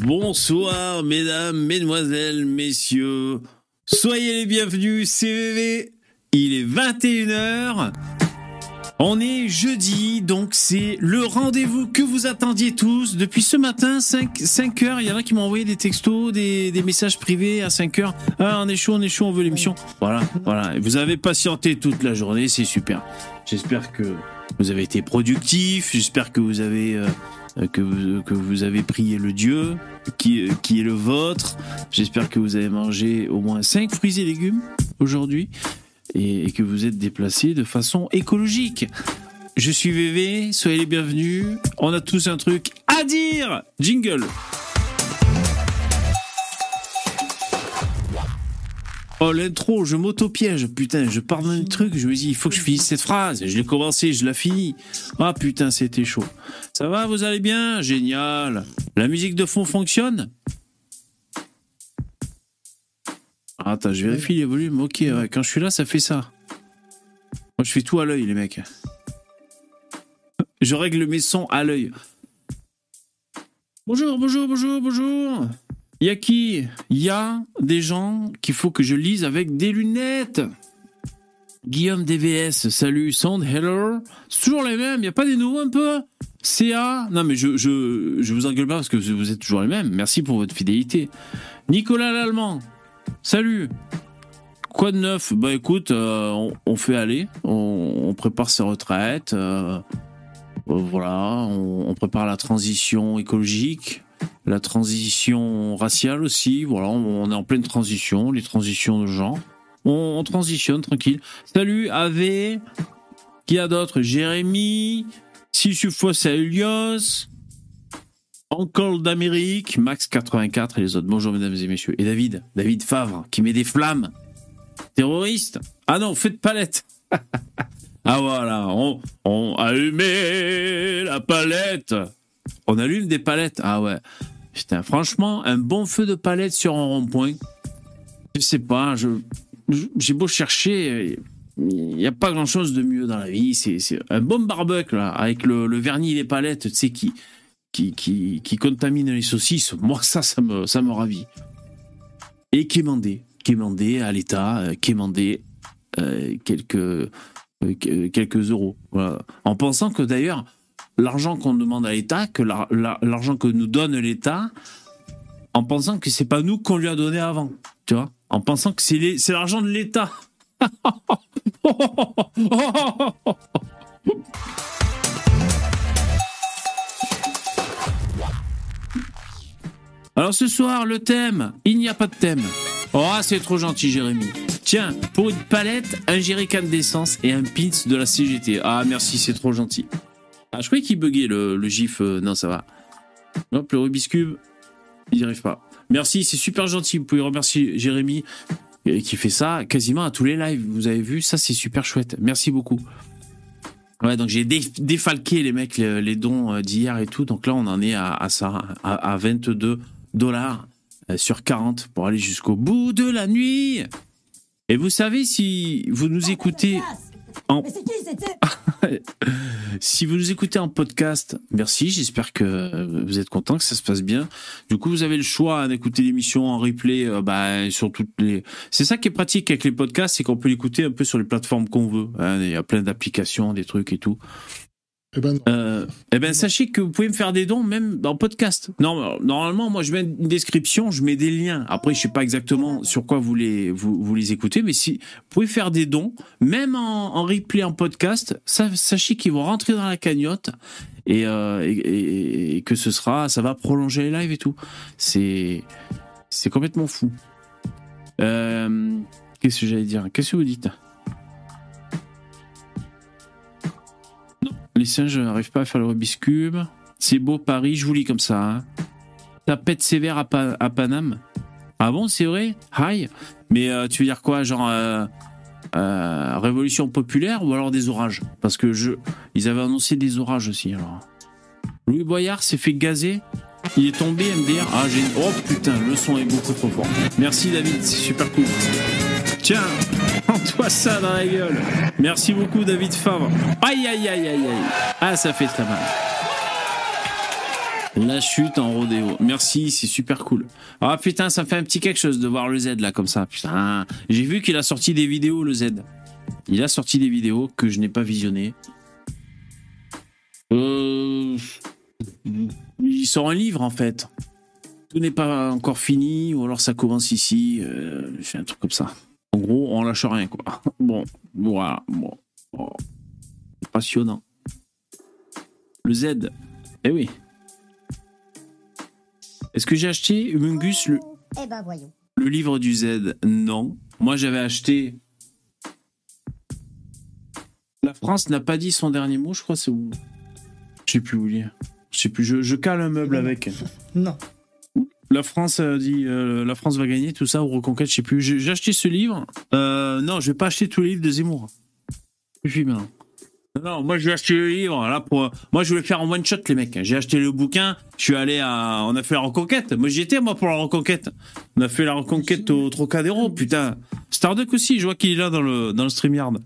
Bonsoir, mesdames, mesdemoiselles, messieurs. Soyez les bienvenus, CVV. Il est 21h. On est jeudi, donc c'est le rendez-vous que vous attendiez tous. Depuis ce matin, 5 heures, il y en a qui m'ont envoyé des textos, des messages privés à 5 heures. Ah, on est chaud, on veut l'émission. Voilà. Et vous avez patienté toute la journée, c'est super. J'espère que vous avez été productifs, j'espère que vous avez... que vous avez prié le Dieu qui est le vôtre. J'espère que vous avez mangé au moins 5 fruits et légumes aujourd'hui et que vous êtes déplacés de façon écologique. Je suis VV, soyez les bienvenus. On a tous un truc à dire. Jingle. Oh, l'intro, je m'auto-piège. Putain, je pars d'un truc, je me dis, il faut que je finisse cette phrase. Je l'ai commencé, je la finis. Ah putain, c'était chaud. Ça va, vous allez bien? Génial. La musique de fond fonctionne? Attends, je vérifie les volumes. Ok, ouais, quand je suis là, ça fait ça. Moi, je fais tout à l'œil, les mecs. Je règle mes sons à l'œil. Bonjour. Il y a qui? Il y a des gens qu'il faut que je lise avec des lunettes. Guillaume DVS, salut. Sound, hello. C'est toujours les mêmes, il n'y a pas des nouveaux un peu? CA, non mais je vous engueule pas parce que vous êtes toujours les mêmes. Merci pour votre fidélité. Nicolas l'Allemand, salut. Quoi de neuf? Bah écoute, on fait aller. On prépare ses retraites. Voilà, on prépare la transition écologique. La transition raciale aussi, voilà, on est en pleine transition, les transitions de genre. On transitionne tranquille. Salut, AV. Qui y a d'autres? Jérémy, Sissufos à Elios, Uncle d'Amérique, Max84 et les autres. Bonjour mesdames et messieurs. Et David Favre, qui met des flammes. Terroriste. Ah non, feu de palette. Ah voilà, on allumé la palette. On allume des palettes. Ah ouais. Putain, franchement, un bon feu de palette sur un rond-point. Je sais pas, j'ai beau chercher, il n'y a pas grand-chose de mieux dans la vie. C'est un bon barbecue, là, avec le vernis et les palettes, tu sais, qui contamine les saucisses. Moi, ça me ravit. Et quémander à l'État, quémander quelques euros. Voilà. En pensant que d'ailleurs, l'argent qu'on demande à l'État, que l'argent que nous donne l'État, en pensant que c'est pas nous qu'on lui a donné avant, tu vois, en pensant que c'est l'argent de l'État. Alors ce soir, le thème, il n'y a pas de thème. Oh, c'est trop gentil, Jérémy. Tiens, pour une palette, un jerrycan d'essence et un pins de la CGT. Ah, merci, c'est trop gentil. Ah, je croyais qu'il buguait le gif. Non, ça va. Hop, le Rubik's Cube, il n'y arrive pas. Merci, c'est super gentil. Vous pouvez remercier Jérémy qui fait ça quasiment à tous les lives. Vous avez vu, ça c'est super chouette. Merci beaucoup. Ouais, donc j'ai défalqué les mecs, les dons d'hier et tout. Donc là, on en est à ça, à $22 sur 40 pour aller jusqu'au bout de la nuit. Et vous savez, si vous nous écoutez si vous nous écoutez en podcast, merci, j'espère que vous êtes contents, que ça se passe bien. Du coup, vous avez le choix d'écouter l'émission en replay sur toutes les... C'est ça qui est pratique avec les podcasts, c'est qu'on peut l'écouter un peu sur les plateformes qu'on veut. Hein, il y a plein d'applications, des trucs et tout. Sachez que vous pouvez me faire des dons même en podcast. Non, normalement, moi, je mets une description, je mets des liens. Après, je sais pas exactement sur quoi vous les écoutez, mais si vous pouvez faire des dons, même en replay en podcast, sachez qu'ils vont rentrer dans la cagnotte et que ça va prolonger les lives et tout. C'est complètement fou. Qu'est-ce que j'allais dire? Qu'est-ce que vous dites? Les singes n'arrivent pas à faire le Rubik's Cube. C'est beau Paris, je vous lis comme ça. Hein. Tapette sévère à Paname. Ah bon, c'est vrai? Aïe. Mais tu veux dire quoi? Genre révolution populaire ou alors des orages? Parce que ils avaient annoncé des orages aussi. Alors. Louis Boyard s'est fait gazer. Il est tombé, MDR. Oh putain, le son est beaucoup trop fort. Merci David, c'est super cool. Tiens, prends-toi ça dans la gueule. Merci beaucoup David Favre. Aïe. Ah, ça fait très mal. La chute en rodéo. Merci, c'est super cool. Ah putain, ça me fait un petit quelque chose de voir le Z là comme ça. Putain, j'ai vu qu'il a sorti des vidéos, le Z. Il a sorti des vidéos que je n'ai pas visionnées. Il sort un livre en fait. Tout n'est pas encore fini, ou alors ça commence ici. C'est un truc comme ça. En gros, on lâche rien quoi. Bon, voilà. Bon. Oh. Passionnant. Le Z. Eh oui. Est-ce que j'ai acheté Humungus le livre du Z? Non. Moi j'avais acheté. La France n'a pas dit son dernier mot, je crois, c'est où? Je sais plus où lire. Je sais plus, je cale un meuble avec. Non. La France a dit la France va gagner, tout ça, ou Reconquête, je sais plus. J'ai acheté ce livre. Non, je vais pas acheter tous les livres de Zemmour. Je suis maintenant. Non, moi je vais acheter le livre là pour. Moi je voulais faire en one shot les mecs. J'ai acheté le bouquin. Je suis allé à. On a fait la Reconquête. Moi j'y étais moi pour la Reconquête. On a fait la Reconquête au Trocadéro. Putain. Starduck aussi. Je vois qu'il est là dans le StreamYard.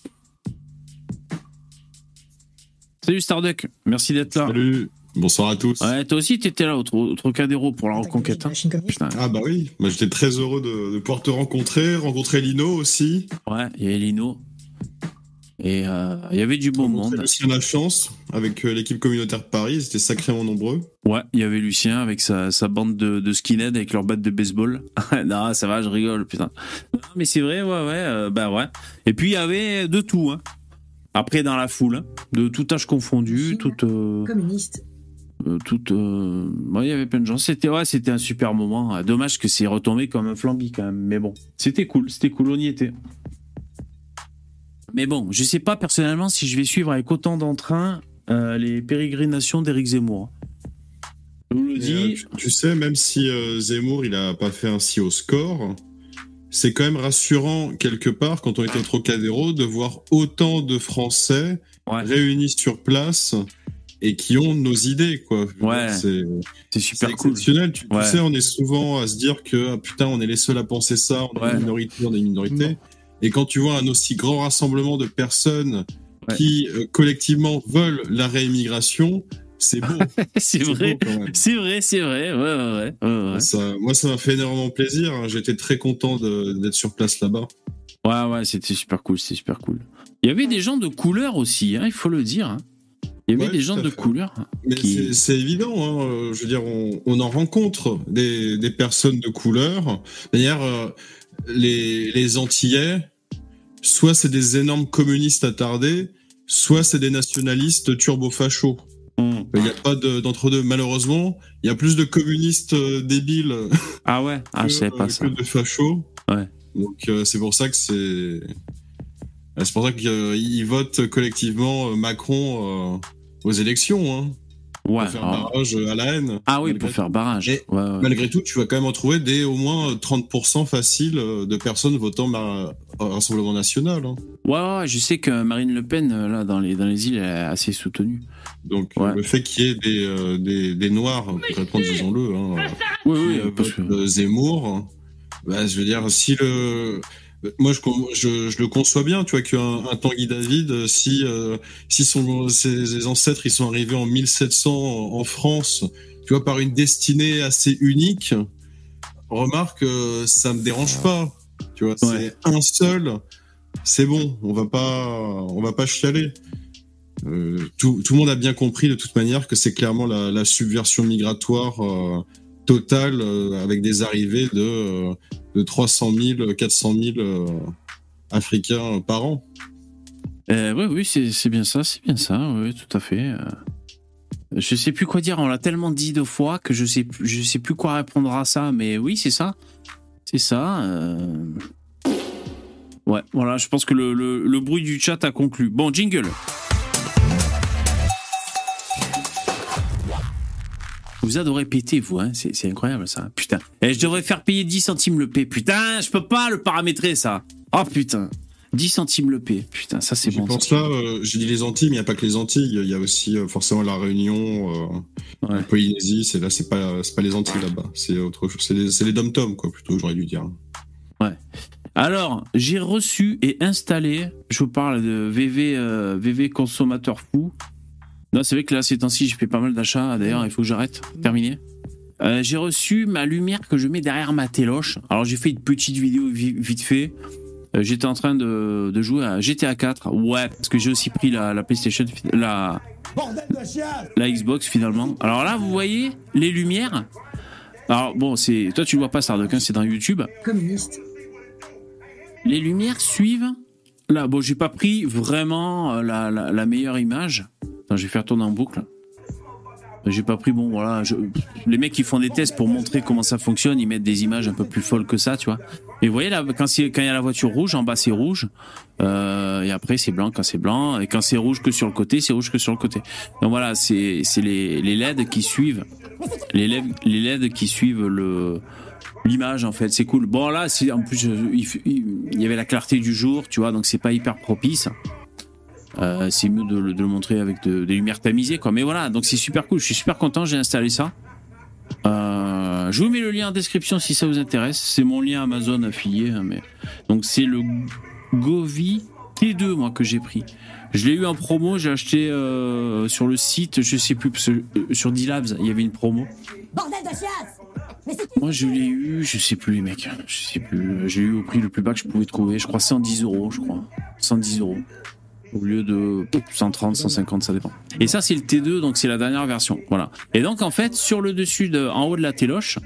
Salut Starduck. Merci d'être là. Salut. Bonsoir à tous. Ouais, toi aussi t'étais là au Trocadéro pour la Reconquête. Hein. Putain. Ah bah oui. Moi j'étais très heureux de pouvoir te rencontrer Lino aussi. Ouais, il y avait Lino. Et il y avait du beau monde. Lucien Lachance avec l'équipe communautaire de Paris, ils étaient sacrément nombreux. Ouais, il y avait Lucien avec sa bande de skinheads avec leur batte de baseball. Non, ça va, je rigole, putain. Non, mais c'est vrai, ouais, bah ouais. Et puis il y avait de tout, hein. Après dans la foule, hein, de tout âge confondu, toute communiste. Ouais, il y avait plein de gens. C'était un super moment. Dommage que c'est retombé comme un flambi quand même, mais bon, c'était cool, on y était. Mais bon, je sais pas personnellement si je vais suivre avec autant d'entrain les pérégrinations d'Éric Zemmour. Je vous le dis. Tu sais, même si Zemmour il a pas fait un si haut score, c'est quand même rassurant quelque part quand on était au Trocadéro de voir autant de Français réunis sur place et qui ont nos idées quoi. Ouais. C'est super cool. Exceptionnel. Tu sais, on est souvent à se dire que putain, on est les seuls à penser ça, on est une minorité. Et quand tu vois un aussi grand rassemblement de personnes qui collectivement veulent la réimmigration, c'est beau. c'est vrai, c'est vrai. Ouais. Moi, ça m'a fait énormément plaisir. Hein. J'étais très content d'être sur place là-bas. Ouais, c'était super cool, Il y avait des gens de couleur aussi, hein, il faut le dire. Hein. Il y avait des gens de couleur. Mais c'est évident, hein. Je veux dire, on en rencontre des personnes de couleur. D'ailleurs, les Antillais, soit c'est des énormes communistes attardés, soit c'est des nationalistes turbo-fachos. Il n'y a pas d'entre-deux. Malheureusement, il y a plus de communistes débiles que de fachos. Ouais. Donc c'est pour ça que c'est pour ça qu'ils votent collectivement Macron aux élections. Hein. Ouais, pour faire barrage à la haine. Ah oui, pour faire barrage. Et malgré tout, tu vas quand même en trouver au moins 30% facile de personnes votant Rassemblement National. Hein. Ouais, je sais que Marine Le Pen, là, dans les îles, elle est assez soutenue. Donc, le fait qu'il y ait des Noirs, concrètement, disons-le, hein, qui Zemmour, je veux dire, si moi, je le conçois bien, tu vois, qu'un Tanguy David, si ses ancêtres, ils sont arrivés en 1700 en France, tu vois, par une destinée assez unique, remarque, ça me dérange pas, tu vois, c'est un seul, c'est bon, on va pas chialer. Tout le monde a bien compris de toute manière que c'est clairement la subversion migratoire totale avec des arrivées de 300 000, 400 000 Africains par an. Oui, c'est bien ça, oui, tout à fait. Je sais plus quoi dire, on l'a tellement dit 2 fois que je sais plus quoi répondre à ça, mais oui, c'est ça. Ouais, voilà, je pense que le bruit du chat a conclu. Bon, jingle. Vous adorez péter, vous, hein, c'est incroyable ça. Putain. Et je devrais faire payer 10 centimes le P. Putain, je peux pas le paramétrer ça. Oh putain. 10 centimes le P. Putain, ça c'est bon. Je pense là, j'ai dit les Antilles, mais il n'y a pas que les Antilles. Il y a aussi forcément la Réunion, la Polynésie. C'est pas les Antilles là-bas. C'est autre chose. C'est les dom-tom, quoi, plutôt, j'aurais dû dire. Ouais. Alors, j'ai reçu et installé, je vous parle de VV consommateur fou. Non, c'est vrai que là, ces temps-ci, j'ai fait pas mal d'achats. D'ailleurs, il faut que j'arrête. Terminé. J'ai reçu ma lumière que je mets derrière ma téloche. Alors, j'ai fait une petite vidéo vite fait. J'étais en train de jouer à GTA 4. Ouais, parce que j'ai aussi pris la PlayStation, la Xbox finalement. Alors là, vous voyez les lumières. Alors bon, toi tu le vois pas, Sardoc, hein, c'est dans YouTube. Communiste. Les lumières suivent. Là, bon, j'ai pas pris vraiment la meilleure image. Attends, je vais faire tourner en boucle. J'ai pas pris, bon, voilà. Les mecs qui font des tests pour montrer comment ça fonctionne, ils mettent des images un peu plus folles que ça, tu vois. Et vous voyez là, quand il y a la voiture rouge, en bas c'est rouge, et après c'est blanc quand c'est blanc, et quand c'est rouge que sur le côté, c'est rouge que sur le côté. Donc voilà, c'est les LED qui suivent, les LED qui suivent l'image en fait. C'est cool. Bon là, en plus il y avait la clarté du jour, tu vois, donc c'est pas hyper propice. C'est mieux de le montrer avec des lumières tamisées, quoi. Mais voilà, donc c'est super cool. Je suis super content, j'ai installé ça. Je vous mets le lien en description si ça vous intéresse. C'est mon lien Amazon affilié. Hein, mais... Donc c'est le Govee T2 moi que j'ai pris. Je l'ai eu en promo, j'ai acheté sur le site, je sais plus, parce que, sur D-Labs, il y avait une promo. Bordel de chiasse. Moi je l'ai eu, je sais plus les mecs, je sais plus. J'ai eu au prix le plus bas que je pouvais trouver, je crois 110 €, je crois. 110 € au lieu de 130, 150, ça dépend. Et ça c'est le T2, donc c'est la dernière version, voilà. Et donc en fait sur le dessus, en haut de la téloche,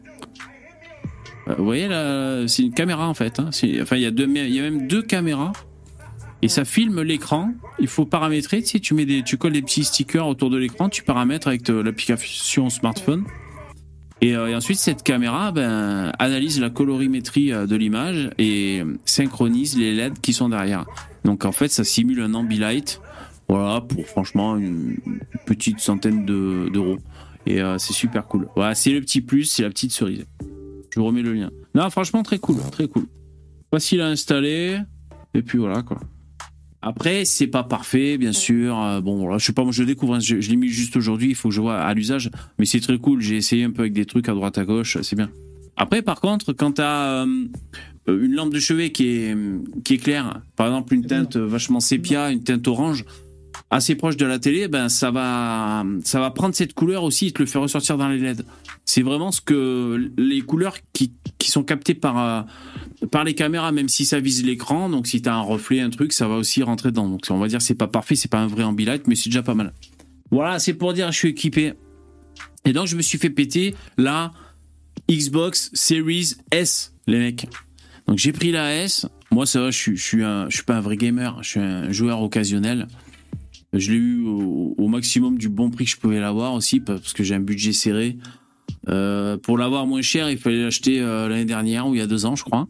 vous voyez là, c'est une caméra en fait. Hein. Enfin il y a même deux caméras et ça filme l'écran. Il faut paramétrer, tu sais, tu colles des petits stickers autour de l'écran, tu paramètres avec l'application smartphone. Et ensuite cette caméra analyse la colorimétrie de l'image et synchronise les LED qui sont derrière. Donc en fait ça simule un Ambilight, voilà, pour franchement une petite centaine d'euros. Et c'est super cool. Voilà, c'est le petit plus, c'est la petite cerise. Je vous remets le lien. Non, franchement très cool, très cool. Facile à installer et puis voilà quoi. Après, c'est pas parfait, bien sûr. Bon, voilà, je sais pas, moi je le découvre. Hein. Je l'ai mis juste aujourd'hui. Il faut que je vois à l'usage. Mais c'est très cool. J'ai essayé un peu avec des trucs à droite à gauche. C'est bien. Après, par contre, quand t'as une lampe de chevet qui est claire, par exemple une teinte vachement sépia, une teinte orange, assez proche de la télé, ça va prendre cette couleur aussi et te le faire ressortir dans les LED. C'est vraiment les couleurs qui sont captées par les caméras, même si ça vise l'écran. Donc si tu as un reflet, un truc, ça va aussi rentrer dedans. Donc on va dire c'est pas parfait, c'est pas un vrai Ambilight, mais c'est déjà pas mal. Voilà, c'est pour dire je suis équipé. Et donc je me suis fait péter la Xbox Series S, les mecs. Donc j'ai pris la S. Moi ça va, je suis pas un vrai gamer, je suis un joueur occasionnel. Je l'ai eu au maximum du bon prix que je pouvais l'avoir aussi, parce que j'ai un budget serré. Pour l'avoir moins cher, il fallait l'acheter l'année dernière ou il y a 2 ans, je crois.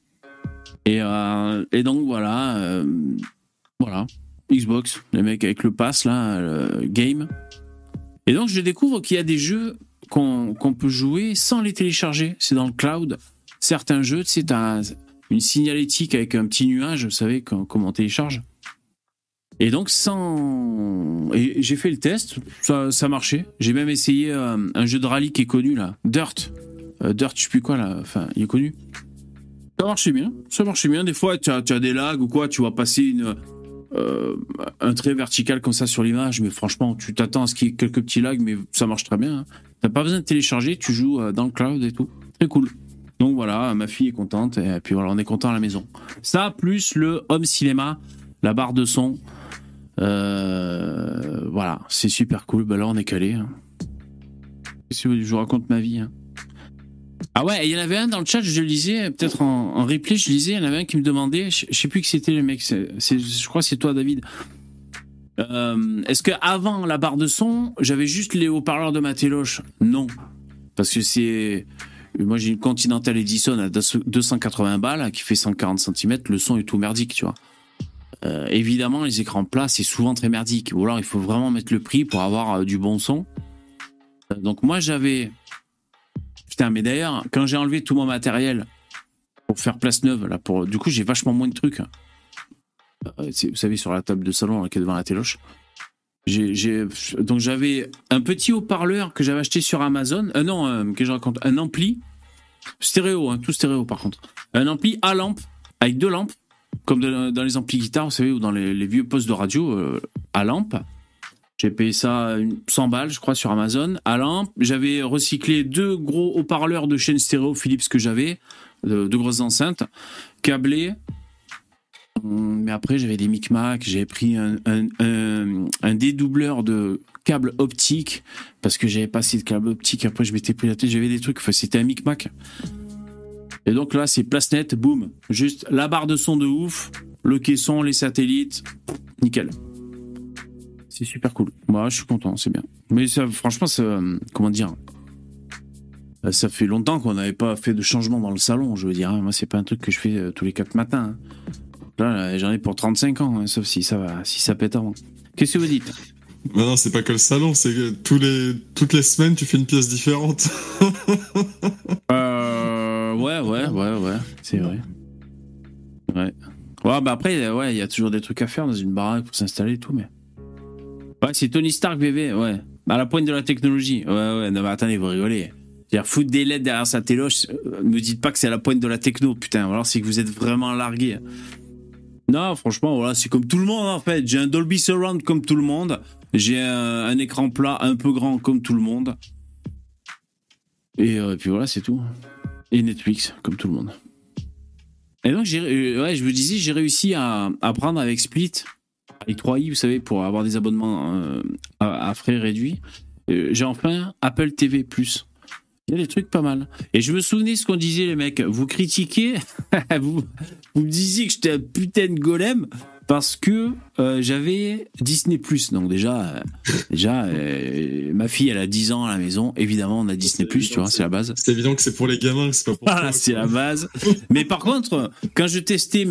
Et donc voilà, Xbox, les mecs avec le pass là, le game. Et donc je découvre qu'il y a des jeux qu'on peut jouer sans les télécharger. C'est dans le cloud. Certains jeux, tu sais, t'as une signalétique avec un petit nuage, vous savez comment on télécharge. Et donc et j'ai fait le test, ça marchait. J'ai même essayé un jeu de rallye qui est connu là, Dirt, je sais plus quoi là, enfin il est connu. Ça marchait bien. Des fois tu as des lags ou quoi, tu vas passer un trait vertical comme ça sur l'image, mais franchement tu t'attends à ce qu'il y ait quelques petits lags, mais ça marche très bien. Hein. T'as pas besoin de télécharger, tu joues dans le cloud et tout, très cool. Donc voilà, ma fille est contente et puis voilà, on est content à la maison. Ça plus le home cinéma, la barre de son. Voilà, c'est super cool. Là, on est calé. Hein. Je vous raconte ma vie. Hein. Ah ouais, il y en avait un dans le chat, je le lisais, peut-être en replay, je lisais, il y en avait un qui me demandait, je sais plus qui c'était le mec, je crois que c'est toi, David. Est-ce qu'avant la barre de son, j'avais juste les haut-parleurs de ma téloche ? Non. Parce que moi, j'ai une Continental Edison à 280 balles qui fait 140 cm, le son est tout merdique, tu vois. Évidemment, les écrans plats, c'est souvent très merdique. Ou alors, il faut vraiment mettre le prix pour avoir du bon son. Donc, moi, j'avais... Putain, mais d'ailleurs, quand j'ai enlevé tout mon matériel pour faire place neuve, là, du coup, j'ai vachement moins de trucs. Vous savez, sur la table de salon, là, qui est devant la téloche. Donc, j'avais un petit haut-parleur que j'avais acheté sur Amazon. Que je raconte. Un ampli stéréo, hein, tout stéréo, par contre. Un ampli à lampe, avec 2 lampes. Comme dans les amplis guitare, vous savez, ou dans les vieux postes de radio à lampe. J'ai payé ça 100 balles, je crois, sur Amazon. À lampe, j'avais recyclé 2 gros haut-parleurs de chaîne stéréo Philips que j'avais, 2 grosses enceintes, câblées. Mais après, j'avais des micmacs. J'avais pris un dédoubleur de câble optique parce que j'avais pas assez de câble optique. Après, je m'étais pris la tête. J'avais des trucs. Enfin, c'était un micmac. Et donc là, c'est place nette, boum. Juste la barre de son de ouf, le caisson, les satellites, nickel. C'est super cool. Moi, je suis content, c'est bien. Mais ça, franchement, ça, comment dire, ça fait longtemps qu'on n'avait pas fait de changement dans le salon, je veux dire. Moi, c'est pas un truc que je fais tous les 4 matins. Là, j'en ai pour 35 ans, sauf si ça pète avant. Qu'est-ce que vous dites ? Non, c'est pas que le salon, c'est que toutes les semaines, tu fais une pièce différente. Ouais, c'est vrai. Ouais. Ouais, bah après, ouais, il y a toujours des trucs à faire dans une baraque pour s'installer et tout, mais... Ouais, c'est Tony Stark, bébé, ouais. À la pointe de la technologie. Ouais, non mais attendez, vous rigolez. C'est-à-dire, foutre des LED derrière sa téloche, me dites pas que c'est à la pointe de la techno, putain. Alors c'est que vous êtes vraiment largué. Non, franchement, voilà, c'est comme tout le monde, en fait. J'ai un Dolby Surround comme tout le monde. J'ai un écran plat un peu grand comme tout le monde. Et puis voilà, c'est tout. Et Netflix, comme tout le monde. Et donc, je me disais, j'ai réussi à prendre avec Split, avec 3i, vous savez, pour avoir des abonnements à frais réduits. J'ai enfin Apple TV+. Il y a des trucs pas mal. Et je me souvenais ce qu'on disait, les mecs. Vous critiquez, vous me disiez que j'étais un putain de golem parce que j'avais Disney+. Donc déjà ma fille, elle a 10 ans à la maison. Évidemment, on a Disney+, tu vois, c'est la base. C'est évident que c'est pour les gamins, que c'est pas pour voilà, c'est la base. Mais par contre, quand je testais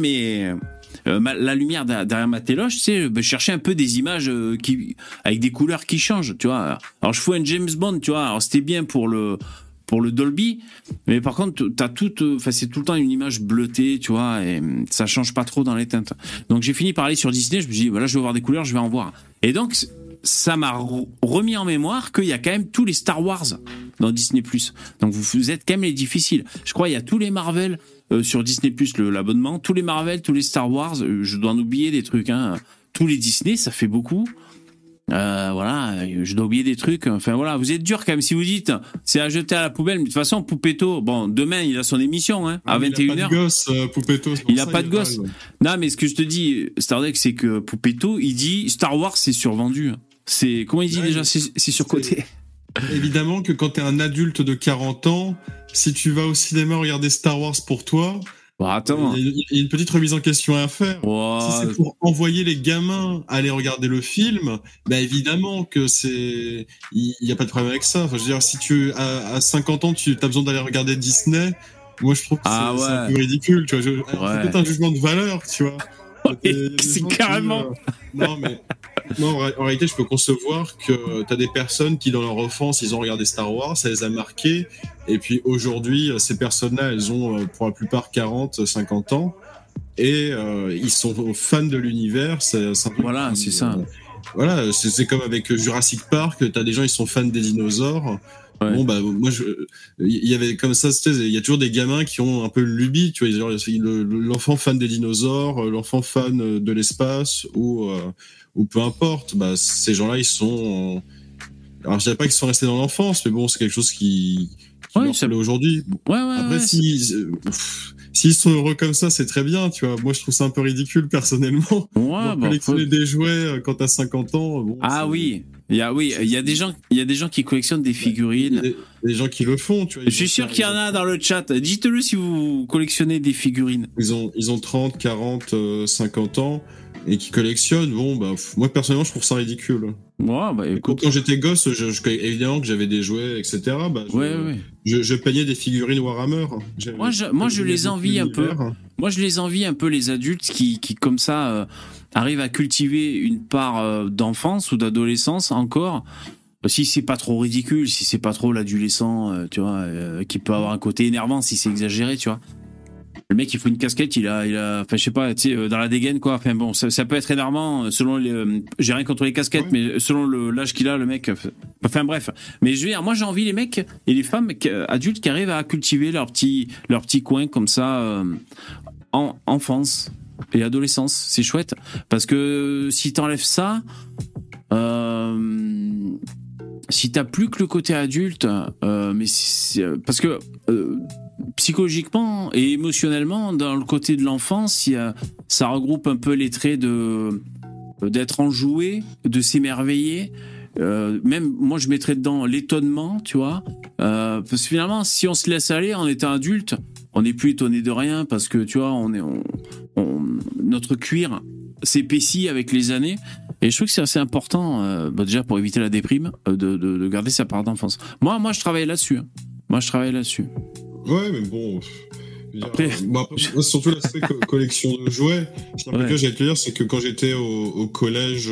la lumière derrière ma téloche, tu sais, je cherchais un peu des images avec des couleurs qui changent, tu vois. Alors je fous un James Bond, tu vois. Alors c'était bien pour le Dolby, mais par contre c'est tout le temps une image bleutée, tu vois, et ça change pas trop dans les teintes. Donc j'ai fini par aller sur Disney, je me suis dit voilà, je veux voir des couleurs, je vais en voir. Et donc ça m'a remis en mémoire qu'il y a quand même tous les Star Wars dans Disney+. Donc vous êtes quand même les difficiles. Je crois il y a tous les Marvel sur Disney+, l'abonnement, tous les Marvel, tous les Star Wars, je dois en oublier des trucs, hein. Tous les Disney, ça fait beaucoup. Voilà, je dois oublier des trucs. Enfin voilà, vous êtes dur quand même si vous dites c'est à jeter à la poubelle. Mais de toute façon, Poupetto, bon, demain il a son émission, hein, à 21h. Il a pas de gosse, Poupetto. Il a pas de gosse. Non, mais ce que je te dis, Stardeck, c'est que Poupetto, il dit Star Wars, c'est survendu. C'est comment il dit déjà, c'est surcoté. Évidemment que quand t'es un adulte de 40 ans, si tu vas au cinéma regarder Star Wars pour toi. Bon, attends. Il y a une petite remise en question à faire. Wow. Si c'est pour envoyer les gamins aller regarder le film, bah évidemment que il y a pas de problème avec ça. Enfin, je veux dire, si à 50 ans, tu as besoin d'aller regarder Disney, moi je trouve que c'est un peu ridicule, tu vois. C'est peut-être un jugement de valeur, tu vois. C'est carrément. Non, en réalité, je peux concevoir que t'as des personnes qui, dans leur enfance, ils ont regardé Star Wars, ça les a marqués, et puis aujourd'hui, ces personnes-là, elles ont pour la plupart 40, 50 ans, et ils sont fans de l'univers. Voilà, c'est ça. Voilà, c'est comme avec Jurassic Park, t'as des gens, ils sont fans des dinosaures. Ouais. Bon, bah, moi, il y avait comme ça, il y a toujours des gamins qui ont un peu une lubie, tu vois, l'enfant fan des dinosaures, l'enfant fan de l'espace, ou peu importe, bah, ces gens-là, ils sont, alors je dirais pas qu'ils sont restés dans l'enfance, mais bon, c'est quelque chose qui leur plaît aujourd'hui. Après, s'ils sont heureux comme ça, c'est très bien, tu vois. Moi, je trouve ça un peu ridicule, personnellement. Collectionner des jouets quand t'as 50 ans. Bon, oui. Il y a des gens qui collectionnent des figurines. Des gens qui le font, tu vois. Je suis sûr qu'il y en a dans le chat. Dites-le si vous collectionnez des figurines. Ils ont 30, 40, 50 ans et qui collectionnent. Bon, bah, moi, personnellement, je trouve ça ridicule. Ouais, bah, écoute. Quand j'étais gosse, évidemment que j'avais des jouets, etc. Bah, je peignais des figurines Warhammer. Moi, je les envie un peu. Moi, je les envie un peu, les adultes qui comme ça, arrivent à cultiver une part d'enfance ou d'adolescence encore. Si c'est pas trop ridicule, si c'est pas trop l'adolescent, tu vois, qui peut avoir un côté énervant si c'est exagéré, tu vois. Le mec, il faut une casquette, il a, enfin, je sais pas, tu sais, dans la dégaine, quoi. Enfin, bon, ça peut être énervant selon j'ai rien contre les casquettes, mais selon l'âge qu'il a, le mec. Enfin, bref. Mais je veux dire, moi, j'ai envie les mecs et les femmes adultes qui arrivent à cultiver leur petit coin comme ça, en enfance et adolescence. C'est chouette. Parce que si t'enlèves ça, si t'as plus que le côté adulte, parce que psychologiquement et émotionnellement, dans le côté de l'enfance, ça regroupe un peu les traits d'être enjoué, de s'émerveiller. Même moi, je mettrais dedans l'étonnement, tu vois. Parce que finalement, si on se laisse aller en étant adulte, on n'est plus étonné de rien parce que, tu vois, notre cuir s'épaissit avec les années. Et je trouve que c'est assez important, déjà pour éviter la déprime, de garder sa part d'enfance. Moi, je travaille là-dessus. Ouais, mais bon. Après, surtout l'aspect collection de jouets. Que j'allais te dire, c'est que quand j'étais au collège,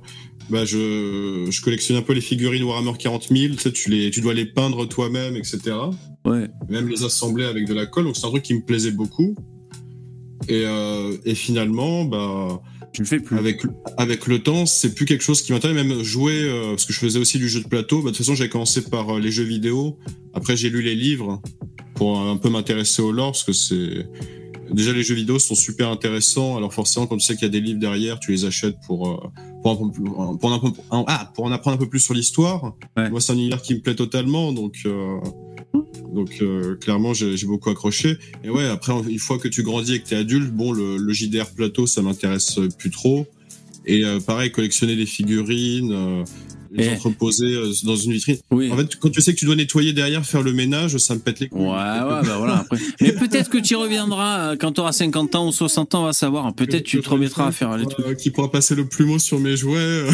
je collectionnais un peu les figurines Warhammer 40 000. Tu dois les peindre toi-même, etc. Ouais. Même les assembler avec de la colle. Donc c'est un truc qui me plaisait beaucoup. Et finalement, tu le fais plus. Avec le temps, c'est plus quelque chose qui m'intéresse. Même jouer, parce que je faisais aussi du jeu de plateau. De toute façon, j'ai commencé par les jeux vidéo. Après, j'ai lu les livres pour un peu m'intéresser au lore, parce que déjà les jeux vidéo sont super intéressants. Alors forcément, quand tu sais qu'il y a des livres derrière, tu les achètes pour en apprendre un peu plus sur l'histoire. Ouais. Moi, c'est un univers qui me plaît totalement, donc clairement, j'ai beaucoup accroché. Et ouais, après, une fois que tu grandis et que t'es adulte, le JDR plateau, ça m'intéresse plus trop. Et pareil, collectionner des figurines, les entreposer dans une vitrine. Oui. En fait, quand tu sais que tu dois nettoyer derrière, faire le ménage, ça me pète les couilles. Ouais, voilà, après. Mais peut-être que tu y reviendras quand tu auras 50 ans ou 60 ans, on va savoir. Peut-être tu te remettras à faire les trucs. Qui pourra passer le plumeau sur mes jouets.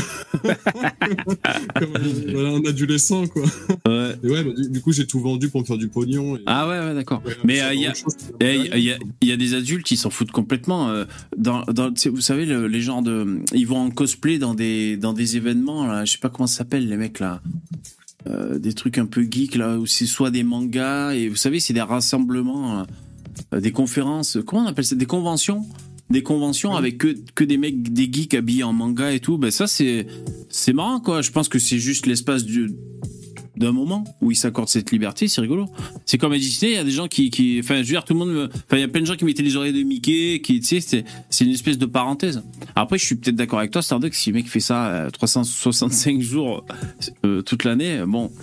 Comme un adolescent, quoi. Ouais. Et ouais, du coup, j'ai tout vendu pour me faire du pognon. Ah ouais, d'accord. Mais il y a des adultes qui s'en foutent complètement. Vous savez, les gens ils vont en cosplay dans des événements, là, je sais pas comment ça s'appelle, les mecs, là. Des trucs un peu geeks, là, où c'est soit des mangas, et vous savez, c'est des rassemblements, des conférences, comment on appelle ça, des conventions avec que des mecs, des geeks habillés en manga et tout. Ça, c'est marrant, quoi. Je pense que c'est juste l'espace d'un moment où ils s'accordent cette liberté, c'est rigolo. C'est comme à Disney, il y a des gens qui enfin, je veux dire, tout le monde il y a plein de gens qui mettaient les oreilles de Mickey, tu sais, c'est une espèce de parenthèse. Après, je suis peut-être d'accord avec toi, Starduck, si le mec fait ça 365 jours toute l'année,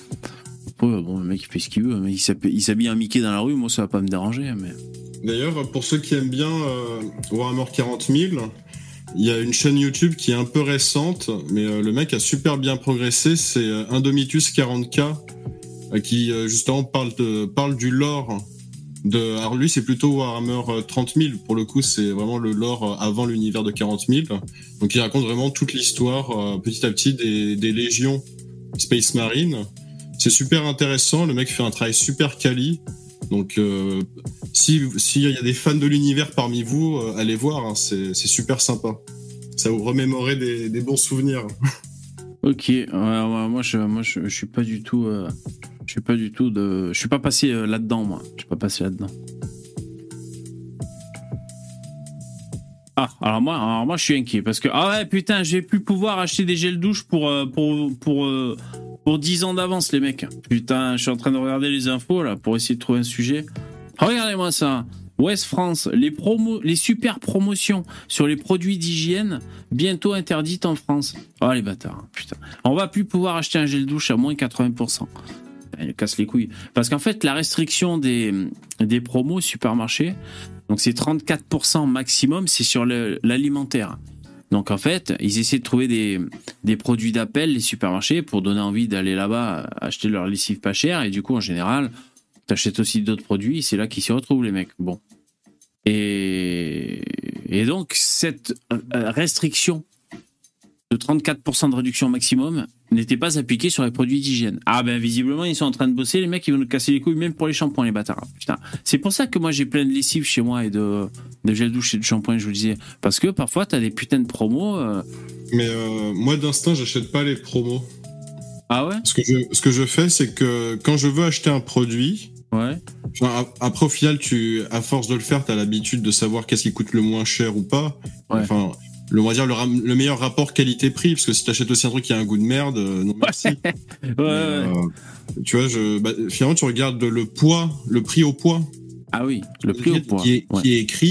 le mec il fait ce qu'il veut, mais il s'habille un Mickey dans la rue, moi ça va pas me déranger. Mais... D'ailleurs, pour ceux qui aiment bien Warhammer 40 000, il y a une chaîne YouTube qui est un peu récente, mais le mec a super bien progressé. C'est Indomitus 40K qui justement parle du lore alors lui, c'est plutôt Warhammer 30 000. Pour le coup, c'est vraiment le lore avant l'univers de 40 000. Donc il raconte vraiment toute l'histoire petit à petit des légions Space Marine. C'est super intéressant. Le mec fait un travail super quali. Donc s'il y a des fans de l'univers parmi vous, allez voir, hein, c'est super sympa. Ça vous remémorer des bons souvenirs. Ok, moi je suis pas du tout je suis pas passé là-dedans, moi. Je suis pas passé là-dedans. Ah, alors moi je suis inquiet parce que putain, je vais plus pouvoir acheter des gels douche pour 10 ans d'avance, les mecs. Putain, je suis en train de regarder les infos là pour essayer de trouver un sujet. Regardez-moi ça. Ouest France, les super promotions sur les produits d'hygiène bientôt interdites en France. Oh les bâtards, putain. On va plus pouvoir acheter un gel douche à moins 80%. Il casse les couilles. Parce qu'en fait, la restriction des promos supermarchés, donc c'est 34% maximum, c'est sur l'alimentaire. Donc en fait, ils essaient de trouver des produits d'appel, les supermarchés, pour donner envie d'aller là-bas acheter leur lessive pas chère. Et du coup, en général, t'achètes aussi d'autres produits, c'est là qu'ils s'y retrouvent, les mecs. Bon. Et donc, cette restriction de 34% de réduction maximum n'était pas appliquée sur les produits d'hygiène. Ah ben, visiblement, ils sont en train de bosser, les mecs, ils vont nous casser les couilles, même pour les shampoings, les bâtards. Putain. C'est pour ça que moi, j'ai plein de lessives chez moi et de gel douche et de shampoing, je vous le disais. Parce que parfois, t'as des putains de promos. Mais moi, d'instinct, j'achète pas les promos. Ah ouais? Ce que je fais, c'est que quand je veux acheter un produit... Ouais. Enfin, après, au final, à force de le faire, t'as l'habitude de savoir qu'est-ce qui coûte le moins cher ou pas. Ouais. Enfin, on va dire le meilleur rapport qualité-prix, parce que si t'achètes aussi un truc qui a un goût de merde, non merci. Ouais. Tu vois, finalement, tu regardes le prix au poids. Ah oui, le prix au poids. Qui est écrit,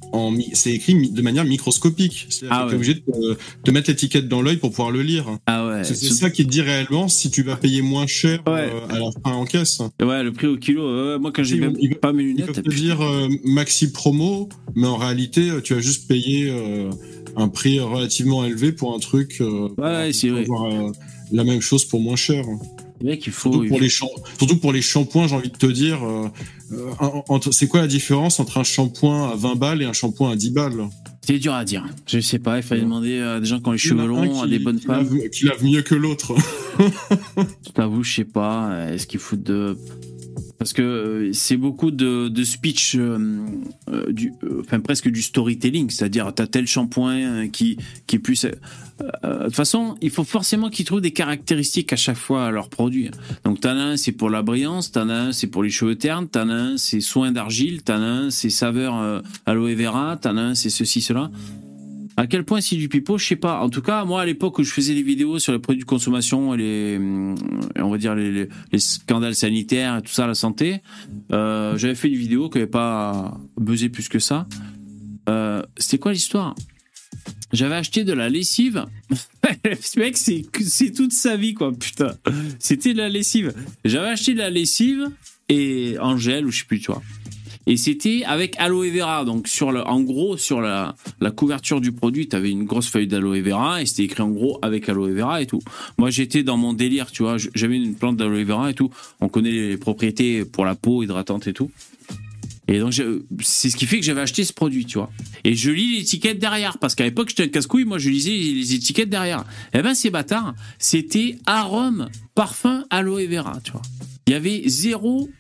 c'est écrit de manière microscopique. C'est-à-dire que t'es obligé de te mettre l'étiquette dans l'œil pour pouvoir le lire. Ah ouais. C'est ça qui te dit réellement si tu vas payer moins cher à la fin en caisse. Ouais, le prix au kilo. Moi, quand j'ai même pas mes lunettes. Ils peuvent te dire maxi promo, mais en réalité, tu as juste payé un prix relativement élevé pour un truc. C'est vrai. Avoir la même chose pour moins cher. Mec, surtout pour les shampoings, j'ai envie de te dire, c'est quoi la différence entre un shampoing à 20 balles et un shampoing à 10 balles? C'est dur à dire. Je sais pas, il fallait demander à des gens qui ont les cheveux longs, à des bonnes femmes. Qui lavent mieux que l'autre. Je t'avoue, je sais pas. Est-ce qu'ils foutent de... Parce que c'est beaucoup de speech, presque du storytelling, c'est-à-dire t'as tel shampoing qui est plus... de toute façon, il faut forcément qu'ils trouvent des caractéristiques à chaque fois à leur produit. Donc t'en as un, c'est pour la brillance, t'en as un, c'est pour les cheveux ternes, t'en as un, c'est soin d'argile, t'en as un, c'est saveur aloe vera, t'en as un, c'est ceci, cela. À quel point c'est du pipeau, je sais pas. En tout cas, moi, à l'époque où je faisais des vidéos sur les produits de consommation et on va dire les scandales sanitaires et tout ça, la santé, j'avais fait une vidéo qui n'avait pas buzzé plus que ça. C'était quoi l'histoire? J'avais acheté de la lessive. Ce mec, c'est toute sa vie, quoi, putain. C'était de la lessive. J'avais acheté de la lessive et en gel ou je sais plus, tu vois. Et c'était avec aloe vera. Donc, en gros, sur la couverture du produit, tu avais une grosse feuille d'aloe vera et c'était écrit en gros avec aloe vera et tout. Moi, j'étais dans mon délire, tu vois. J'avais une plante d'aloe vera et tout. On connaît les propriétés pour la peau, hydratante et tout. Et donc, c'est ce qui fait que j'avais acheté ce produit, tu vois. Et je lis l'étiquette derrière. Parce qu'à l'époque, j'étais un casse-couille. Moi, je lisais les étiquettes derrière. Et ben, ces bâtards, c'était arôme, parfum, aloe vera, tu vois. Il y avait zéro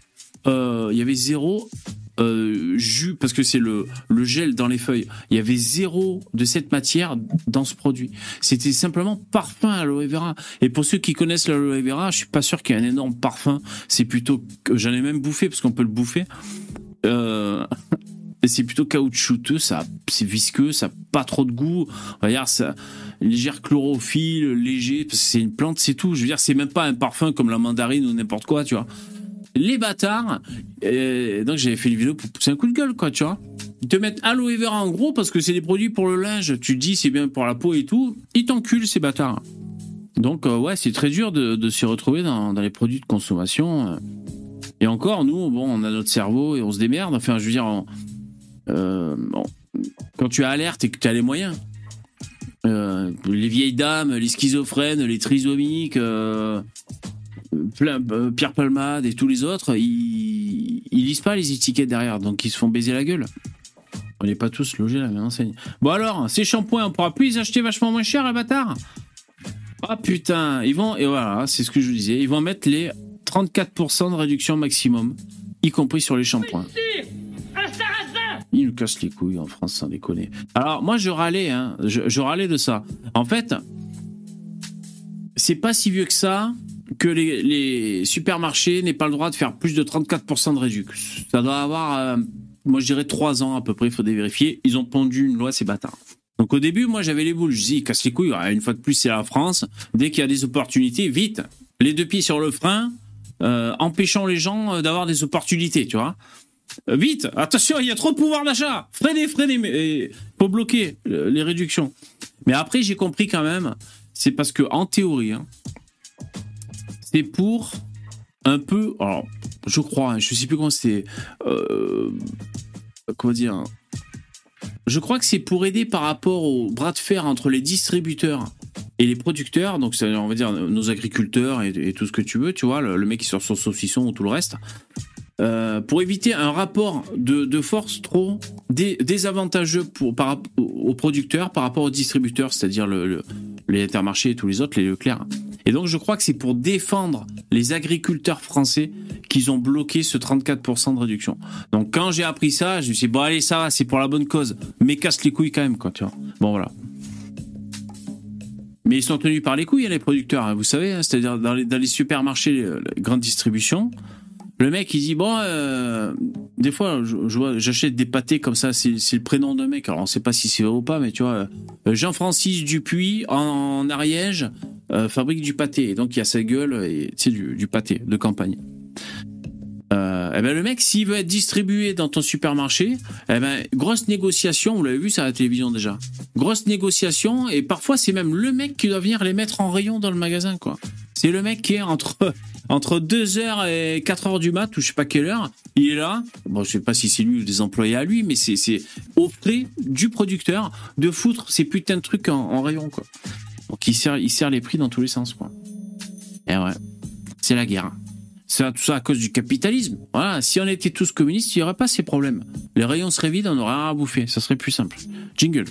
jus, parce que c'est le gel dans les feuilles. Il y avait zéro de cette matière dans ce produit. C'était simplement parfum aloe vera. Et pour ceux qui connaissent l'aloe vera, je suis pas sûr qu'il y ait un énorme parfum. C'est plutôt, j'en ai même bouffé parce qu'on peut le bouffer. C'est plutôt caoutchouteux, c'est visqueux, ça n'a pas trop de goût. Regarde, ça, une légère chlorophylle, léger, parce que c'est une plante, c'est tout. Je veux dire, c'est même pas un parfum comme la mandarine ou n'importe quoi, tu vois. Les bâtards, donc j'avais fait une vidéo pour pousser un coup de gueule, quoi, tu vois. Ils te mettent aloe vera en gros parce que c'est des produits pour le linge. Tu te dis c'est bien pour la peau et tout. Ils t'enculent, ces bâtards. Donc, c'est très dur de s'y retrouver dans les produits de consommation. Et encore, nous, on a notre cerveau et on se démerde. Enfin, je veux dire, quand tu as alerte et que tu as les moyens, les vieilles dames, les schizophrènes, les trisomiques, Pierre Palmade et tous les autres, ils lisent pas les étiquettes derrière, donc ils se font baiser la gueule. On n'est pas tous logés à la même enseigne. Bon alors, ces shampoings, on pourra plus les acheter vachement moins cher, les bâtards. Ah putain, et voilà, c'est ce que je vous disais, ils vont mettre les 34% de réduction maximum, y compris sur les shampoings. Ils nous cassent les couilles en France, sans déconner. Alors moi je râlais, je râlais de ça. En fait, c'est pas si vieux que ça que les supermarchés n'aient pas le droit de faire plus de 34% de réduction. Ça doit avoir, moi je dirais 3 ans à peu près, il faut vérifier. Ils ont pondu une loi, ces bâtards. Donc au début, moi j'avais les boules, je dis, casse les couilles, une fois de plus c'est la France, dès qu'il y a des opportunités, vite, les deux pieds sur le frein, empêchant les gens d'avoir des opportunités, tu vois. Vite, attention, il y a trop de pouvoir d'achat, freinez, pour bloquer les réductions. Mais après j'ai compris quand même, c'est parce que en théorie, c'est pour un peu, alors je crois, je sais plus comment c'était, comment dire, je crois que c'est pour aider par rapport au bras de fer entre les distributeurs et les producteurs, donc c'est, on va dire nos agriculteurs et tout ce que tu veux, tu vois, le mec qui sort son saucisson ou tout le reste, pour éviter un rapport de force trop désavantageux aux producteurs par rapport aux distributeurs, c'est-à-dire les Intermarchés et tous les autres, les Leclerc. Et donc je crois que c'est pour défendre les agriculteurs français qu'ils ont bloqué ce 34% de réduction. Donc quand j'ai appris ça, je me suis dit, bon allez, ça va, c'est pour la bonne cause, mais casse les couilles quand même, quoi, tu vois. Bon voilà. Mais ils sont tenus par les couilles, les producteurs, vous savez, c'est-à-dire dans les supermarchés, les grandes distributions, le mec il dit, bon, des fois j'achète des pâtés comme ça, c'est le prénom d'un mec, alors on sait pas si c'est vrai ou pas, mais tu vois, Jean-Francis Dupuis en Ariège fabrique du pâté, et donc il y a sa gueule, et c'est du pâté de campagne. Eh ben, le mec, s'il veut être distribué dans ton supermarché, eh ben, grosse négociation, vous l'avez vu ça à la télévision déjà. Grosse négociation, et parfois c'est même le mec qui doit venir les mettre en rayon dans le magasin, quoi. C'est le mec qui est entre 2h et 4h du mat, ou je sais pas quelle heure, il est là. Bon, je sais pas si c'est lui ou des employés à lui, mais c'est au frais du producteur de foutre ces putains de trucs en rayon, quoi. Donc il sert les prix dans tous les sens, quoi. Et ouais, c'est la guerre. C'est tout ça à cause du capitalisme. Voilà, si on était tous communistes, il n'y aurait pas ces problèmes. Les rayons seraient vides, on n'aurait rien à bouffer. Ça serait plus simple. Jingle.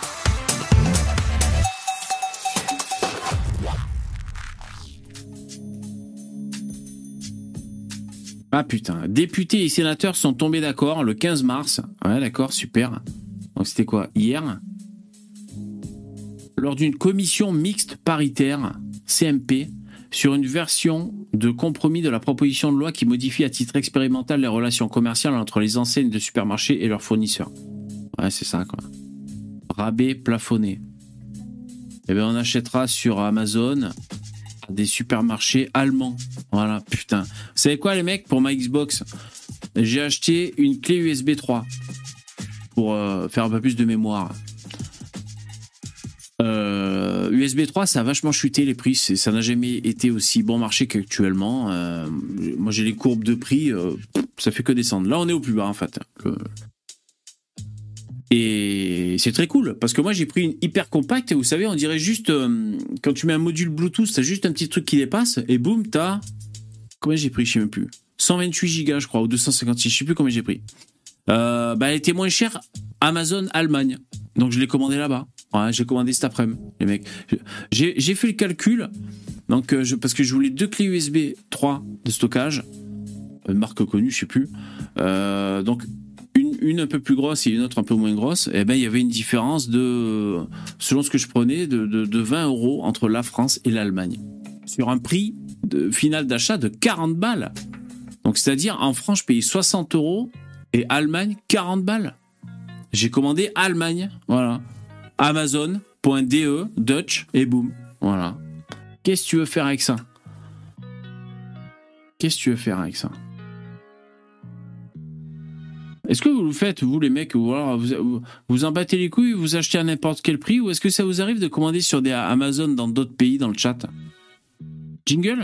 Ah putain, députés et sénateurs sont tombés d'accord le 15 mars. Ouais, d'accord, super. Donc c'était quoi, hier ? Lors d'une commission mixte paritaire, CMP, sur une version de compromis de la proposition de loi qui modifie à titre expérimental les relations commerciales entre les enseignes de supermarchés et leurs fournisseurs. Ouais, c'est ça, quoi. Rabais plafonné. Eh bien, on achètera sur Amazon des supermarchés allemands. Voilà, putain. Vous savez quoi, les mecs, pour ma Xbox, j'ai acheté une clé USB 3 pour faire un peu plus de mémoire. USB 3, ça a vachement chuté les prix, ça n'a jamais été aussi bon marché qu'actuellement. Moi j'ai les courbes de prix, ça fait que descendre. Là on est au plus bas en fait. Et c'est très cool parce que moi j'ai pris une hyper compacte et vous savez on dirait juste quand tu mets un module Bluetooth, t'as juste un petit truc qui dépasse et boum t'as... Combien j'ai pris, je sais même plus. 128 Go je crois ou 256, je sais plus combien j'ai pris. Elle était moins chère Amazon Allemagne, donc je l'ai commandé là-bas. Ouais, j'ai commandé cet après-midi, les mecs. J'ai fait le calcul, donc parce que je voulais 2 clés USB 3 de stockage, une marque connue, je sais plus. Donc une un peu plus grosse et une autre un peu moins grosse. Et ben il y avait une différence de, selon ce que je prenais, de 20 € entre la France et l'Allemagne, sur un prix final d'achat de 40 balles. Donc c'est-à-dire en France je payais 60 € et Allemagne 40 balles. J'ai commandé Allemagne, voilà. Amazon.de, Dutch, et boum. Voilà. Qu'est-ce que tu veux faire avec ça ? Est-ce que vous le faites, vous les mecs, ou alors vous en battez les couilles, vous achetez à n'importe quel prix, ou est-ce que ça vous arrive de commander sur des Amazon dans d'autres pays dans le chat ? Jingle ?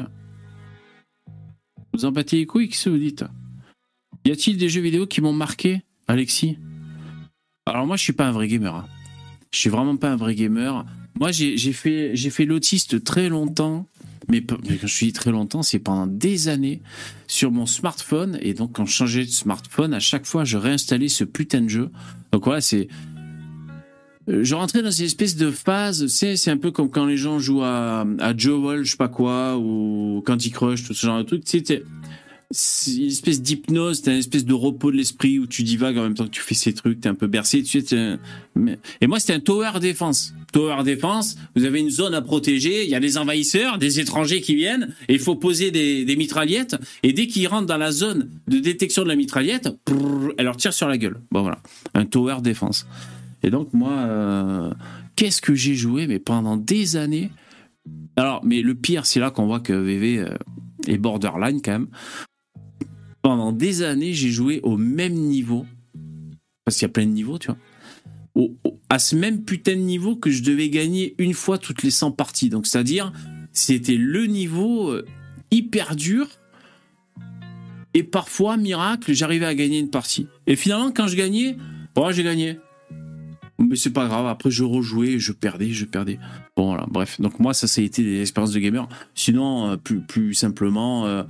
Vous en battez les couilles, qu'est-ce que vous dites ? Y a-t-il des jeux vidéo qui m'ont marqué, Alexis ? Alors moi, je suis pas un vrai gamer. Hein. Je suis vraiment pas un vrai gamer. Moi, j'ai fait l'autiste très longtemps, mais quand je dis très longtemps, c'est pendant des années sur mon smartphone. Et donc, quand je changeais de smartphone, à chaque fois, je réinstallais ce putain de jeu. Donc voilà, c'est... Je rentrais dans une espèce de phase, c'est un peu comme quand les gens jouent à Joe Wall, je sais pas quoi, ou Candy Crush, tout ce genre de trucs. C'est une espèce d'hypnose, t'as une espèce de repos de l'esprit où tu divagues en même temps que tu fais ces trucs, t'es un peu bercé. Et moi, c'était un tower defense. Tower defense, vous avez une zone à protéger, il y a des envahisseurs, des étrangers qui viennent, et il faut poser des mitraillettes, et dès qu'ils rentrent dans la zone de détection de la mitraillette, elle leur tire sur la gueule. Bon voilà, un tower defense. Et donc moi, qu'est-ce que j'ai joué, mais pendant des années. Alors, mais le pire, c'est là qu'on voit que VV est borderline quand même. Pendant des années, j'ai joué au même niveau, parce qu'il y a plein de niveaux, tu vois, à ce même putain de niveau que je devais gagner une fois toutes les 100 parties. Donc, c'est-à-dire, c'était le niveau hyper dur, et parfois, miracle, j'arrivais à gagner une partie. Et finalement, quand je gagnais, bon, j'ai gagné. Mais c'est pas grave, après je rejouais, je perdais. Bon, voilà, bref. Donc, moi, ça a été des expériences de gamer. Sinon, plus simplement...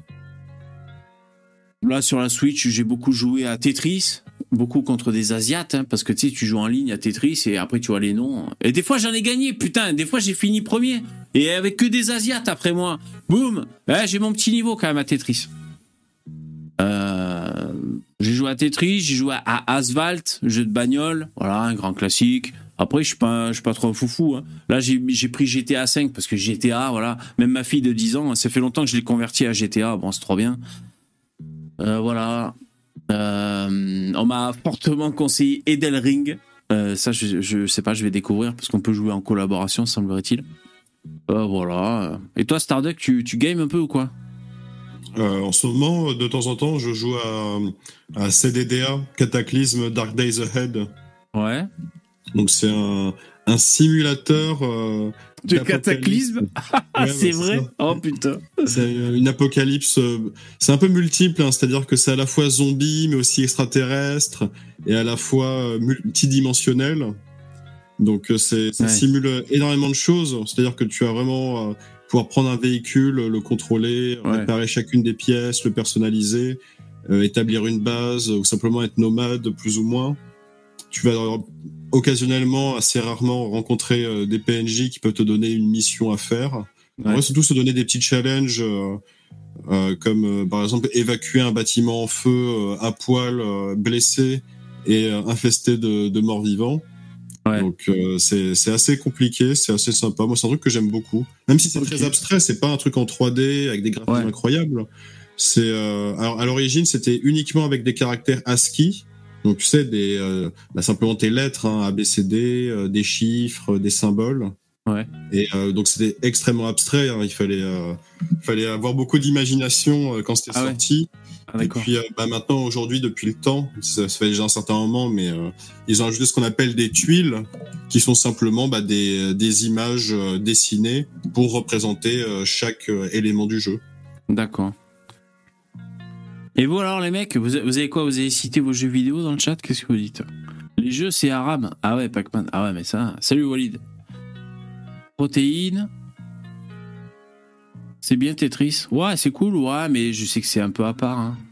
Là, sur la Switch, j'ai beaucoup joué à Tetris, beaucoup contre des Asiates, hein, parce que tu sais, tu joues en ligne à Tetris et après tu vois les noms. Et des fois, j'en ai gagné, putain, des fois, j'ai fini premier. Et avec que des Asiates après moi. Boum, ouais, j'ai mon petit niveau quand même à Tetris. J'ai joué à Tetris, j'ai joué à Asphalt, jeu de bagnole, voilà, un grand classique. Après, je suis pas trop foufou. Hein. Là, j'ai pris GTA 5 parce que GTA, voilà, même ma fille de 10 ans, ça fait longtemps que je l'ai converti à GTA, bon, c'est trop bien. Voilà. On m'a fortement conseillé Elden Ring. Ça, je sais pas, je vais découvrir parce qu'on peut jouer en collaboration, semblerait-il. Voilà. Et toi, Starduck, tu games un peu ou quoi ? En ce moment, de temps en temps, je joue à CDDA, Cataclysme Dark Days Ahead. Ouais. Donc c'est un simulateur de cataclysme. Ouais, c'est vrai. Ça. Oh putain. C'est une apocalypse. C'est un peu multiple, hein, c'est-à-dire que c'est à la fois zombie, mais aussi extraterrestre, et à la fois multidimensionnel. Donc ça simule énormément de choses. C'est-à-dire que tu vas vraiment pouvoir prendre un véhicule, le contrôler, réparer chacune des pièces, le personnaliser, établir une base, ou simplement être nomade, plus ou moins. Tu vas occasionnellement, assez rarement, rencontrer des PNJ qui peuvent te donner une mission à faire. On va surtout se donner des petits challenges, comme par exemple évacuer un bâtiment en feu à poil, blessé et infesté de morts vivants. Ouais. Donc c'est assez compliqué, c'est assez sympa. Moi, c'est un truc que j'aime beaucoup. Même si c'est très abstrait, c'est pas un truc en 3D avec des graphismes incroyables. C'est alors à l'origine, c'était uniquement avec des caractères ASCII. Donc tu sais, simplement tes lettres, hein, A, B, C, D, des chiffres, des symboles. Ouais. Et donc c'était extrêmement abstrait. Hein, il fallait avoir beaucoup d'imagination quand c'était sorti. Et puis maintenant, aujourd'hui, depuis le temps, ça fait déjà un certain moment, mais ils ont ajouté ce qu'on appelle des tuiles, qui sont simplement des images dessinées pour représenter chaque élément du jeu. D'accord. Et vous alors les mecs, vous avez quoi? Vous avez cité vos jeux vidéo dans le chat? Qu'est-ce que vous dites? Les jeux c'est arabe. Ah ouais, Pac-Man. Ah ouais, mais ça... Salut Walid. Protéines. C'est bien Tetris. Ouais, c'est cool, ouais, mais je sais que c'est un peu à part. Hein.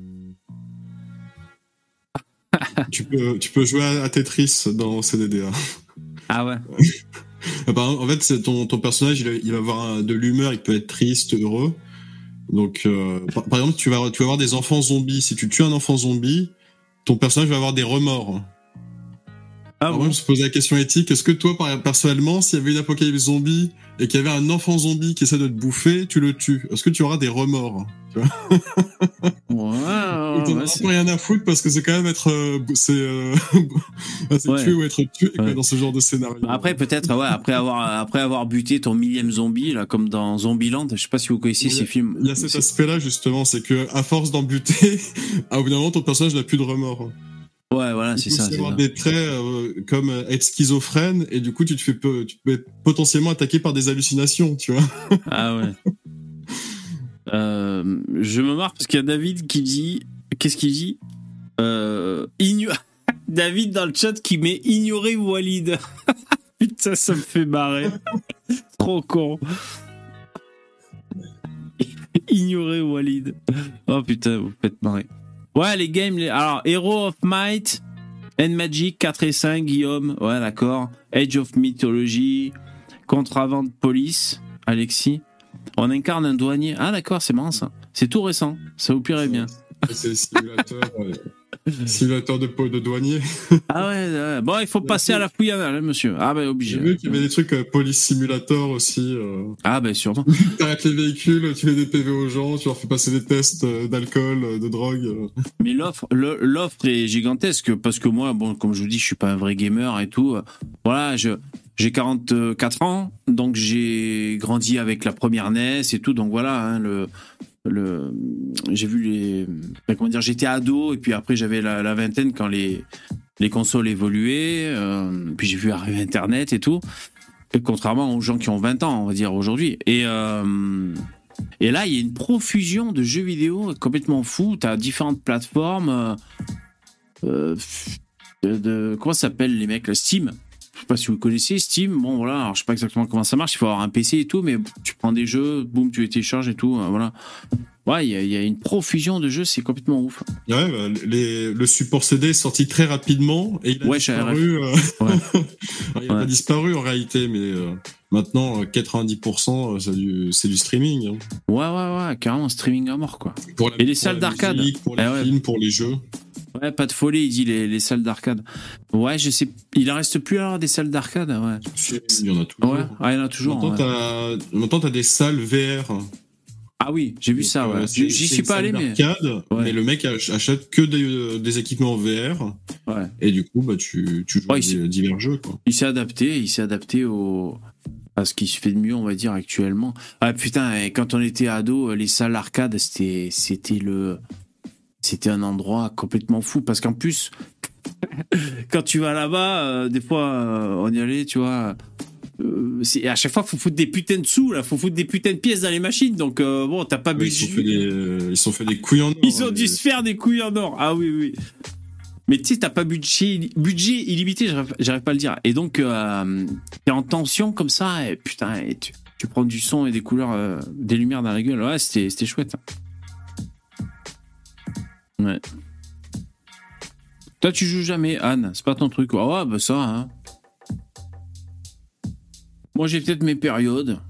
Tu peux jouer à Tetris dans CDDA. Ah ouais. En fait, ton personnage, il va avoir de l'humeur, il peut être triste, heureux. Donc, par exemple, tu vas avoir des enfants zombies. Si tu tues un enfant zombie, ton personnage va avoir des remords. Ah bon? Moi, je me posais la question éthique. Est-ce que toi, personnellement, s'il y avait une apocalypse zombie et qu'il y avait un enfant zombie qui essaie de te bouffer, tu le tues? Est-ce que tu auras des remords? Tu vois? T'en as rien à foutre parce que c'est quand même être tué ou être tué dans ce genre de scénario. Après peut-être après avoir buté ton millième zombie là, comme dans Zombieland, je sais pas si vous connaissez ces films. Il y a cet aspect-là justement, c'est que à force d'en buter, à bout d'un moment ton personnage n'a plus de remords. Ouais, voilà, c'est ça. Tu peux avoir des traits comme être schizophrène et du coup tu peux être potentiellement attaqué par des hallucinations, tu vois. Ah ouais. Je me marre parce qu'il y a David qui dit... Qu'est-ce qu'il dit David dans le chat qui met ignorer Walid. Putain, ça me fait marrer. Trop con. Ignorer Walid. Oh putain, vous faites marrer. Ouais, les games... Alors, Hero of Might and Magic 4 et 5, Guillaume. Ouais, d'accord. Age of Mythology. Contraband Police, Alexis. On incarne un douanier. Ah d'accord, c'est marrant ça. C'est tout récent. Ça vous plairait bien. C'est simulateur de douanier. Ah ouais. Bon, il faut passer à la fouillade, hein, monsieur. Ah ben obligé. J'ai vu qu'il y avait des trucs Police Simulator aussi. Ah ben sûrement. Tu arrêtes les véhicules, tu fais des PV aux gens, tu leur fais passer des tests d'alcool, de drogue. Mais l'offre est gigantesque parce que moi, bon, comme je vous dis, je suis pas un vrai gamer et tout. Voilà, j'ai 44 ans, donc j'ai grandi avec la première NES et tout, donc voilà, hein, j'ai vu j'étais ado et puis après j'avais la vingtaine quand les consoles évoluaient, puis j'ai vu arriver Internet et tout, et contrairement aux gens qui ont 20 ans, on va dire aujourd'hui. Et là, il y a une profusion de jeux vidéo complètement fou. T'as différentes plateformes. Comment ça s'appelle les mecs, Steam. Je sais pas si vous connaissez Steam. Bon voilà, alors je sais pas exactement comment ça marche. Il faut avoir un PC et tout, mais tu prends des jeux, boum, tu les télécharges et tout. Voilà. Ouais, il y a une profusion de jeux, c'est complètement ouf. Ouais, le support CD est sorti très rapidement et il a disparu. Il a disparu en réalité, mais maintenant 90% c'est du streaming. Hein. Ouais, carrément streaming à mort quoi. Et les salles d'arcade. Pour les films, pour les jeux. Ouais, pas de folie, il dit les salles d'arcade. Ouais, je sais, il en reste plus alors des salles d'arcade, ouais. Il y en a toujours. Ouais, il y en a toujours. Maintenant, t'as des salles VR. Ah oui, j'ai vu ça, ouais. J'y suis pas allé, mais... mais le mec achète que des équipements VR. Ouais. Et du coup, tu joues à divers jeux, quoi. Il s'est adapté à ce qui se fait de mieux, on va dire, actuellement. Ah putain, et quand on était ado, les salles arcade, c'était un endroit complètement fou, parce qu'en plus, quand tu vas là-bas, des fois, on y allait, tu vois. À chaque fois, faut foutre des putains de sous, là, faut foutre des putains de pièces dans les machines, donc bon, t'as pas budget. Ils se sont fait des couilles en or. Ils ont dû se faire des couilles en or. Ah oui, oui. Mais tu sais, t'as pas budget illimité, j'arrive pas à le dire. Et donc, t'es en tension comme ça, et putain, et tu prends du son et des couleurs, des lumières dans la gueule. Ouais, c'était chouette. Ouais. Toi, tu joues jamais, Anne, c'est pas ton truc. Ah ouais, bah ça, hein. Moi, j'ai peut-être mes périodes.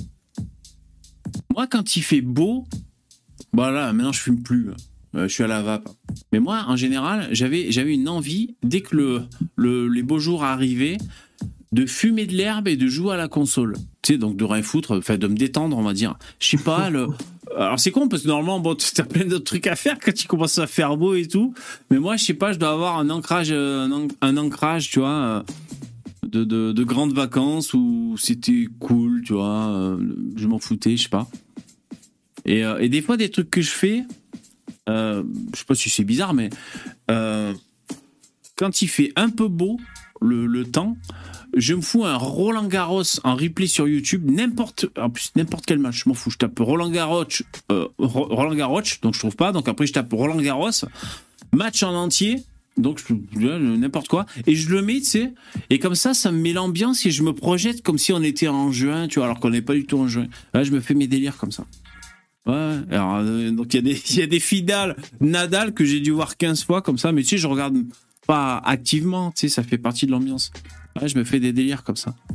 Moi, quand il fait beau, bah là, maintenant, je fume plus. Je suis à la vape. Mais moi, en général, j'avais une envie, dès que les beaux jours arrivaient, de fumer de l'herbe et de jouer à la console. Tu sais, donc de rien foutre, enfin, de me détendre, on va dire. Je sais pas, alors c'est con, parce que normalement, bon, t'as plein d'autres trucs à faire quand il commence à faire beau et tout. Mais moi, je sais pas, je dois avoir un ancrage, tu vois, de grandes vacances où c'était cool, tu vois, je m'en foutais, je sais pas. Et des fois, des trucs que je fais, je sais pas si c'est bizarre, mais quand il fait un peu beau, le temps, je me fous un Roland Garros en replay sur YouTube, n'importe quel match, je m'en fous, je tape Roland Garros, donc je trouve pas, donc après je tape Roland Garros, match en entier, donc n'importe quoi, et je le mets, tu sais, et comme ça me met l'ambiance et je me projette comme si on était en juin, tu vois, alors qu'on n'est pas du tout en juin. Là, je me fais mes délires comme ça. Ouais, alors, donc il y a des finales Nadal que j'ai dû voir 15 fois comme ça, mais tu sais, je regarde pas activement, tu sais, ça fait partie de l'ambiance. Ouais, je me fais des délires comme ça.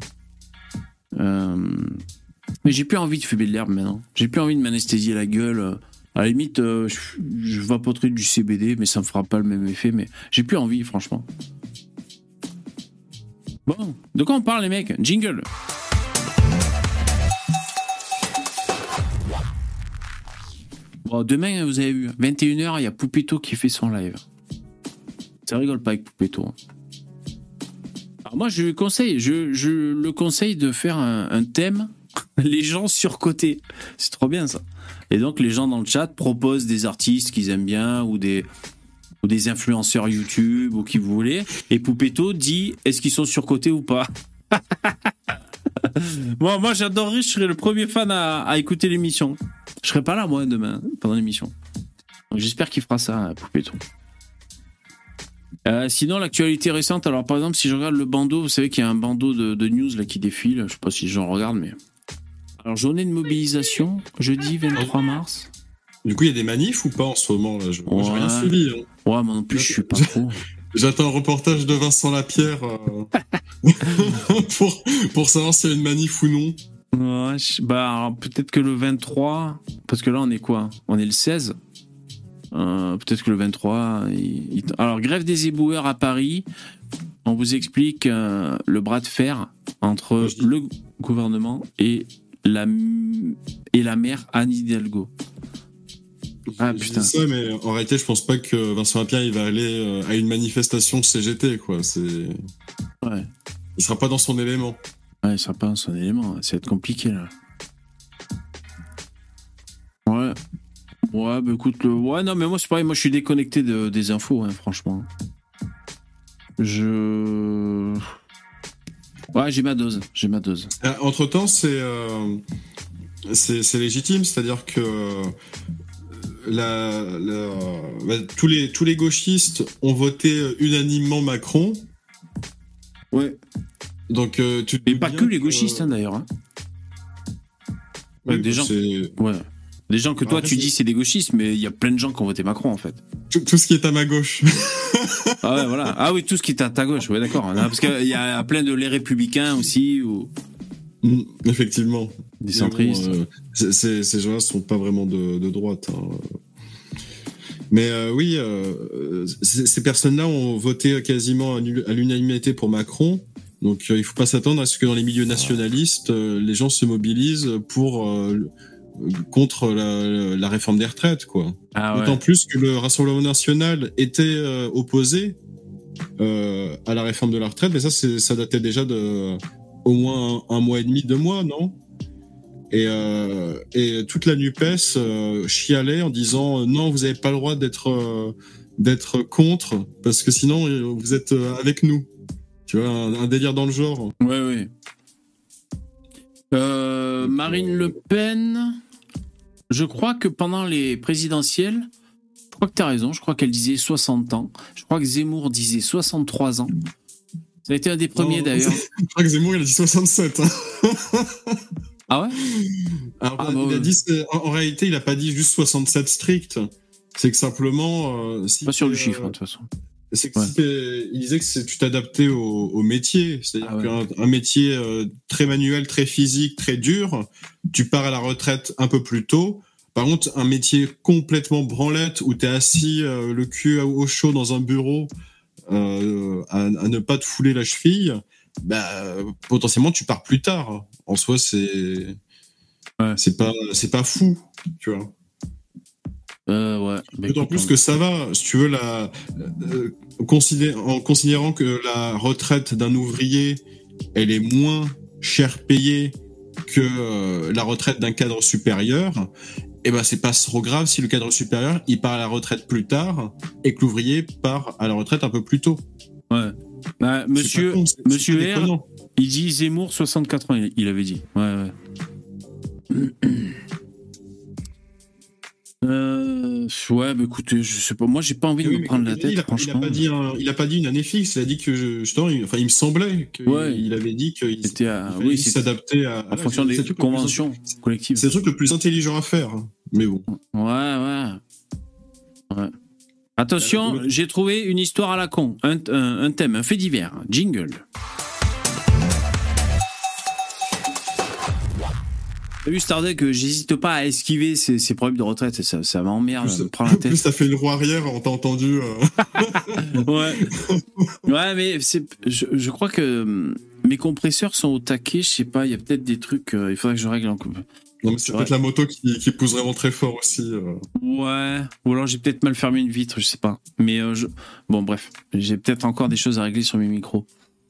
Mais j'ai plus envie de fumer de l'herbe maintenant. J'ai plus envie de m'anesthésier la gueule. À la limite, je vapoterai du CBD, mais ça me fera pas le même effet, mais j'ai plus envie, franchement. Bon, de quoi on parle, les mecs? Jingle. Bon, demain, vous avez vu, 21h, il y a Poupetto qui fait son live. Ça rigole pas avec Poupetto. Alors moi, je le conseille de faire un thème, les gens surcotés. C'est trop bien, ça. Et donc, les gens dans le chat proposent des artistes qu'ils aiment bien ou des influenceurs YouTube ou qui vous voulez. Et Poupetto dit, est-ce qu'ils sont surcotés ou pas? Moi, j'adorerais, je serais le premier fan à écouter l'émission. Je serai pas là, moi, demain, pendant l'émission. Donc, j'espère qu'il fera ça, Poupetto. Sinon, l'actualité récente, alors par exemple, si je regarde le bandeau, vous savez qu'il y a un bandeau de news là qui défile, je sais pas si j'en regarde, mais... Alors, journée de mobilisation, jeudi 23 mars. Du coup, il y a des manifs ou pas en ce moment là? Moi, j'ai rien suivi. Hein. Ouais, moi non plus, je suis pas trop. J'attends un reportage de Vincent Lapierre pour savoir s'il y a une manif ou non. Ouais, alors, peut-être que le 23, parce que là, on est quoi? On est le 16. Peut-être que le 23... Alors, grève des éboueurs à Paris. On vous explique le bras de fer entre le gouvernement et la maire Anne Hidalgo. Ah putain. Je dis ça, mais en réalité, je pense pas que Vincent Lapierre il va aller à une manifestation CGT, quoi. Ouais. Il sera pas dans son élément. Ouais, il sera pas dans son élément. Ça va être compliqué là. Ouais. Ouais, bah écoute, ouais, non, mais moi c'est pareil. Moi, je suis déconnecté des infos, hein, franchement. Ouais, j'ai ma dose. Entre-temps, c'est légitime, c'est-à-dire que tous les gauchistes ont voté unanimement Macron. Ouais. Donc, et pas que les gauchistes, hein, d'ailleurs. Hein. Ouais, des gens. Ouais. Des gens que toi, tu dis c'est des gauchistes, mais il y a plein de gens qui ont voté Macron, en fait. Tout ce qui est à ma gauche. Ah ouais, voilà. Ah oui, tout ce qui est à ta gauche, ouais, d'accord. Parce qu'il y a plein de les républicains aussi. Effectivement. Des centristes. Bon, ces gens-là sont pas vraiment de droite. Hein. Mais oui, ces personnes-là ont voté quasiment à l'unanimité pour Macron. Donc il faut pas s'attendre à ce que dans les milieux nationalistes, les gens se mobilisent contre la réforme des retraites, quoi. Ah ouais. D'autant plus que le Rassemblement national était opposé à la réforme de la retraite, mais ça datait déjà au moins un mois et demi, 2 mois, non ? Et toute la NUPES chialait en disant non, vous n'avez pas le droit d'être contre, parce que sinon vous êtes avec nous. Tu vois, un délire dans le genre. Ouais. Marine Le Pen, je crois que pendant les présidentielles, je crois que tu as raison, je crois qu'elle disait 60 ans. Je crois que Zemmour disait 63 ans. Ça a été un des premiers d'ailleurs. Je crois que Zemmour il a dit 67. Ah ouais? Alors, il a dit, en réalité, il n'a pas dit juste 67 strict. C'est que simplement... pas sur le chiffre, de toute façon. C'est que il disait que tu t'adaptais au métier. C'est-à-dire qu'un métier très manuel, très physique, très dur, tu pars à la retraite un peu plus tôt. Par contre, un métier complètement branlette où tu es assis le cul au chaud dans un bureau à ne pas te fouler la cheville, potentiellement tu pars plus tard. En soi, c'est pas fou, tu vois. D'autant plus que ça va, si tu veux, en considérant que la retraite d'un ouvrier, elle est moins cher payée que la retraite d'un cadre supérieur, c'est pas trop grave si le cadre supérieur, il part à la retraite plus tard et que l'ouvrier part à la retraite un peu plus tôt. Ouais. Monsieur R, il dit Zemmour 64 ans, il avait dit. Ouais. Écoutez, je sais pas. Moi, j'ai pas envie de me prendre la tête, franchement. Il a pas dit une année fixe. Il a dit que il me semblait qu'il avait dit qu'il s'adaptait à fonction des conventions collectives. C'est le truc le plus intelligent à faire. Mais bon. Ouais. Attention, j'ai trouvé une histoire à la con, un thème, un fait divers, jingle. T'as vu Stardeck, j'hésite pas à esquiver ces problèmes de retraite, ça m'emmerde, ça me prend la tête. En plus, ça fait une roue arrière, on t'a entendu. Ouais, mais je crois que mes compresseurs sont au taquet, je sais pas, il y a peut-être des trucs, il faudrait que je règle en coupe. Non, mais c'est peut-être la moto qui pousse vraiment très fort aussi. Ouais, ou alors j'ai peut-être mal fermé une vitre, je sais pas. Mais bon, bref, j'ai peut-être encore des choses à régler sur mes micros.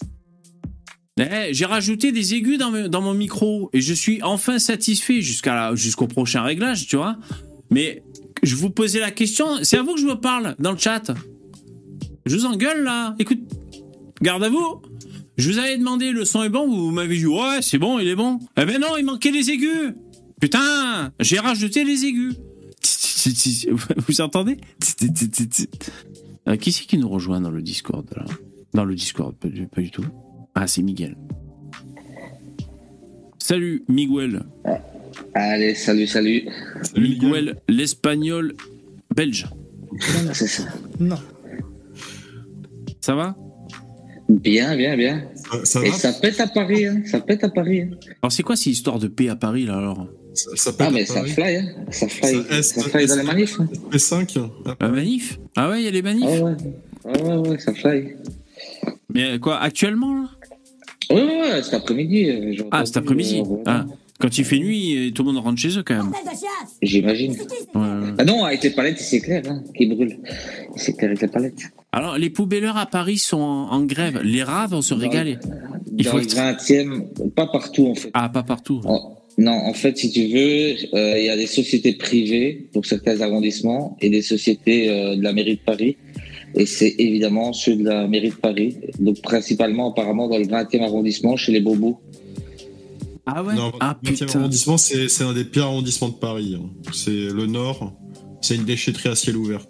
J'ai rajouté des aigus dans mon micro et je suis enfin satisfait jusqu'au prochain réglage, tu vois. Mais je vous posais la question, c'est à vous que je me parle dans le chat. Je vous engueule là, écoute, garde à vous. Je vous avais demandé le son est bon, vous m'avez dit ouais c'est bon, il est bon. Eh ben non, il manquait les aigus. Putain, j'ai rajouté les aigus. Vous entendez? Qui c'est qui nous rejoint dans le Discord là? Dans le Discord, pas du tout. Ah, c'est Miguel. Salut, Miguel. Allez, salut. Miguel, l'espagnol belge. Non, c'est ça. Non. Ça va? Bien. Ça Et va ça pète à Paris, hein. Alors, c'est quoi ces histoires de paix à Paris, là, alors? Ça fly, hein. Ça fly dans les manifs. Hein. P5. La manif? Ah ouais, il y a les manifs? Ouais, ça fly. Mais quoi, actuellement, là? Ouais, cet après-midi. Cet après-midi. Quand il fait nuit, tout le monde rentre chez eux, quand même. J'imagine. Ouais. Ah non, avec les palettes, c'est clair, hein, qui brûlent. C'est clair avec les palettes. Alors, les poubelleurs à Paris sont en grève. Les rats vont se régaler. Dans le 20e, pas partout, en fait. Ah, pas partout. Non, en fait, si tu veux, il y a des sociétés privées pour certains arrondissements et des sociétés de la mairie de Paris. Et c'est évidemment ceux de la mairie de Paris. Donc, principalement, apparemment, dans le 20e arrondissement, chez les bobos. Ah ouais? Non, le 20e arrondissement, c'est un des pires arrondissements de Paris. Hein. C'est le Nord. C'est une déchetterie à ciel ouvert.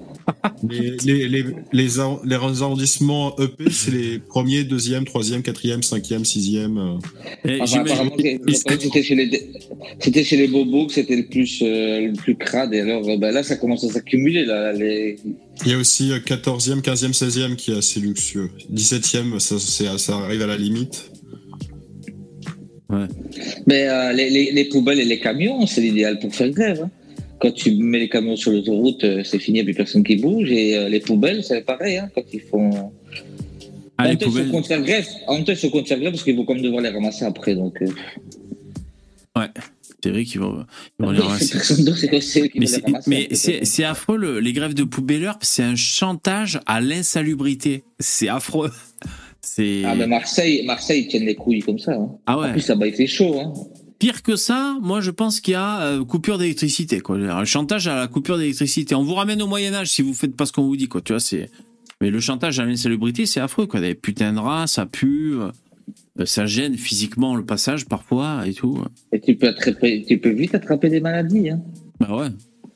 Les arrondissements EP, c'est les 1er, 2e, 3e, 4e, 5e, 6e. Apparemment, c'était chez les bobos que c'était le plus crade. Et alors, là, ça commence à s'accumuler. Il y a aussi 14e, 15e, 16e qui est assez luxueux. 17e, ça arrive à la limite. Ouais. Mais les poubelles et les camions, c'est l'idéal pour faire grève. Hein. Quand tu mets les camions sur l'autoroute, c'est fini, il n'y a plus personne qui bouge. Et les poubelles, c'est pareil. Hein, quand ils font. Les poubelles. En même temps, ils sont contre faire grève parce qu'ils vont comme devoir les ramasser après. Donc, ouais, c'est vrai qu'ils vont les ramasser. Mais c'est affreux, les grèves de poubelleurs, c'est un chantage à l'insalubrité. C'est affreux. mais Marseille, ils tiennent les couilles comme ça. Hein. Ah ouais. En plus, là-bas, il fait chaud. Hein. Pire que ça, moi, je pense qu'il y a coupure d'électricité, quoi. Le chantage à la coupure d'électricité. On vous ramène au Moyen-Âge si vous faites pas ce qu'on vous dit, quoi. Tu vois, mais le chantage à l'insalubrité, c'est affreux, quoi. Des putains de rats, ça pue, ça gêne physiquement le passage parfois et tout. Et tu peux vite attraper des maladies, hein. Bah ouais.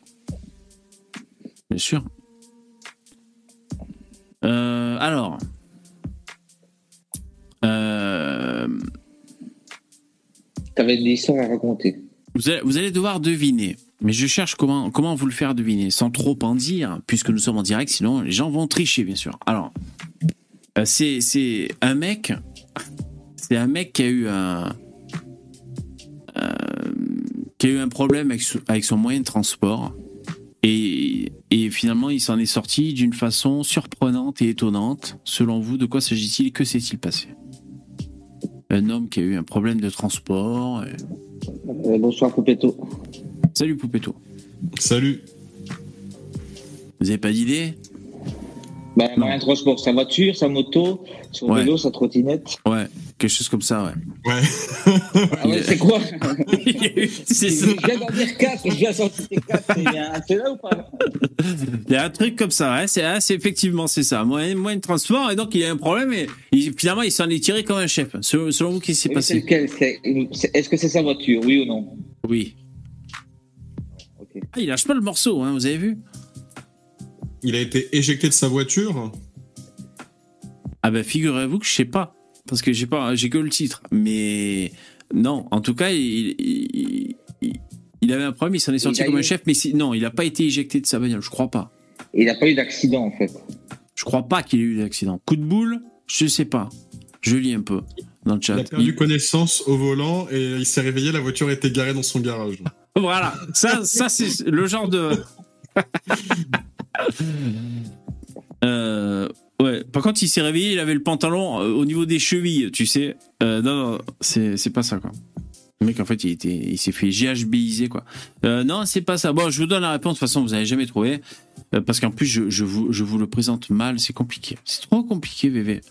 Bien sûr. Alors. T'avais une histoire à raconter. Vous allez devoir deviner. Mais je cherche comment vous le faire deviner, sans trop en dire, puisque nous sommes en direct, sinon les gens vont tricher, bien sûr. Alors, c'est un mec qui a eu un problème avec son moyen de transport. Et finalement, il s'en est sorti d'une façon surprenante et étonnante. Selon vous, de quoi s'agit-il? Que s'est-il passé? Un homme qui a eu un problème de transport. Bonsoir, Poupetto. Salut, Poupetto. Salut. Vous avez pas d'idée? Moyen de transport, sa voiture, sa moto, son vélo, sa trottinette. Ouais, quelque chose comme ça, ouais. Ouais. Ah ouais, c'est quoi? C'est ça. Je viens d'en dire 4, je viens d'en sortir 4. C'est là ou pas? Il y a un truc comme ça, ouais. C'est effectivement, c'est ça. Moyen de transport, et donc il y a un problème, et finalement il s'en est tiré comme un chef. Selon vous, qu'est-ce qui s'est passé? Est-ce que c'est sa voiture, oui ou non? Oui. Okay. Ah, il lâche pas le morceau, hein, vous avez vu? Il a été éjecté de sa voiture? Ah ben figurez-vous que je sais pas, parce que j'ai que le titre, mais non, en tout cas il avait un problème, il s'en est sorti comme un chef, mais non, il a pas été éjecté de sa bagnole, je crois pas. Il n'a pas eu d'accident en fait. Je crois pas qu'il ait eu d'accident. Coup de boule, je sais pas. Je lis un peu dans le chat. Il a perdu connaissance au volant et il s'est réveillé, la voiture était garée dans son garage. Voilà, ça c'est le genre de. Ouais. Par contre, il s'est réveillé, il avait le pantalon au niveau des chevilles, tu sais. Non, c'est pas ça, quoi. Le mec, en fait, il s'est fait GHBiser, quoi. Non, c'est pas ça. Bon, je vous donne la réponse. De toute façon, vous n'allez jamais trouvé. Parce qu'en plus, je vous le présente mal. C'est compliqué. C'est trop compliqué, VV.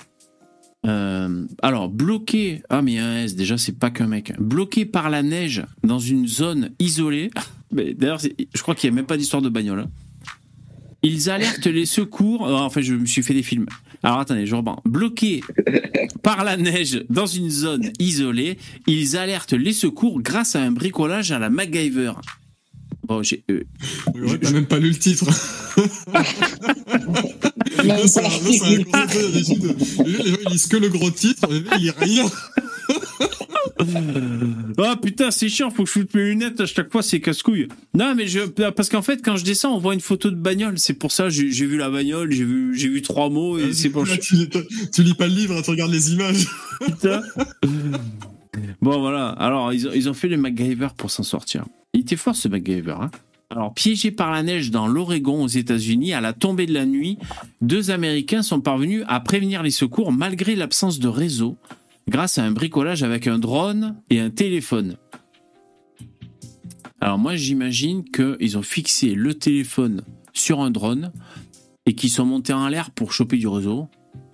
Alors, bloqué. Ah, mais il y a un S. Déjà, c'est pas qu'un mec. Bloqué par la neige dans une zone isolée. Mais d'ailleurs, je crois qu'il n'y a même pas d'histoire de bagnole. Hein. Ils alertent les secours. En fait, je me suis fait des films. Alors attendez, je reprends. Bloqués par la neige dans une zone isolée, ils alertent les secours grâce à un bricolage à la MacGyver. Bon, t'as même pas lu le titre. C'est un gros d'habitude. Les gens ils lisent que le gros titre, il lit rien. Ah putain, c'est chiant, faut que je foute mes lunettes à chaque fois, c'est casse-couille. Non, mais parce qu'en fait, quand je descends, on voit une photo de bagnole. C'est pour ça, j'ai vu la bagnole, j'ai vu 3 mots et c'est bon. Tu lis pas le livre, tu regardes les images. Putain. Bon, voilà. Alors, ils ont fait le MacGyver pour s'en sortir. Il était fort ce MacGyver, hein. Alors, piégés par la neige dans l'Oregon aux États-Unis, à la tombée de la nuit, 2 Américains sont parvenus à prévenir les secours malgré l'absence de réseau, grâce à un bricolage avec un drone et un téléphone. Alors moi, j'imagine qu'ils ont fixé le téléphone sur un drone et qu'ils sont montés en l'air pour choper du réseau.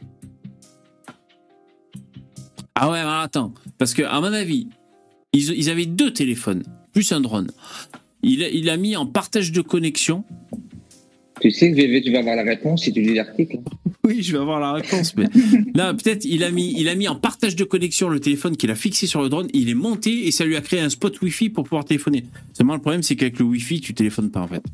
Ah ouais, alors attends, parce que à mon avis, ils avaient 2 téléphones, plus un drone. Il a mis en partage de connexion. Tu sais que VV, tu vas avoir la réponse si tu lis l'article. Oui, je vais avoir la réponse, mais là, peut-être, il a mis en partage de connexion le téléphone qu'il a fixé sur le drone, il est monté et ça lui a créé un spot Wi-Fi pour pouvoir téléphoner. Seulement, le problème, c'est qu'avec le Wi-Fi, tu téléphones pas, en fait.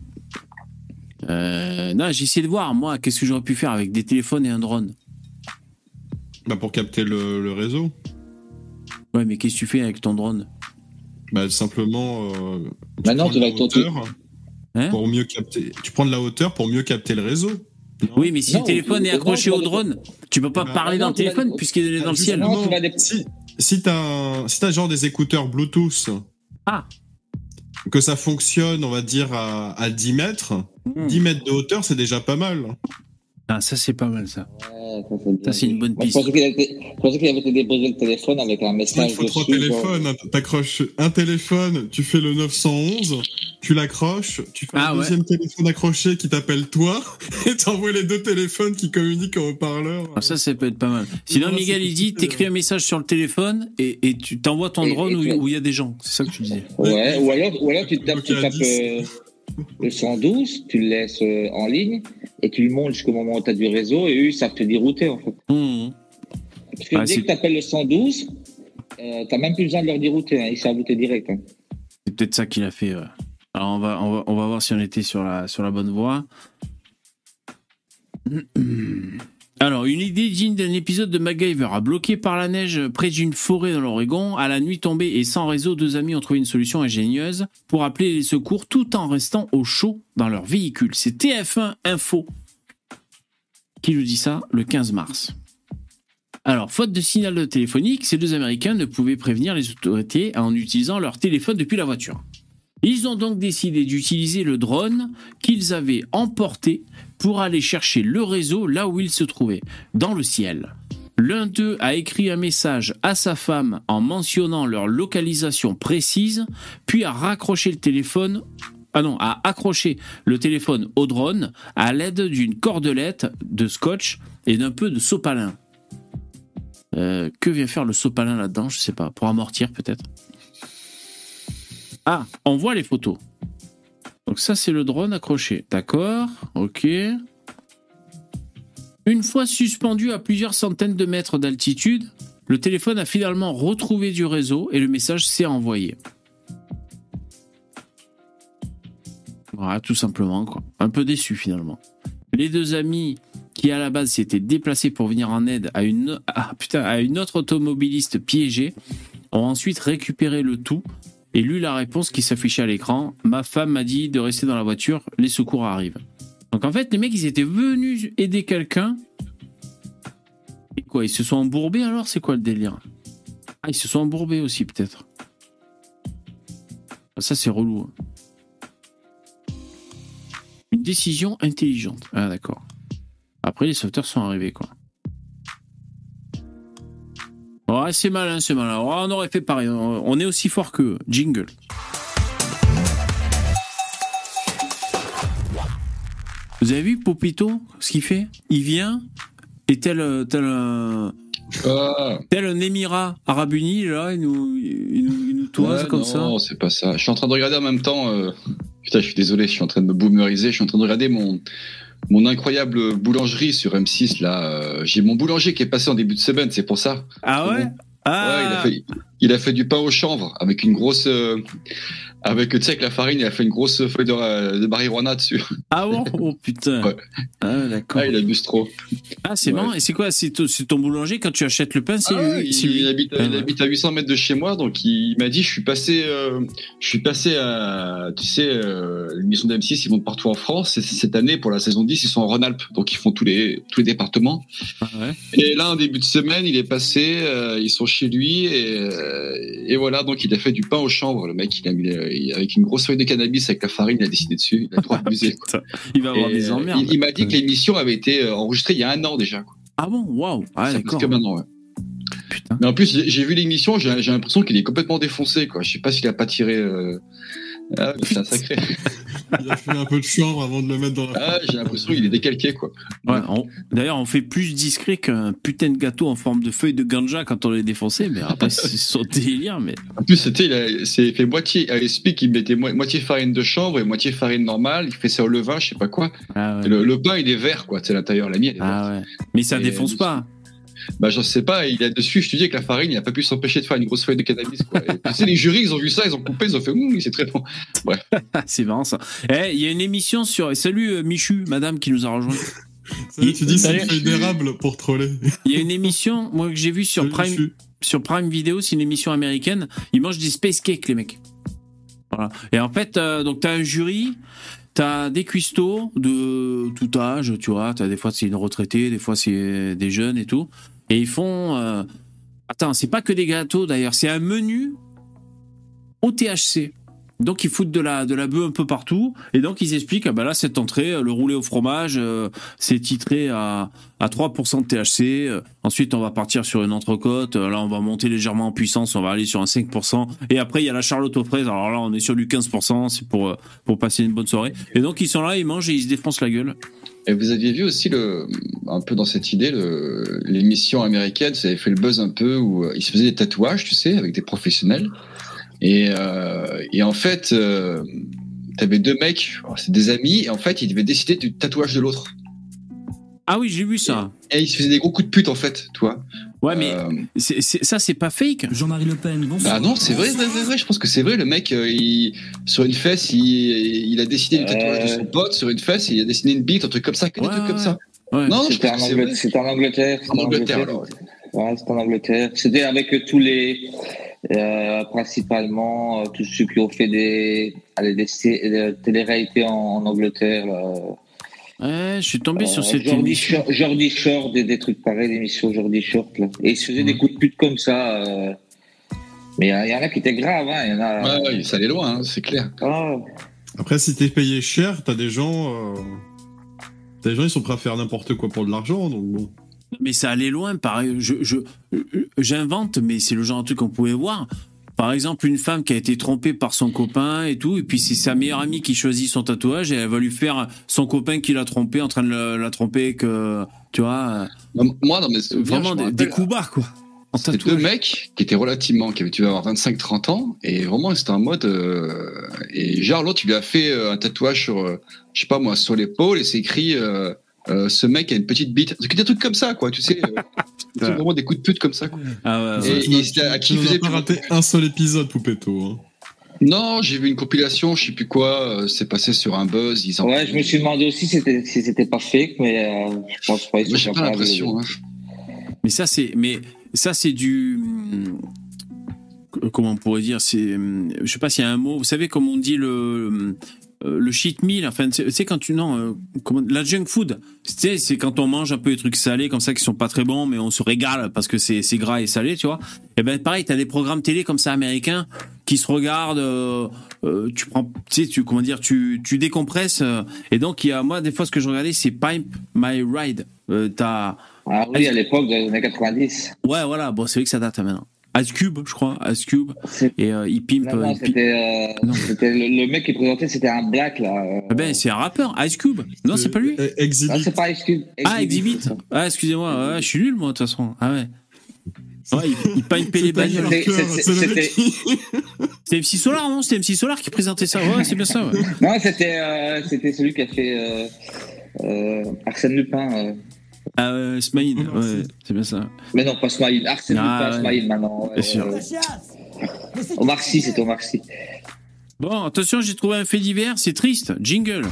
Non, j'ai essayé de voir, moi, qu'est-ce que j'aurais pu faire avec des téléphones et un drone. Bah, pour capter le réseau. Ouais, mais qu'est-ce que tu fais avec ton drone? Bah, simplement. Maintenant, tu vas avec ton pour mieux capter. Tu prends de la hauteur pour mieux capter le réseau. Non. Oui, mais si le téléphone est accroché au drone, tu peux pas parler dans le téléphone puisqu'il est dans le ciel. Si t'as genre des écouteurs Bluetooth, que ça fonctionne, on va dire, à 10 mètres, 10 mètres de hauteur, c'est déjà pas mal. Ah, ça, c'est pas mal, ça. Ouais, ça, c'est une bonne piste. Je pensais qu'il avait été déposé le téléphone avec un message. Il faut 3 téléphones. T'accroches un téléphone, tu fais le 911, tu l'accroches, tu fais un deuxième téléphone accroché qui t'appelle toi, et t'envoies les 2 téléphones qui communiquent en haut-parleur. Ça peut être pas mal. Sinon, Miguel, il dit, t'écris un message sur le téléphone et tu t'envoies ton drone où il y a des gens. C'est ça que tu disais. Ouais, ou alors tu tapes le 112, tu le laisses en ligne et tu le montes jusqu'au moment où tu as du réseau et eux, ils savent te dérouter, en fait. Parce que dès que tu appelles le 112, t'as même plus besoin de leur dérouter, hein, ils savent router direct. Hein. C'est peut-être ça qu'il a fait. Alors on va voir si on était sur la bonne voie. Alors, une idée digne d'un épisode de MacGyver. Bloqué par la neige près d'une forêt dans l'Oregon, à la nuit tombée et sans réseau, 2 amis ont trouvé une solution ingénieuse pour appeler les secours tout en restant au chaud dans leur véhicule. C'est TF1 Info qui nous dit ça le 15 mars. Alors, faute de signal téléphonique, ces 2 Américains ne pouvaient prévenir les autorités en utilisant leur téléphone depuis la voiture. Ils ont donc décidé d'utiliser le drone qu'ils avaient emporté pour aller chercher le réseau là où il se trouvait, dans le ciel. L'un d'eux a écrit un message à sa femme en mentionnant leur localisation précise, puis a accroché le téléphone au drone à l'aide d'une cordelette de scotch et d'un peu de sopalin. Que vient faire le sopalin là-dedans? Je sais pas. Pour amortir peut-être. Ah, on voit les photos. Donc ça, c'est le drone accroché. D'accord, ok. Une fois suspendu à plusieurs centaines de mètres d'altitude, le téléphone a finalement retrouvé du réseau et le message s'est envoyé. Voilà, tout simplement, quoi. Un peu déçu finalement. Les 2 amis qui à la base s'étaient déplacés pour venir en aide à une autre automobiliste piégée ont ensuite récupéré le tout et lu la réponse qui s'affichait à l'écran. Ma femme m'a dit de rester dans la voiture, les secours arrivent. Donc en fait, les mecs, ils étaient venus aider quelqu'un. Et quoi, ils se sont embourbés alors? C'est quoi le délire? Ah, ils se sont embourbés aussi, peut-être. Ça, c'est relou. Une décision intelligente. Ah, d'accord. Après, les sauveteurs sont arrivés, quoi. Ouais, c'est malin, c'est malin. Oh, on aurait fait pareil. On est aussi fort qu'eux. Jingle. Vous avez vu Popito, ce qu'il fait? Il vient et tel un émirat arabe uni, là, il nous toise comme ça. Non, c'est pas ça. Je suis en train de regarder en même temps. Putain, je suis désolé, je suis en train de me boomeriser. Je suis en train de regarder mon incroyable boulangerie sur M6 là. J'ai mon boulanger qui est passé en début de semaine, c'est pour ça. Ah ouais. Ouais, il a fait du pain au chanvre avec une grosse avec la farine, il a fait une grosse feuille de marijuana dessus. Ah bon? Oh putain. Ouais. Ah d'accord. Ah, il abuse trop. Ah c'est marrant. Et c'est quoi? C'est ton boulanger quand tu achètes le pain, c'est lui. Il habite à 800 mètres de chez moi, donc il m'a dit je suis passé à l'émission d'M6, ils vont partout en France. Et cette année pour la saison 10, ils sont en Rhône-Alpes, donc ils font tous les départements. Ah ouais. Et là en début de semaine, il est passé, ils sont chez lui et voilà, donc il a fait du pain au chanvre. Le mec, il a mis avec une grosse feuille de cannabis avec la farine, il a dessiné dessus. Il a trop abusé. Il va avoir des emmerdes. Il m'a dit que l'émission avait été enregistrée il y a 1 an déjà. Quoi. Ah bon? Waouh. Ah d'accord. Plus que maintenant, ouais. Putain. Mais en plus, j'ai vu l'émission, j'ai l'impression qu'il est complètement défoncé. Quoi. Je sais pas s'il a pas tiré. Ah, c'est un sacré. Il a fait un peu de chanvre avant de le mettre dans la. Ah, j'ai l'impression qu'il est décalqué, quoi. Ouais, d'ailleurs, on fait plus discret qu'un putain de gâteau en forme de feuille de ganja quand on l'a défoncé, mais après, c'est son délire, mais. En plus, c'est fait moitié, à l'explique, il mettait moitié farine de chanvre et moitié farine normale, il fait ça au levain, je sais pas quoi. Ah ouais. Le pain, il est vert, quoi, c'est l'intérieur, la mienne. Ah ouais. Mais ça défonce pas. Bah, j'en sais pas, il a dessus, je te dis, avec la farine, il a pas pu s'empêcher de faire une grosse feuille de cannabis, quoi. Tu sais, les jurys, ils ont vu ça, ils ont coupé, ils ont fait, c'est très bon. Bref. C'est marrant, ça. Il y a une émission sur, salut, Michu, madame, qui nous a rejoint. Tu dis, c'est une feuille d'érable pour troller. Il y a une émission, moi, que j'ai vue sur Prime Video, c'est une émission américaine. Ils mangent des space cakes, les mecs. Voilà. Et en fait, donc, t'as un jury. T'as des cuistots de tout âge, tu vois. Des fois, c'est une retraitée, des fois, c'est des jeunes et tout. Et ils font... Attends, c'est pas que des gâteaux, d'ailleurs. C'est un menu au THC. Donc ils foutent de la bœuf un peu partout, et donc ils expliquent là cette entrée, le roulé au fromage, c'est titré à 3% de THC. Ensuite on va partir sur une entrecôte, là on va monter légèrement en puissance, on va aller sur un 5%, et après il y a la charlotte aux fraises. Alors là on est sur du 15%, c'est pour passer une bonne soirée. Et donc ils sont là, ils mangent et ils se défoncent la gueule. Et vous aviez vu aussi un peu dans cette idée l'émission américaine, ça avait fait le buzz un peu où ils se faisaient des tatouages, tu sais, avec des professionnels. Et en fait, t'avais 2 mecs, c'est des amis, et en fait, ils devaient décider du tatouage de l'autre. Ah oui, j'ai vu ça. Et ils se faisaient des gros coups de pute, en fait, tu vois. Ouais, mais ça, c'est pas fake. Jean-Marie Le Pen, bonsoir. Ah non, c'est vrai, je pense que c'est vrai. Le mec, sur une fesse, il a dessiné du tatouage de son pote, sur une fesse, il a dessiné une bite, un truc comme ça, des trucs comme ça. Ouais. Non, c'était en Angleterre. En Angleterre, alors. Ouais, c'était en Angleterre. C'était avec tous les... principalement tous ceux qui ont fait des télé-réalités en Angleterre. Ouais, je suis tombé sur cette émission. Jordi Shore, des trucs pareils, l'émission Jordi Shore. Et ils se faisaient des coups de pute comme ça. Mais il y en a qui étaient graves. Hein, y en a, ouais, ça allait loin, hein, c'est clair. Ah. Après, si t'es payé cher, t'as des gens, ils sont prêts à faire n'importe quoi pour de l'argent, donc bon. Mais ça allait loin, pareil. J'invente, mais c'est le genre de truc qu'on pouvait voir. Par exemple, une femme qui a été trompée par son copain et tout, et puis c'est sa meilleure amie qui choisit son tatouage, et elle va lui faire son copain qui l'a trompée, en train de la tromper, que tu vois. Moi, dans mes souvenirs, vraiment des coups bas, quoi. C'était 2 mecs qui étaient relativement, qui avaient avoir 25-30 ans, et vraiment c'était en mode. Et genre l'autre, il lui a fait un tatouage sur, je sais pas moi, sur l'épaule, et c'est écrit. Ce mec a une petite bite, des trucs comme ça, quoi, tu sais, vraiment des coups de pute comme ça, quoi. Ah ouais. Et qui faisait pas raté un seul épisode, Poupetto. Hein. Non, j'ai vu une compilation, je sais plus quoi, c'est passé sur un buzz. Ouais, je me suis demandé aussi si c'était pas fake, mais je pense pas. Moi, j'ai pas l'impression. Hein. Mais ça c'est du. Comment on pourrait dire, je sais pas s'il y a un mot. Vous savez comme on dit le cheat meal, enfin, c'est quand la junk food, c'est quand on mange un peu des trucs salés comme ça qui sont pas très bons, mais on se régale parce que c'est gras et salé, tu vois. Et ben pareil, t'as des programmes télé comme ça américains qui se regardent, tu prends, tu décompresses, et donc moi des fois ce que je regardais c'est Pimp My Ride. Ah oui, à l'époque des années 90. Ouais, voilà, bon c'est vrai que ça date maintenant. Ice Cube, je crois, Ice Cube, et il pimpe. Non, c'était le mec qui présentait, c'était un black là. C'est un rappeur, Ice Cube. Non, c'est pas lui. Exhibit. Ah, c'est pas Ice Cube. Exhibit. Ah, excusez-moi, ouais, je suis nul moi de toute façon. Ah ouais. Ouais, il pimpait les bagnoles. C'était MC Solar, non? C'était MC Solar qui présentait ça. Ouais, c'est bien ça. Ouais. Non, c'était celui qui a fait Arsène Lupin. Smaïn, ouais, c'est bien ça. Mais non, pas Smaïn. Arsène Lupin, ouais. Smaïn maintenant. Bien sûr. Omar Sy, c'était Omar Sy. Bon, attention, j'ai trouvé un fait divers, c'est triste. Jingle.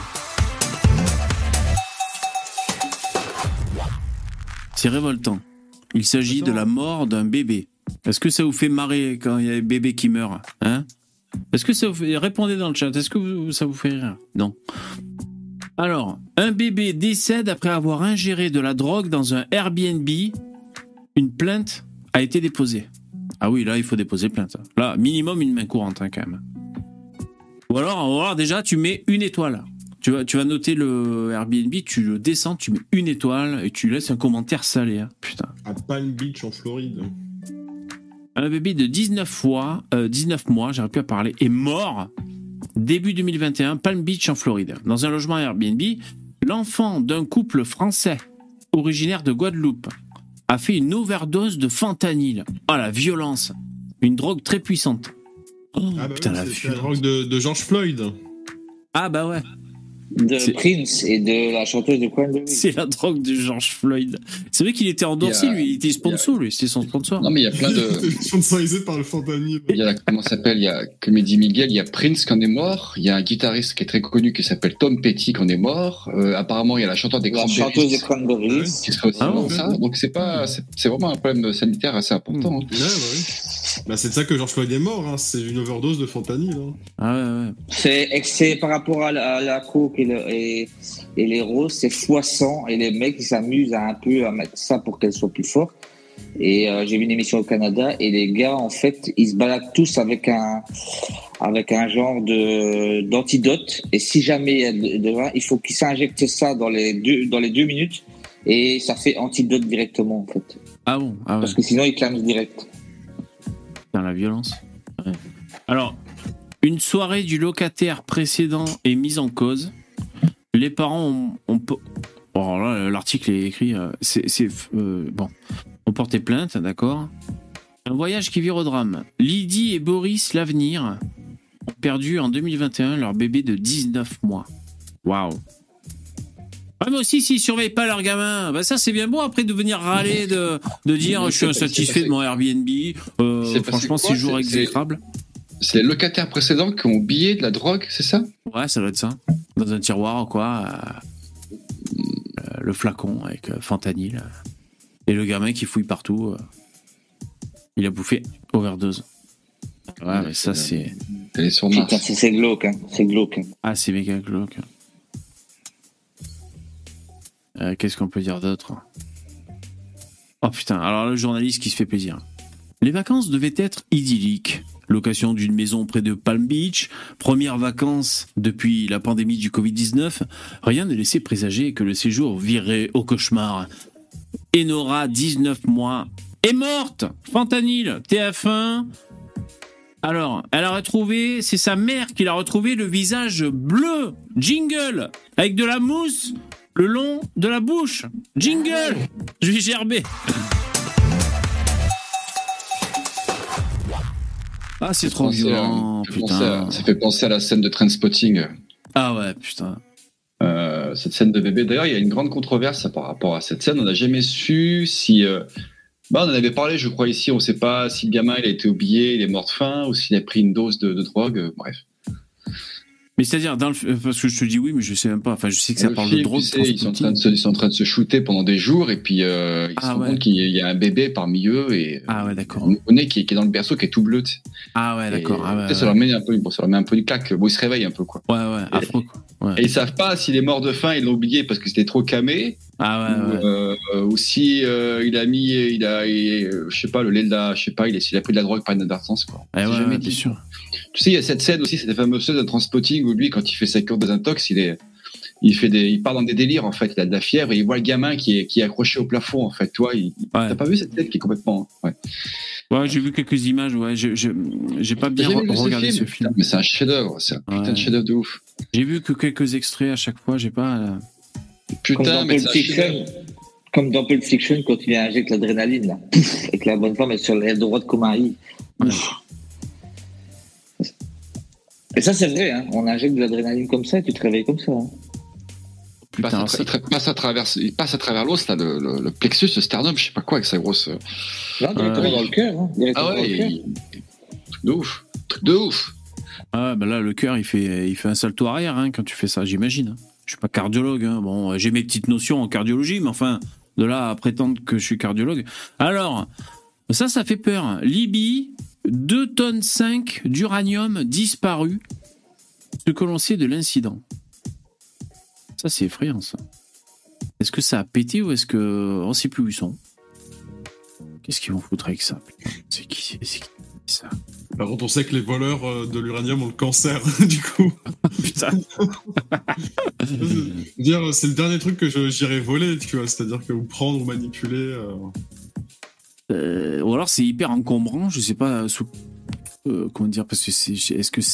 C'est révoltant. Il s'agit de la mort d'un bébé. Est-ce que ça vous fait marrer quand il y a un bébé qui meurt, hein? Est-ce que ça vous fait... Répondez dans le chat. Est-ce que ça vous fait rire? Non. Alors, un bébé décède après avoir ingéré de la drogue dans un Airbnb. Une plainte a été déposée. Ah oui, là, il faut déposer plainte. Là, minimum une main courante, hein, quand même. Ou alors, déjà, tu mets 1 étoile. Tu vas noter le Airbnb, tu le descends, tu mets 1 étoile et tu laisses un commentaire salé. Hein. Putain. À Palm Beach, en Floride. Un bébé de 19 mois, j'aurais pu en parler, est mort début 2021, Palm Beach en Floride. Dans un logement Airbnb, l'enfant d'un couple français originaire de Guadeloupe a fait une overdose de fentanyl. Oh la violence! Une drogue très puissante. Oh, putain, la violence. C'est la drogue de George Floyd. Ah bah ouais. De Prince et de la chanteuse de Cranberries. C'est la drogue de George Floyd. C'est vrai qu'il était endorsé, lui. Il était sponsor, lui. C'était son sponsor. Non, mais il y a plein de. Il était sponsorisé par le fentanyl. Il y a, comment ça s'appelle? Il y a Comédie Miguel, il y a Prince qui en est mort. Il y a un guitariste qui est très connu qui s'appelle Tom Petty qui en est mort. Apparemment, il y a la chanteuse des Cranberries. La chanteuse des Cranberries. Qui serait aussi mort, ça. Donc c'est vraiment un problème sanitaire assez important. Ouais, bah oui. Bah, c'est de ça que George Floyd est mort, hein. C'est une overdose de fentanyl. Hein. Ah ouais. C'est par rapport à la coke et les roses, c'est x100 et les mecs ils s'amusent à mettre ça pour qu'elles soient plus fortes. Et j'ai vu une émission au Canada et les gars, en fait, ils se baladent tous avec un genre d'antidote. Et si jamais il y a de vin, il faut qu'ils s'injectent ça dans les 2 minutes et ça fait antidote directement, en fait. Ah bon? Ah ouais. Parce que sinon, ils clament direct. Dans la violence. Ouais. Alors, une soirée du locataire précédent est mise en cause. Les parents ont bon, là, l'article est écrit. Bon, ont porté plainte, d'accord. Un voyage qui vire au drame. Lydie et Boris L'Avenir ont perdu en 2021 leur bébé de 19 mois. Waouh. Ah, mais aussi, s'ils surveillent pas leur gamin, bah ça c'est bien beau après de venir râler, de dire je suis insatisfait de mon Airbnb. Franchement, c'est jour exécrable. C'est les locataires précédents qui ont oublié de la drogue, c'est ça? Ouais, ça doit être ça. Dans un tiroir, quoi. Le flacon avec fentanyl. Et le gamin qui fouille partout. Il a bouffé overdose. Ouais, mais ça c'est. Elle est sur Mars. Putain, c'est glauque, hein. C'est glauque. Ah, c'est méga glauque. Qu'est-ce qu'on peut dire d'autre? Oh putain, alors le journaliste qui se fait plaisir. Les vacances devaient être idylliques. Location d'une maison près de Palm Beach, premières vacances depuis la pandémie du Covid-19, rien ne laissait présager que le séjour virait au cauchemar. Enora, 19 mois, est morte. Fentanyl, TF1. Alors, elle a retrouvé, c'est sa mère qui l'a retrouvé, le visage bleu. Jingle, avec de la mousse le long de la bouche. Jingle, je vais gerber. Ah, c'est trop violent, putain. Ça fait penser à la scène de Trainspotting. Ah ouais, putain. Cette scène de bébé. D'ailleurs, il y a une grande controverse par rapport à cette scène. On n'a jamais su si... on en avait parlé, je crois, ici. On ne sait pas si le gamin il a été oublié, il est mort de faim, ou s'il a pris une dose de drogue. Bref. Mais c'est-à-dire, parce que je te dis oui, mais je sais même pas. Enfin, je sais que ça parle de drogue. Ils sont en train de se shooter pendant des jours, et puis ils se rendent compte qu'il y a un bébé parmi eux, et ah ouais, d'accord. On connaît qui est dans le berceau, qui est tout bleu. T'sais. Ah ouais, d'accord. Ça leur met un peu une claque. Bon, ils se réveillent un peu, quoi. Ouais, affreux, quoi. Ouais. Et ils savent pas s'il est mort de faim, ils l'ont oublié parce que c'était trop camé. Ah ouais. Ou si il a mis, je sais pas, le lait de la, je sais pas, s'il a pris de la drogue par inadvertance, quoi. Ouais, bien sûr. Tu sais, il y a cette scène aussi, cette fameuse scène de Trainspotting où lui, quand il fait sa cure de désintox, il part dans des délires, en fait. Il a de la fièvre et il voit le gamin qui est accroché au plafond, en fait. Toi, t'as pas vu cette scène qui est complètement, Ouais, j'ai vu quelques images, ouais. J'ai pas bien regardé ce film. Mais c'est un chef-d'œuvre, c'est un putain de chef-d'œuvre de ouf. J'ai vu que quelques extraits à chaque fois, j'ai pas. Putain, mais comme dans Pulp Fiction, quand il injecte l'adrénaline, là. Avec la bonne femme sur l'aile droite comme un i. Et ça, c'est vrai, hein. On injecte de l'adrénaline comme ça et tu te réveilles comme ça. Hein. Putain, il passe à travers l'os, là, le plexus, le sternum, je sais pas quoi, avec sa grosse. Là, directement dans le cœur. Hein. Truc de ouf. Ah, bah là, le cœur, il fait un salto arrière, hein, quand tu fais ça, j'imagine. Je suis pas cardiologue, hein. Bon, j'ai mes petites notions en cardiologie, mais enfin, de là à prétendre que je suis cardiologue. Alors, ça fait peur. Libye, 2,5 tonnes d'uranium disparu. Ce que l'on sait de l'incident. Ça, c'est effrayant, ça. Est-ce que ça a pété ou est-ce que... On sait plus où ils sont. Qu'est-ce qu'ils vont foutre avec ça? C'est qui ça? Par contre, on sait que les voleurs de l'uranium ont le cancer, du coup. Putain. C'est le dernier truc que j'irais voler, tu vois. C'est-à-dire que vous prendre ou manipuler... Ou alors c'est hyper encombrant, je sais pas comment dire, parce que est-ce que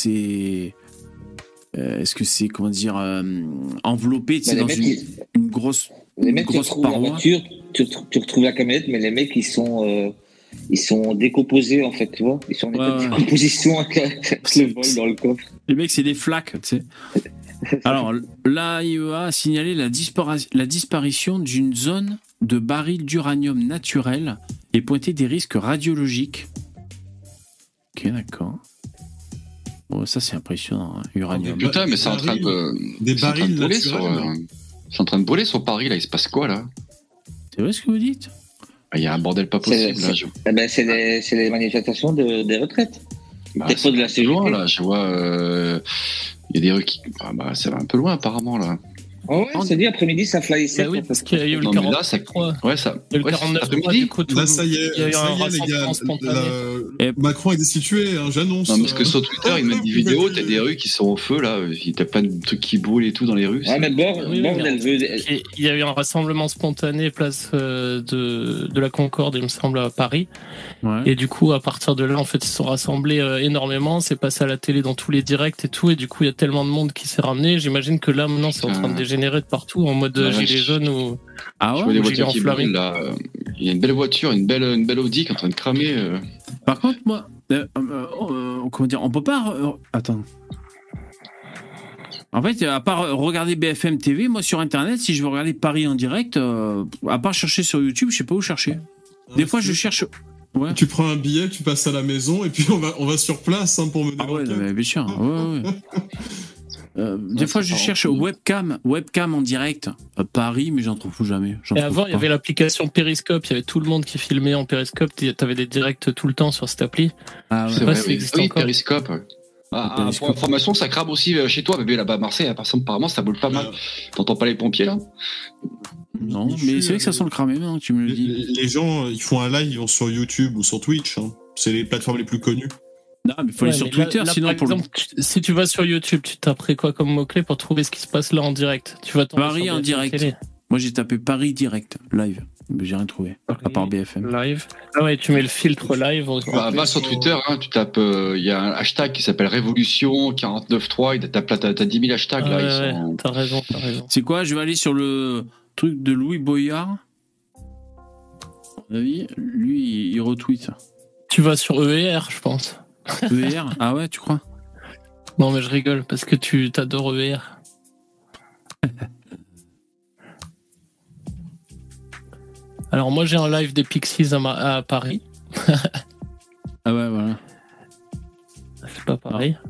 c'est comment dire enveloppé dans une grosse les mecs grosse retrouvent la voiture, tu retrouves la camionnette, mais les mecs ils sont décomposés en fait, tu vois, ils sont en état de décomposition avec le vol dans le coffre. Les mecs c'est des flaques, tu sais. Alors l'AIEA a signalé la disparition d'une zone de barils d'uranium naturel et pointé des risques radiologiques. Ok, d'accord. Bon, ça c'est impressionnant, hein, uranium. Putain, mais c'est en train de... Des barils naturels. C'est en train de brûler sur Paris, là. Il se passe quoi, là? C'est vrai ce que vous dites? Il y a un bordel pas possible, là. C'est les manifestations des retraites. C'est de la CGT. Loin, là. Je vois... Il y a des rues qui... ça va un peu loin, apparemment, là. Oh ouais, c'est dit, après-midi, ça flyait sec. Bah oui, parce qu'il y a eu le 49.3. Ouais, ça. Il y a eu le 49.3, du coup, là, ça y est, il y a eu un les gars. rassemblement spontané. Macron est destitué, hein, j'annonce. Non, parce que sur Twitter, ils mettent des vidéos, t'as des rues qui sont au feu, là. T'as plein de trucs qui brûlent et tout dans les rues. Ouais, mais il y a eu un rassemblement spontané place de la Concorde, il me semble, à Paris. Ouais. Et du coup, à partir de là, en fait, ils se sont rassemblés énormément. C'est passé à la télé dans tous les directs et tout. Et du coup, il y a tellement de monde qui s'est ramené. J'imagine que là, maintenant, c'est en train de dégénérer de partout, en mode gilet jaune ou. Ah ouais, je vois des voitures qui brûlent, là. Il y a une belle voiture, une belle Audi qui est en train de cramer. Par contre, moi, comment dire, on peut pas. Attends. En fait, à part regarder BFM TV, moi sur Internet, si je veux regarder Paris en direct, à part chercher sur YouTube, je sais pas où chercher. Des fois, je cherche. Ouais. Tu prends un billet, tu passes à la maison et puis on va sur place pour mener l'enquête. Ouais, bien sûr. Ouais. Des fois, je cherche webcam en direct à Paris, mais j'en trouve jamais. Et avant, il y avait l'application Periscope. Il y avait tout le monde qui filmait en Periscope. T'avais des directs tout le temps sur cette appli. Ah ouais. Je sais pas si ça existe encore. Periscope. Pour information, ça crame aussi chez toi, bébé, là-bas à Marseille. Apparemment, ça brûle pas mal. T'entends pas les pompiers, là? Non, mais c'est vrai que ça sent le cramé, hein, tu me le dis. Les gens, ils font un live, ils vont sur YouTube ou sur Twitch. Hein. C'est les plateformes les plus connues. Non, mais il faut aller sur Twitter, là, sinon par exemple, si tu vas sur YouTube, tu taperais quoi comme mot-clé pour trouver ce qui se passe là en direct? Tu vas Paris en direct. Moi, j'ai tapé Paris direct, live. Mais j'ai rien trouvé, à part BFM. Live. Ah ouais, tu mets le filtre live. Va sur Twitter, hein, tu tapes, il y a un hashtag qui s'appelle Révolution 49.3, t'as 10 000 hashtags là. Ouais, t'as raison. C'est quoi? Je vais aller sur le truc de Louis Boyard. À mon avis, lui, il retweet. Tu vas sur EER, je pense. EER? Ah ouais, tu crois? Non, mais je rigole, parce que tu t'adores EER. Alors moi j'ai un live des Pixies à Paris. Ah ouais, voilà. C'est pas pareil.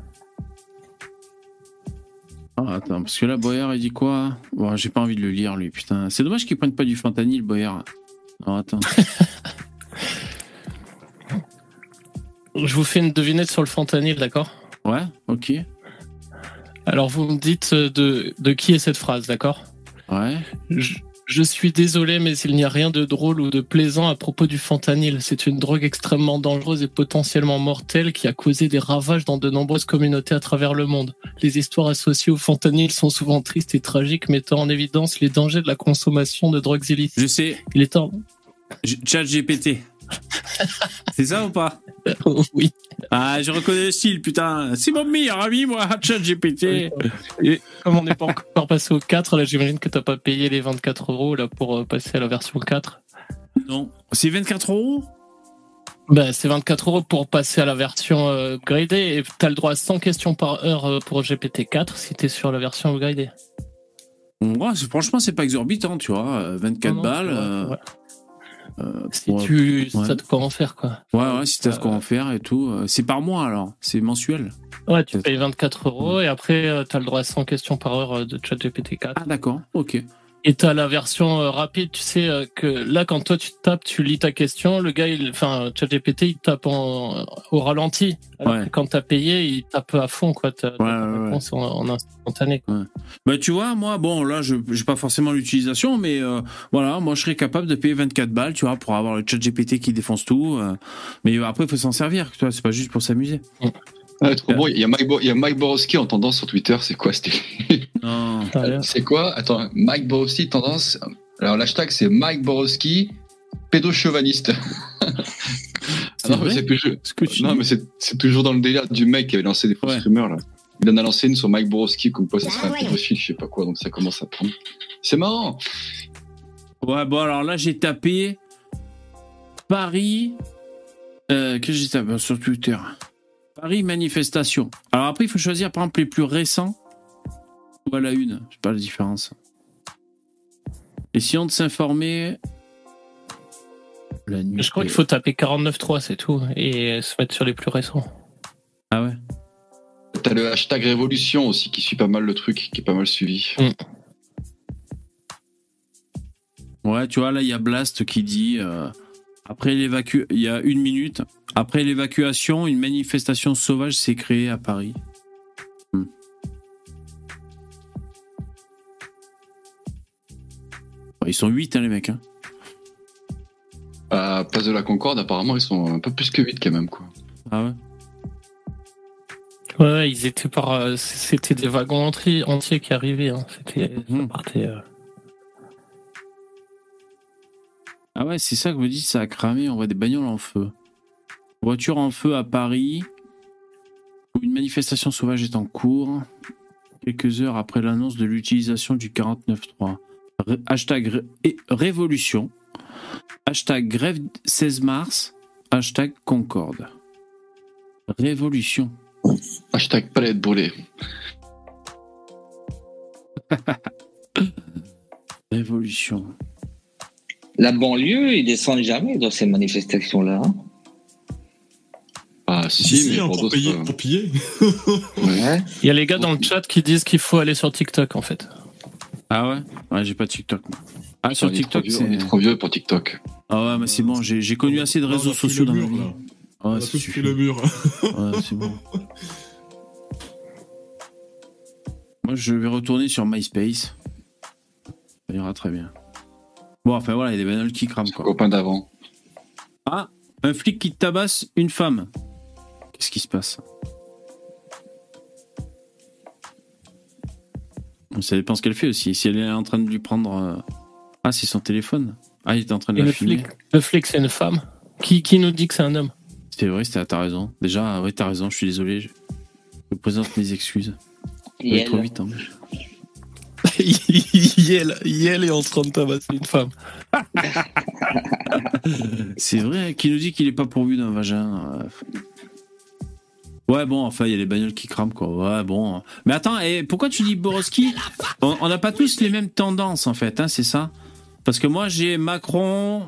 Ah, attends, parce que là Boyard il dit quoi? Bon, j'ai pas envie de le lire lui, putain. C'est dommage qu'il prenne pas du fentanyl, Boyard. Alors attends. Je vous fais une devinette sur le fentanyl, d'accord? Ouais, ok. Alors vous me dites de qui est cette phrase, d'accord? Ouais. Je suis désolé, mais il n'y a rien de drôle ou de plaisant à propos du fentanyl. C'est une drogue extrêmement dangereuse et potentiellement mortelle qui a causé des ravages dans de nombreuses communautés à travers le monde. Les histoires associées au fentanyl sont souvent tristes et tragiques, mettant en évidence les dangers de la consommation de drogues illicites. Je sais. Il est temps. ChatGPT. C'est ça ou pas? Oui. Ah, je reconnais le style, putain. C'est mon meilleur ami, moi, ChatGPT. Et comme on n'est pas encore passé au 4, là, j'imagine que t'as pas payé les 24 € là, pour passer à la version 4. Non. C'est 24 €? Ben, c'est 24 € pour passer à la version upgradée et t'as le droit à 100 questions par heure pour GPT-4 si t'es sur la version upgradée. Ouais, franchement, c'est pas exorbitant, tu vois. 24 balles. Ouais. Si t'as de quoi en faire, quoi. Ouais, si t'as de quoi en faire et tout. C'est par mois, alors. C'est mensuel. Ouais, tu payes 24 € et après, t'as le droit à 100 questions par heure de ChatGPT-4. Ah, d'accord. Ok. Et t'as la version rapide, tu sais, que là, quand toi tu tapes, tu lis ta question, le gars, ChatGPT, il tape au ralenti. Alors que quand t'as payé, il tape à fond, quoi. T'as ta réponse en instantané, quoi. Ouais. Bah, tu vois, moi, bon, là, j'ai pas forcément l'utilisation, mais voilà, moi, je serais capable de payer 24 balles, tu vois, pour avoir le ChatGPT qui défonce tout. Mais après, il faut s'en servir, tu vois, c'est pas juste pour s'amuser. Ah, trop bon, il y a Mike Borowski en tendance sur Twitter, c'est quoi? C'est quoi? Attends, Mike Borowski tendance. Alors l'hashtag c'est Mike Borowski pédochauviniste. Non mais c'est plus non mais c'est toujours dans le délire du mec qui avait lancé des fausses rumeurs là. Il en a lancé une sur Mike Borowski comme quoi ça serait un pédophile, je sais pas quoi, donc ça commence à prendre. C'est marrant. Ouais, bon alors là j'ai tapé Paris. Qu'est-ce que j'ai tapé sur Twitter? Paris manifestation. Alors après, il faut choisir par exemple les plus récents ou à la une. Je sais pas la différence. Essayons de s'informer. La nuit. Je crois qu'il faut taper 49.3, c'est tout, et se mettre sur les plus récents. Ah ouais. T'as le hashtag Révolution aussi qui suit pas mal le truc, qui est pas mal suivi. Ouais, tu vois, là, il y a Blast qui dit après il y a 1 minute. Après l'évacuation, une manifestation sauvage s'est créée à Paris. Ils sont 8, hein, les mecs. Hein. À Place de la Concorde, apparemment, ils sont un peu plus que 8 quand même, quoi. Ah ouais? Ouais, ils étaient c'était des wagons entiers qui arrivaient. Hein. Ça partait. Ah ouais, c'est ça que vous dites, ça a cramé. On voit des bagnoles en feu. Voiture en feu à Paris. Une manifestation sauvage est en cours. Quelques heures après l'annonce de l'utilisation du 49.3. Hashtag révolution. Hashtag grève 16 mars. Hashtag Concorde. Révolution. Hashtag palette brûlée. Révolution. La banlieue, ils descendent jamais dans ces manifestations-là. Hein. Ah si, mais pour piller. Ouais. Il y a les gars dans le chat qui disent qu'il faut aller sur TikTok en fait. Ah ouais? Ouais, j'ai pas de TikTok. Ah, sur TikTok, on est trop vieux pour TikTok. Ah ouais, mais c'est bon, j'ai connu assez de réseaux sociaux dans ma vie. On a tous pris le mur. Ouais, c'est bon. Moi, je vais retourner sur MySpace. Ça ira très bien. Bon, enfin voilà, il y a des bagnoles qui crament, quoi. Copain d'avant. Ah, un flic qui tabasse une femme. Qu'est-ce qui se passe? Ça dépend ce qu'elle fait aussi. Si elle est en train de lui prendre... Ah, c'est son téléphone. Ah, il est en train de la filmer. Le flic, c'est une femme. Qui nous dit que c'est un homme? C'est vrai, t'as raison. Déjà, ouais, t'as raison, je suis désolé. Je présente mes excuses. Il trop vite, hein. Yel est en train de tabasser une femme. C'est vrai, qui nous dit qu'il est pas pourvu d'un vagin. Ouais, bon, enfin, il y a les bagnoles qui crament, quoi. Ouais, bon. Mais attends, pourquoi tu dis Borowski? On n'a pas tous les mêmes tendances, en fait, hein, c'est ça? Parce que moi, j'ai Macron,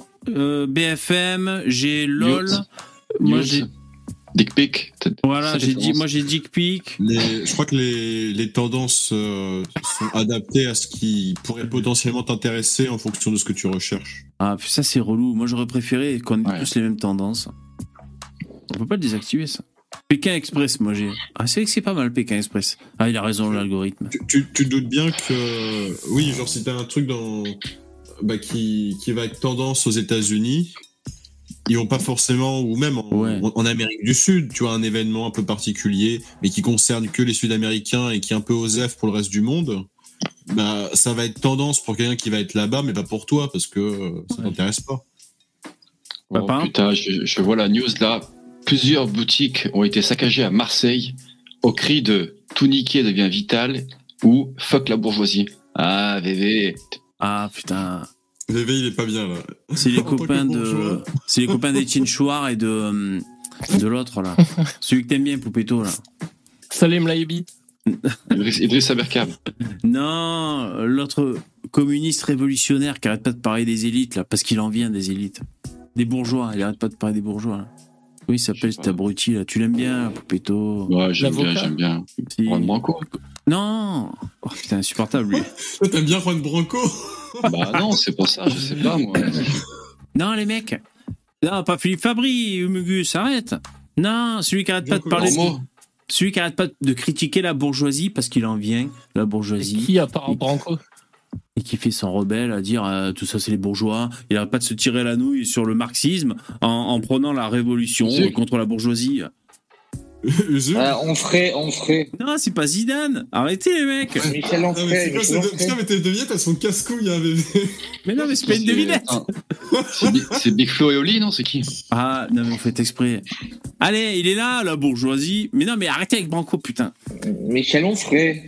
BFM, j'ai LOL. Moi, j'ai... Dick pic. Voilà, j'ai Dick pic. Je crois que les tendances sont adaptées à ce qui pourrait potentiellement t'intéresser en fonction de ce que tu recherches. Ah, ça, c'est relou. Moi, j'aurais préféré qu'on ait tous les mêmes tendances. On peut pas le désactiver, ça. Pékin Express, moi j'ai. Ah, c'est vrai que c'est pas mal, Pékin Express. Ah, il a raison, l'algorithme. Tu doutes bien que. Oui, genre, si t'as un truc qui va être tendance aux États-Unis, ils vont pas forcément, ou même en Amérique du Sud, tu vois, un événement un peu particulier, mais qui concerne que les Sud-Américains et qui est un peu osef pour le reste du monde, bah, ça va être tendance pour quelqu'un qui va être là-bas, mais pas pour toi, parce que ça t'intéresse pas. Oh, putain, je vois la news là. Plusieurs boutiques ont été saccagées à Marseille au cri de « Tout niquer devient vital » ou « Fuck la bourgeoisie ». Ah, VV. Ah, putain. VV, il est pas bien, là. C'est les copains d'Étienne Chouard et de l'autre, là. Celui que t'aimes bien, Poupetto, là. Salim Laïbi. Idriss Aberkab. Non, l'autre communiste révolutionnaire qui arrête pas de parler des élites, là, parce qu'il en vient des élites. Des bourgeois, il arrête pas de parler des bourgeois, là. Oui, il s'appelle cet abruti, là. Tu l'aimes bien, Poupetto? Ouais, j'aime bien. Si. Juan Branco. Non. Oh putain, insupportable, lui. Toi, t'aimes bien Juan Branco? Bah non, c'est pour ça, je sais pas, moi. Non, les mecs. Non, pas Philippe Fabry, Humugus, arrête. Non, celui qui arrête pas de parler... Celui qui arrête pas de critiquer la bourgeoisie parce qu'il en vient, la bourgeoisie. Et qui, à part Branco? Et qui fait son rebelle à dire tout ça c'est les bourgeois, il n'arrête pas de se tirer la nouille sur le marxisme en prenant la révolution contre la bourgeoisie. On ferait. Non, c'est pas Zidane. Arrêtez les mecs. Michel Onfray. Mais t'es devinette à son casse-couille, hein, bébé. Mais non, mais c'est pas une devinette. C'est Big Flo et Oli, non? C'est qui? Ah non, mais vous faites exprès. Allez, il est là, la bourgeoisie. Mais non, mais arrêtez avec Branco, putain. Michel Onfray.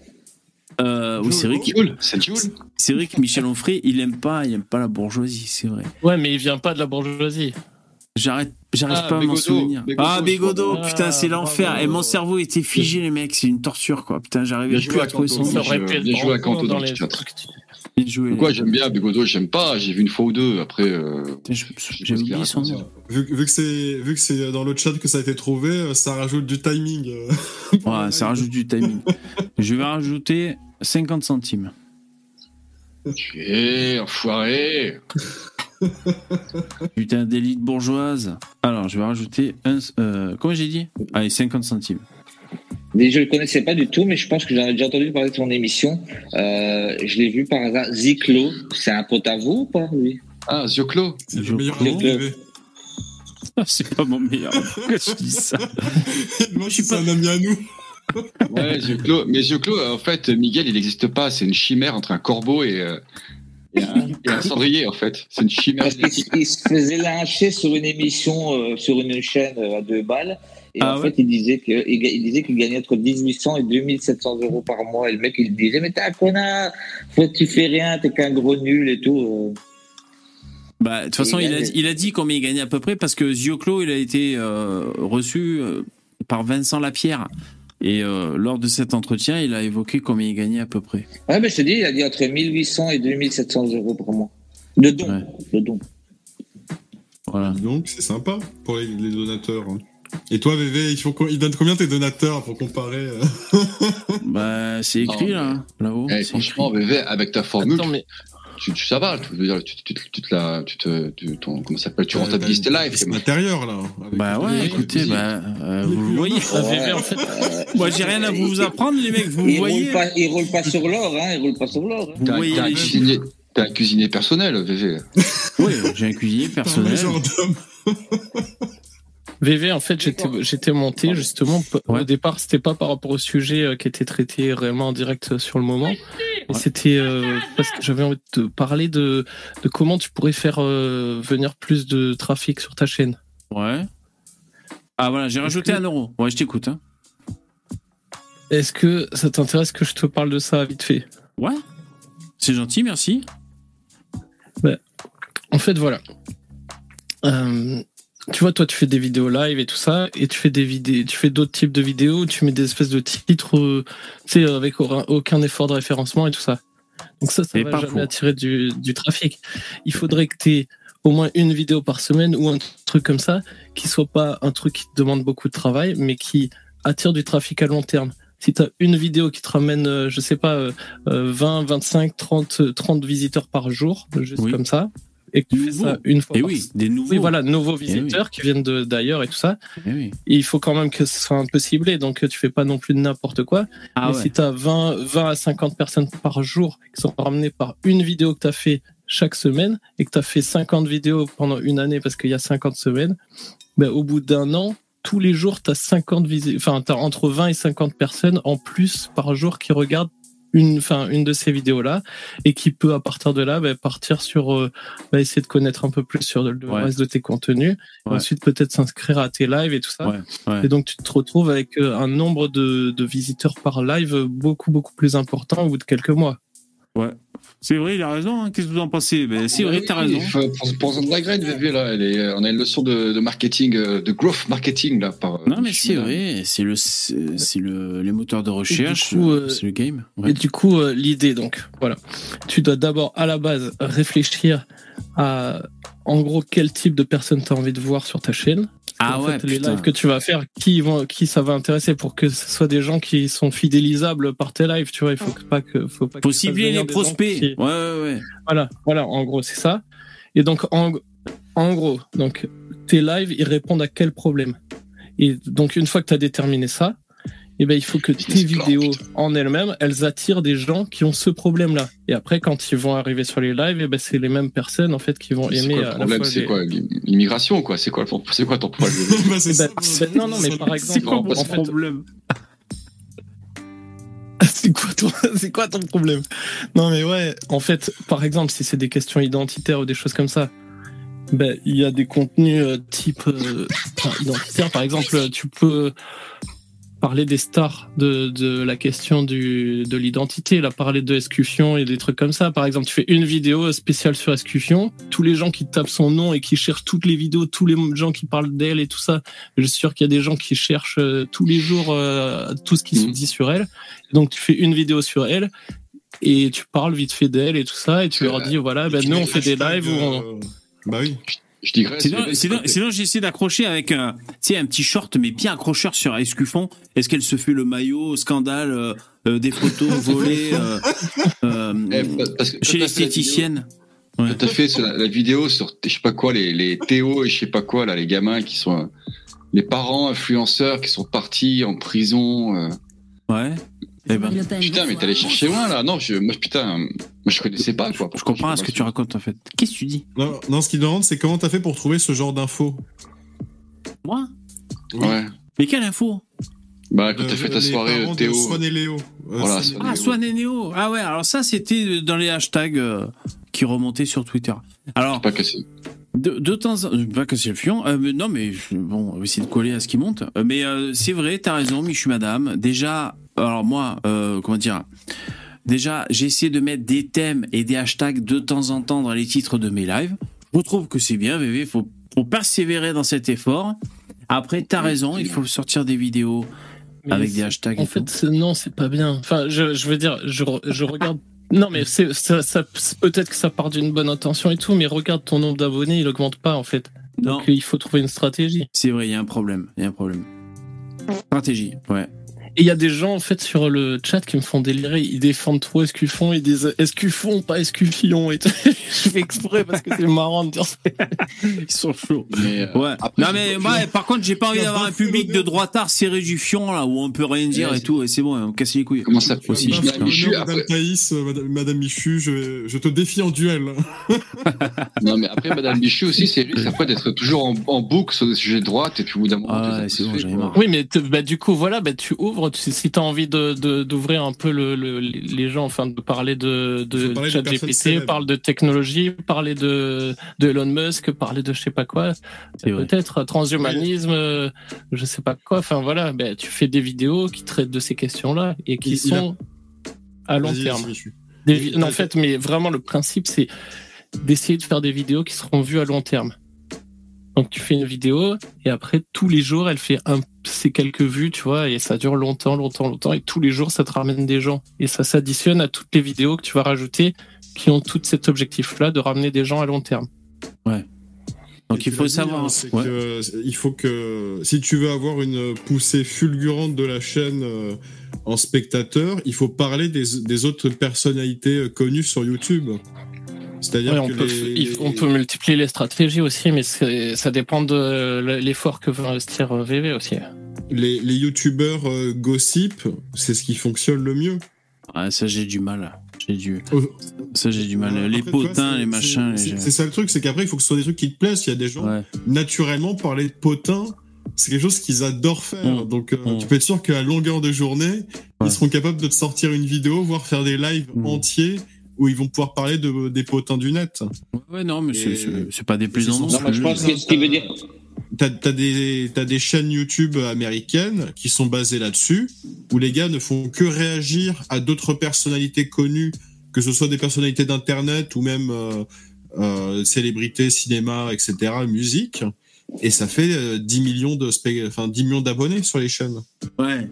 Oui, c'est vrai c'est vrai que Michel Onfray, il aime pas la bourgeoisie, c'est vrai. Ouais, mais il vient pas de la bourgeoisie. J'arrive pas à m'en souvenir. Bégodeau, putain, c'est l'enfer. Et mon cerveau était figé, les mecs, c'est une torture, quoi. Putain, j'arrivais plus à trouver son nom. Bien joué à Canto dans le chat. Pourquoi j'aime bien Bégodeau, j'aime pas, j'ai vu une fois ou deux, après... J'ai oublié son nom. Vu que c'est dans le chat que ça a été trouvé, ça rajoute du timing. Ouais, ça rajoute du timing. Je vais rajouter 50 centimes. Tu es enfoiré. Putain d'élite bourgeoise. Alors, je vais rajouter comment j'ai dit? Allez, 50 centimes. Mais je le connaissais pas du tout, mais je pense que j'en ai déjà entendu parler de son émission. Je l'ai vu par hasard. Ziclo, c'est un pote à vous ou pas, lui? Ah, Zioclo. C'est le meilleur nom TV. C'est pas mon meilleur. Pourquoi tu dis ça? Moi, je suis pas un ami à nous. Ouais, Zioclo. Mais Zioclo, en fait, Miguel, il n'existe pas. C'est une chimère entre un corbeau et un cendrier, en fait. C'est une chimère. Parce qu'il se faisait lyncher sur une émission, sur une chaîne à 2 balles. Et en fait, il disait qu'il gagnait entre 1800 et 2700 euros par mois. Et le mec, il disait, mais t'es un connard, tu fais rien, t'es qu'un gros nul et tout. Bah, de toute façon, il a dit combien il gagnait à peu près, parce que Zioclo, il a été reçu par Vincent Lapierre. Et lors de cet entretien, il a évoqué combien il gagnait à peu près. Ouais, mais je te dis, il a dit entre 1800 et 2700 euros par mois. De dons. Ouais. De dons. Voilà. Donc, c'est sympa pour les donateurs. Et toi, VV, ils donnent combien tes donateurs pour comparer Bah, c'est écrit là-haut. Franchement, VV, avec ta formule. Attends, mais... ça va, comment ça s'appelle, tu rentabilises tes lives. C'est intérieur, là. Bah ouais, écoutez, vous voyez. En fait. Moi, j'ai rien à vous apprendre, les mecs, vous voyez. Il roule pas sur l'or, il roule pas sur l'or. Vous voyez t'as un cuisinier personnel, VV. Oui, j'ai un cuisinier personnel. VV, en fait, j'étais monté justement. Au départ, c'était pas par rapport au sujet qui était traité réellement en direct sur le moment. Et c'était parce que j'avais envie de te parler de comment tu pourrais faire venir plus de trafic sur ta chaîne. Ouais. Ah voilà, j'ai rajouté 1 euro. Ouais, je t'écoute. Hein. Est-ce que ça t'intéresse que je te parle de ça vite fait? Ouais. C'est gentil, merci. Bah, en fait, voilà. Tu vois, toi, tu fais des vidéos live et tout ça, et tu fais d'autres types de vidéos, tu mets des espèces de titres, tu sais, avec aucun effort de référencement et tout ça. Donc ça va jamais attirer du trafic. Il faudrait que tu aies au moins une vidéo par semaine ou un truc comme ça, qui soit pas un truc qui te demande beaucoup de travail, mais qui attire du trafic à long terme. Si tu as une vidéo qui te ramène, je sais pas, 20, 25, 30 visiteurs par jour, juste comme ça, et que tu fais ça une fois par semaine. Des nouveaux. Oui, voilà, nouveaux visiteurs qui viennent d'ailleurs et tout ça. Et il faut quand même que ce soit un peu ciblé, donc tu fais pas non plus n'importe quoi. Mais si tu as 20 à 50 personnes par jour qui sont ramenées par une vidéo que tu as fait chaque semaine et que tu as fait 50 vidéos pendant une année parce qu'il y a 50 semaines, ben, au bout d'1 an, tous les jours, tu as t'as entre 20 et 50 personnes en plus par jour qui regardent une de ces vidéos-là et qui peut, à partir de là, partir sur essayer de connaître un peu plus sur le reste de tes contenus. Et ensuite, peut-être s'inscrire à tes lives et tout ça. Et donc, tu te retrouves avec un nombre de visiteurs par live beaucoup, beaucoup plus important au bout de quelques mois. Ouais. C'est vrai, il a raison. Hein. Qu'est-ce que vous en pensez? C'est vrai, t'as raison. Pour Zandagrade, VV, là, on a une leçon de marketing, de growth marketing là. Non, mais c'est vrai. C'est les moteurs de recherche. C'est le game. Ouais. Et du coup, l'idée, donc, voilà. Tu dois d'abord, à la base, réfléchir à, en gros, quel type de personnes tu as envie de voir sur ta chaîne. Les lives que tu vas faire, qui ça va intéresser pour que ce soit des gens qui sont fidélisables par tes lives, tu vois. Il faut pas cibler les prospects. Ouais. Voilà, en gros, c'est ça. Et donc, en gros, donc, tes lives, ils répondent à quel problème? Et donc, une fois que tu as déterminé ça, il faut que tes vidéos en elles-mêmes, elles attirent des gens qui ont ce problème-là. Et après, quand ils vont arriver sur les lives, c'est les mêmes personnes en fait qui vont aimer. Le problème, c'est quoi? L'immigration, quoi. C'est quoi ton problème? Non, mais par exemple, c'est quoi ton problème? C'est quoi ton problème? Non, mais ouais, en fait, par exemple, si c'est des questions identitaires ou des choses comme ça, il y a des contenus type identitaire. Par exemple, tu peux parler des stars de la question de l'identité, là, parler de Escuffion et des trucs comme ça. Par exemple, tu fais une vidéo spéciale sur Escuffion, tous les gens qui tapent son nom et qui cherchent toutes les vidéos, tous les gens qui parlent d'elle et tout ça, je suis sûr qu'il y a des gens qui cherchent tous les jours tout ce qui se dit sur elle. Donc tu fais une vidéo sur elle et tu parles vite fait d'elle et tout ça, et tu leur dis voilà, nous on fait des lives où on... Bah oui. Je dirais. Sinon, j'essaie d'accrocher avec un petit short, mais bien accrocheur sur Escuffon. Est-ce qu'elle se fait le maillot, scandale, des photos volées chez l'esthéticienne? T'as fait la vidéo sur, je sais pas quoi, les Théo et je sais pas quoi, là, les gamins qui sont, les parents influenceurs qui sont partis en prison, Ouais. Putain, mais t'es allé chercher loin là. Non, moi je connaissais pas quoi. Je comprends ce que tu racontes en fait. Qu'est-ce que tu dis? Non, ce qui demande, c'est comment t'as fait pour trouver ce genre d'infos? Moi? Ouais. Mais quelle info? Bah, quand t'as fait ta soirée, Théo. Swan et Léo. Voilà, Swan et Léo. Ah ouais, alors ça, c'était dans les hashtags qui remontaient sur Twitter. Alors. Pas cassé. De temps en temps, pas casser le fion. Non, mais bon, on va essayer de coller à ce qui monte. Mais c'est vrai, t'as raison, Michu Madame. Déjà, alors moi, comment dire? Déjà, j'ai essayé de mettre des thèmes et des hashtags de temps en temps dans les titres de mes lives. Je trouve que c'est bien, VV. Faut persévérer dans cet effort. Après, t'as raison, il faut sortir des vidéos avec des hashtags. En fait, non, c'est pas bien. Enfin, je veux dire, je regarde. Non, mais ça, peut-être que ça part d'une bonne intention et tout, mais regarde ton nombre d'abonnés, il augmente pas en fait. Donc il faut trouver une stratégie. C'est vrai, il y a un problème. Stratégie, ouais. Et il y a des gens en fait sur le chat qui me font délirer, ils défendent trop Escuffon, ils disent Escuffon, pas Escuffillon et tout. Je fais exprès parce que c'est marrant de dire ça. Ils sont chauds. Ouais. Après, non mais moi, par contre, j'ai pas envie d'avoir un public de droitard serré du fion là où on peut rien dire et tout, et c'est bon, on casse les couilles. Comment ça peut aussi Madame Thaïs, Madame Michu, je te défie en duel. Non mais après Madame Michu aussi, c'est lui, ça peut d'être toujours en boucle sur des sujets de droite et puis au bout d'un moment. Ah c'est bon, j'en ai marre. Oui, mais du coup voilà, tu ouvres. Si t'as envie d'ouvrir un peu les gens, enfin de parler de ChatGPT, parle de technologie, parler de Elon Musk, parler de je sais pas quoi, peut-être transhumanisme, je sais pas quoi. Enfin voilà, tu fais des vidéos qui traitent de ces questions-là et qui sont à long terme. En fait, mais vraiment le principe c'est d'essayer de faire des vidéos qui seront vues à long terme. Donc tu fais une vidéo et après tous les jours elle fait ces quelques vues, tu vois, et ça dure longtemps et tous les jours ça te ramène des gens et ça s'additionne à toutes les vidéos que tu vas rajouter qui ont tout cet objectif-là de ramener des gens à long terme. Ouais. Donc il faut savoir. Il faut que si tu veux avoir une poussée fulgurante de la chaîne en spectateurs, il faut parler des autres personnalités connues sur YouTube. C'est-à-dire on peut multiplier les stratégies aussi, mais ça dépend de l'effort que veut investir VV aussi. Les youtubeurs gossip, c'est ce qui fonctionne le mieux. Ah, ça j'ai du mal. J'ai du mal. Les potins, les machins. C'est ça le truc, c'est qu'après il faut que ce soit des trucs qui te plaisent. Il y a des gens, naturellement, parler de potins, c'est quelque chose qu'ils adorent faire. Donc tu peux être sûr qu'à longueur de journée, ils seront capables de te sortir une vidéo, voire faire des lives entiers où ils vont pouvoir parler des potins du net. Ouais, non, mais c'est pas déplaisant. Non, je pense que ce qui veut dire... T'as des chaînes YouTube américaines qui sont basées là-dessus, où les gars ne font que réagir à d'autres personnalités connues, que ce soit des personnalités d'internet ou même célébrités, cinéma, etc., musique, et ça fait 10 millions d'abonnés sur les chaînes. Ouais.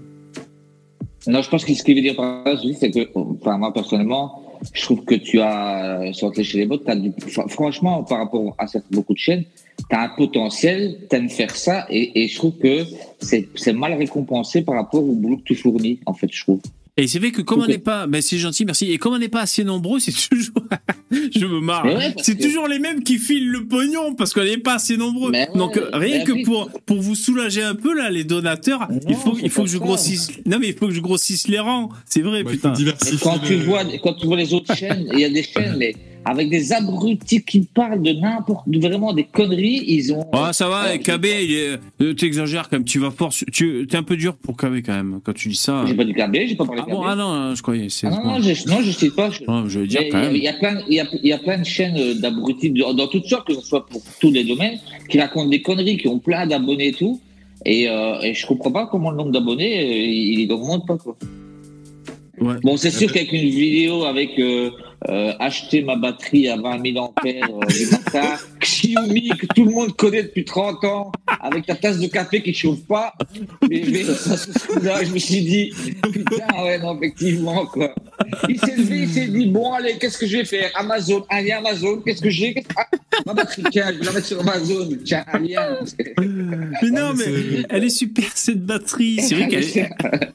Non, je pense que ce qu'il veut dire par là, c'est que, moi personnellement, je trouve que tu as, sur chez les bots, franchement, par rapport à beaucoup de chaînes, tu as un potentiel, tu aimes faire ça, et je trouve que c'est mal récompensé par rapport au boulot que tu fournis, en fait, je trouve. Et c'est vrai que comme on n'est pas, c'est gentil, merci. Et comme on n'est pas assez nombreux, c'est toujours, je me marre. C'est toujours les mêmes qui filent le pognon parce qu'on n'est pas assez nombreux. Donc rien que pour vous soulager un peu là, les donateurs, il faut que je grossisse. Non mais il faut que je grossisse les rangs. C'est vrai, putain. Quand tu vois les autres chaînes, il y a des chaînes, mais avec des abrutis qui parlent de vraiment des conneries, ils ont. Ah, ça va, KB, t'exagères quand même, tu vas fort, t'es un peu dur pour KB quand même, quand tu dis ça. J'ai pas dit KB, j'ai pas parlé de KB. Ah non, je croyais, c'est. Non, je sais pas. Je veux dire quand même. Il y a plein de chaînes d'abrutis dans toutes sortes, que ce soit pour tous les domaines, qui racontent des conneries, qui ont plein d'abonnés et tout. Et je comprends pas comment le nombre d'abonnés, il augmente pas, quoi. Ouais. Bon, c'est sûr qu'avec une vidéo avec acheter ma batterie à 20 000 ampères du matin, Xiaomi que tout le monde connaît depuis 30 ans, avec ta tasse de café qui chauffe pas, mais là, je me suis dit, putain, ouais, non, effectivement, quoi. Il s'est levé, il s'est dit, bon, allez, qu'est-ce que je vais faire? Amazon, un lien Amazon, qu'est-ce que j'ai? Ma batterie, tiens, je vais la mettre sur Amazon, tiens, un lien. Mais non, mais elle est super, cette batterie, c'est vrai qu'elle est...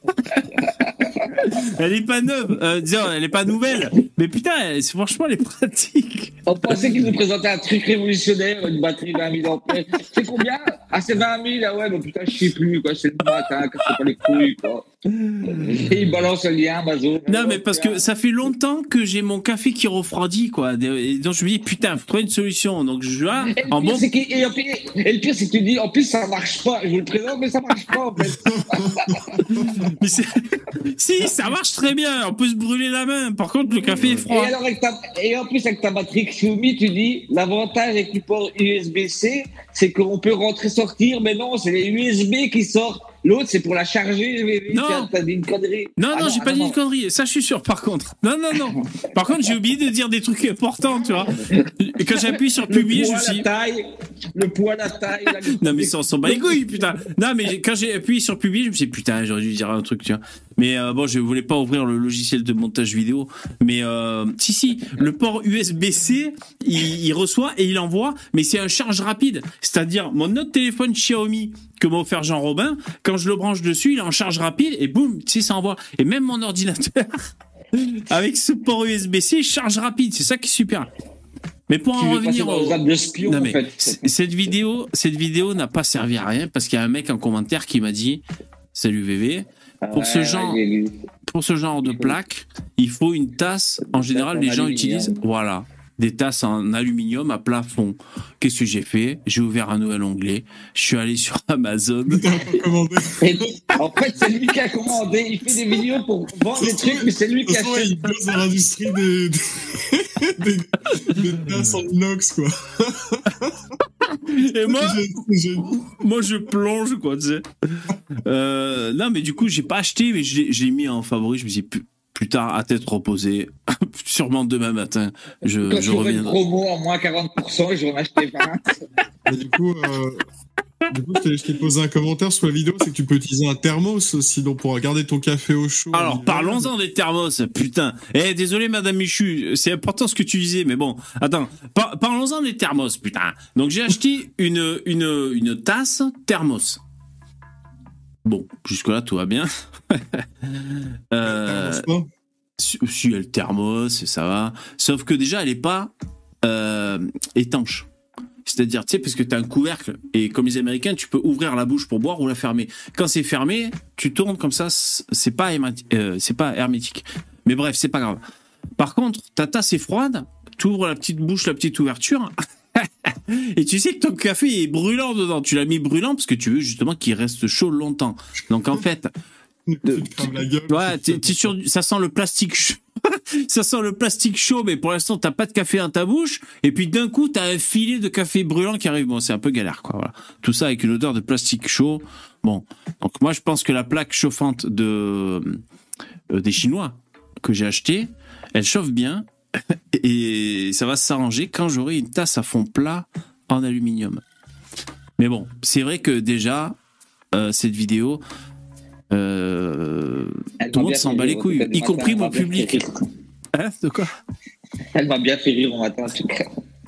Elle est pas neuve, disons, elle est pas nouvelle, mais putain, franchement, elle est pratique. On pensait qu'il nous présentait un truc révolutionnaire, une batterie 20 000 ampères. C'est combien? Ah, c'est 20 000, ah ouais, mais putain, je sais plus, quoi, c'est le matin, casse pas les couilles, quoi. Et il balance le lien Amazon. Non, mais parce que ça fait longtemps que j'ai mon café qui refroidit, quoi. Et donc je me dis, putain, faut trouver une solution. Donc je vais et le pire, c'est que tu dis, en plus, ça marche pas. Je vous le présente, mais ça marche pas, en fait. Mais si, ça marche très bien. On peut se brûler la main. Par contre, le café est froid. Et en plus, avec ta batterie Xiaomi, tu dis, l'avantage avec le port USB-C, c'est qu'on peut rentrer-sortir, mais non, c'est les USB qui sortent. L'autre, c'est pour la charger. Non, t'as dit une connerie. Non, j'ai pas dit une connerie. Ça, je suis sûr, par contre. Non. Par contre, j'ai oublié de dire des trucs importants, tu vois. Et quand j'appuie sur publier, je me suis... Le poids, la taille... Non, mais ça, on s'en bat les couilles, putain. Non, mais quand j'ai appuyé sur publier, je me suis dit, putain, j'aurais dû dire un truc, tu vois. Mais bon, je voulais pas ouvrir le logiciel de montage vidéo. Mais si, le port USB-C, il reçoit et il envoie, mais c'est un charge rapide. C'est-à-dire, mon autre téléphone Xiaomi que m'a offert Jean-Robin, quand je le branche dessus, il est en charge rapide et boum, tu sais, ça envoie. Et même mon ordinateur, avec ce port USB-C, charge rapide. C'est ça qui est super. Mais pour en revenir non, mais cette vidéo n'a pas servi à rien parce qu'il y a un mec en commentaire qui m'a dit « Salut VV, pour ce genre de plaque, il faut une tasse. En général, les gens utilisent... Voilà. Des tasses en aluminium à plafond. Qu'est-ce que j'ai fait? J'ai ouvert un nouvel onglet. Je suis allé sur Amazon. En fait, c'est lui qui a commandé. Il fait des vidéos pour vendre des trucs, mais c'est lui qui a fait. Il bosse dans l'industrie des tasses en inox, quoi. Et moi, je plonge, quoi, tu sais. Non, mais du coup, j'ai pas acheté, mais j'ai mis en favori. Je me suis dit, plus tard, à tête reposée, sûrement demain matin, je reviendrai. Une promo en moins 40%, je vais en acheter 20. Du coup, je t'ai posé un commentaire sous la vidéo, c'est que tu peux utiliser un thermos aussi, donc pour garder ton café au chaud. Alors, parlons-en des thermos, putain. Désolé, Madame Michu, c'est important ce que tu disais, mais bon, attends, parlons-en des thermos, putain. Donc, j'ai acheté une tasse thermos. Bon, jusque-là, tout va bien. Si elle thermos, ça va. Sauf que déjà, elle n'est pas étanche. C'est-à-dire, tu sais, parce que tu as un couvercle, et comme les Américains, tu peux ouvrir la bouche pour boire ou la fermer. Quand c'est fermé, tu tournes comme ça, c'est pas hermétique. Mais bref, c'est pas grave. Par contre, ta tasse est froide, tu ouvres la petite bouche, la petite ouverture, et tu sais que ton café est brûlant dedans. Tu l'as mis brûlant parce que tu veux justement qu'il reste chaud longtemps. Donc en fait, t'es sûr, ça sent le plastique chaud. Ça sent le plastique chaud, mais pour l'instant t'as pas de café dans ta bouche. Et puis d'un coup t'as un filet de café brûlant qui arrive. Bon, c'est un peu galère, quoi. Voilà. Tout ça avec une odeur de plastique chaud. Bon, donc moi je pense que la plaque chauffante des Chinois que j'ai acheté, elle chauffe bien. Et ça va s'arranger quand j'aurai une tasse à fond plat en aluminium. Mais bon, c'est vrai que déjà, cette vidéo, tout le monde s'en bat les couilles, y compris mon public. Hein, de quoi? Elle m'a bien fait rire au matin, en tout cas.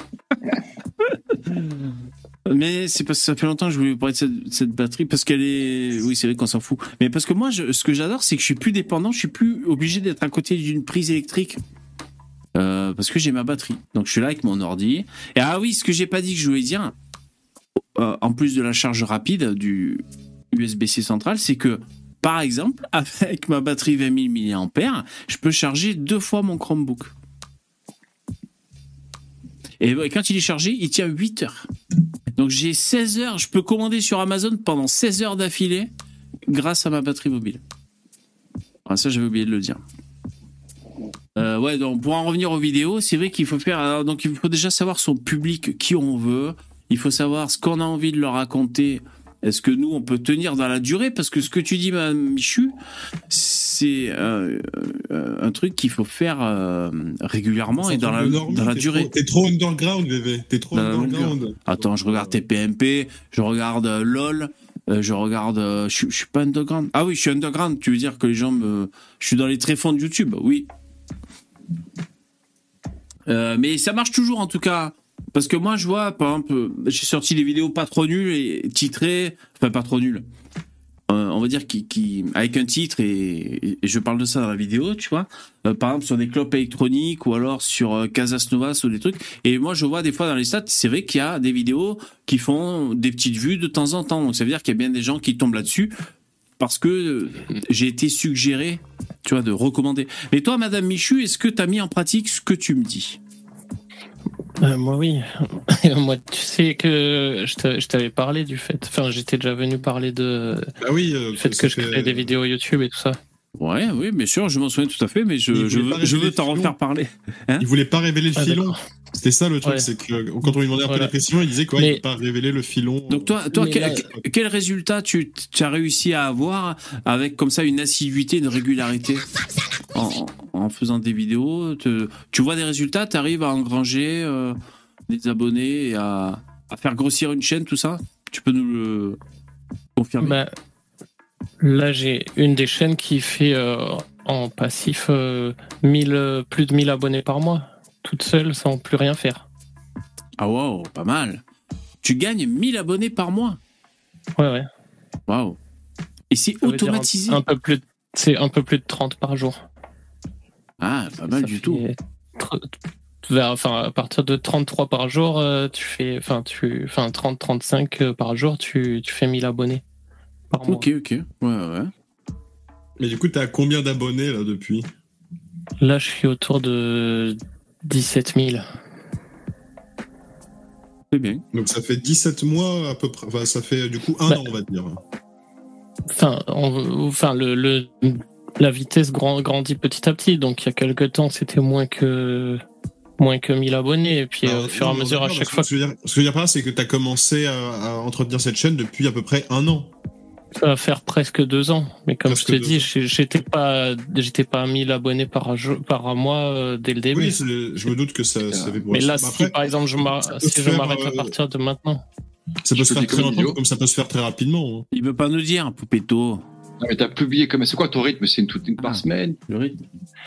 Mais c'est parce que ça fait longtemps que je voulais vous parler de cette batterie, parce qu'elle est... Oui, c'est vrai qu'on s'en fout. Mais parce que moi, ce que j'adore, c'est que je suis plus dépendant, je suis plus obligé d'être à côté d'une prise électrique. Parce que j'ai ma batterie. Donc je suis là avec mon ordi. Et ah oui, ce que j'ai pas dit que je voulais dire, en plus de la charge rapide du USB-C central, c'est que, par exemple, avec ma batterie 20 000 mAh, je peux charger 2 fois mon Chromebook. Et quand il est chargé, il tient 8 heures. Donc j'ai 16 heures, je peux commander sur Amazon pendant 16 heures d'affilée grâce à ma batterie mobile. Ah, ça, j'avais oublié de le dire. Ouais, donc pour en revenir aux vidéos, c'est vrai qu'il faut faire. Alors, donc il faut déjà savoir son public, qui on veut. Il faut savoir ce qu'on a envie de leur raconter. Est-ce que nous on peut tenir dans la durée? Parce que ce que tu dis, Mme Michu, c'est un truc qu'il faut faire régulièrement et dans la durée. T'es trop underground, bébé. T'es trop underground. Attends, je regarde TPMP, je regarde LOL. Je regarde, je suis pas underground. Ah oui, je suis underground. Tu veux dire que les gens je suis dans les tréfonds de YouTube, oui. Mais ça marche toujours en tout cas, parce que moi je vois, par exemple, j'ai sorti des vidéos pas trop nulles et titrées, enfin pas trop nulles. On va dire qui avec un titre et je parle de ça dans la vidéo, tu vois. Par exemple sur des clopes électroniques ou alors sur Casas Novas ou des trucs. Et moi je vois des fois dans les stats, c'est vrai qu'il y a des vidéos qui font des petites vues de temps en temps. Donc ça veut dire qu'il y a bien des gens qui tombent là-dessus parce que j'ai été suggéré, tu vois, de recommander. Mais toi, Madame Michu, est-ce que tu as mis en pratique ce que tu me dis ? Moi, oui. Moi, tu sais que je t'avais parlé du fait. Enfin, j'étais déjà venu parler du fait que je crée des vidéos YouTube et tout ça. Ouais, oui, bien sûr, je m'en souviens tout à fait, mais je veux t'en refaire parler. Hein, il voulait pas révéler le filon. C'était ça le truc, c'est que quand on lui demandait un peu la pression, il disait qu'il ne pas révéler le filon. Donc toi quel résultat tu as réussi à avoir avec comme ça une assiduité, une régularité en faisant des vidéos tu vois des résultats, tu arrives à engranger des abonnés et à faire grossir une chaîne, tout ça ? Tu peux nous le confirmer ? Là, j'ai une des chaînes qui fait en passif plus de 1000 abonnés par mois, toute seule, sans plus rien faire. Ah wow, pas mal. Tu gagnes 1000 abonnés par mois ? Ouais. Waouh. Et c'est automatisé ? C'est un peu plus de 30 par jour. Ah, pas mal du tout. À partir de 33 par jour, 30-35 par jour, tu fais 1000 abonnés. Ok. Ouais. Mais du coup, t'as combien d'abonnés là depuis ? Là, je suis autour de 17 000. C'est bien. Donc ça fait 17 mois à peu près. Enfin, ça fait du coup un an, on va dire. La vitesse grandit petit à petit. Donc il y a quelques temps, c'était moins que 1000 abonnés. Et puis au fur et à mesure, à chaque fois. Ce que je veux dire par là, c'est que t'as commencé à entretenir cette chaîne depuis à peu près un an. Ça va faire presque 2 ans, mais comme je te dis, j'étais pas à 1000 abonnés par mois dès le début. Oui, je me doute que ça fait pour. Mais là, si par exemple je m'arrête à partir de maintenant, ça peut se faire très longtemps, comme ça peut se faire très rapidement. Hein. Il veut pas nous dire, Poupetto. Non, mais t'as publié comme c'est quoi ton rythme ? C'est une par semaine ? Le rythme.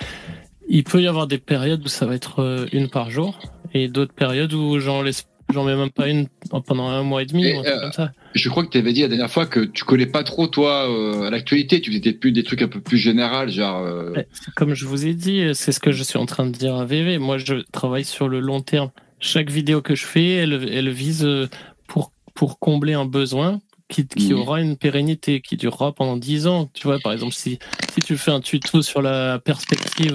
Il peut y avoir des périodes où ça va être une par jour, et d'autres périodes où j'en mets même pas une pendant 1 mois et demi, ou un truc comme ça. Je crois que tu avais dit la dernière fois que tu collais pas trop, toi, à l'actualité. Tu faisais plus des trucs un peu plus généraux, genre... Comme je vous ai dit, c'est ce que je suis en train de dire à VV. Moi, je travaille sur le long terme. Chaque vidéo que je fais, elle vise pour combler un besoin qui aura une pérennité, qui durera pendant 10 ans. Tu vois, par exemple, si tu fais un tuto sur la perspective,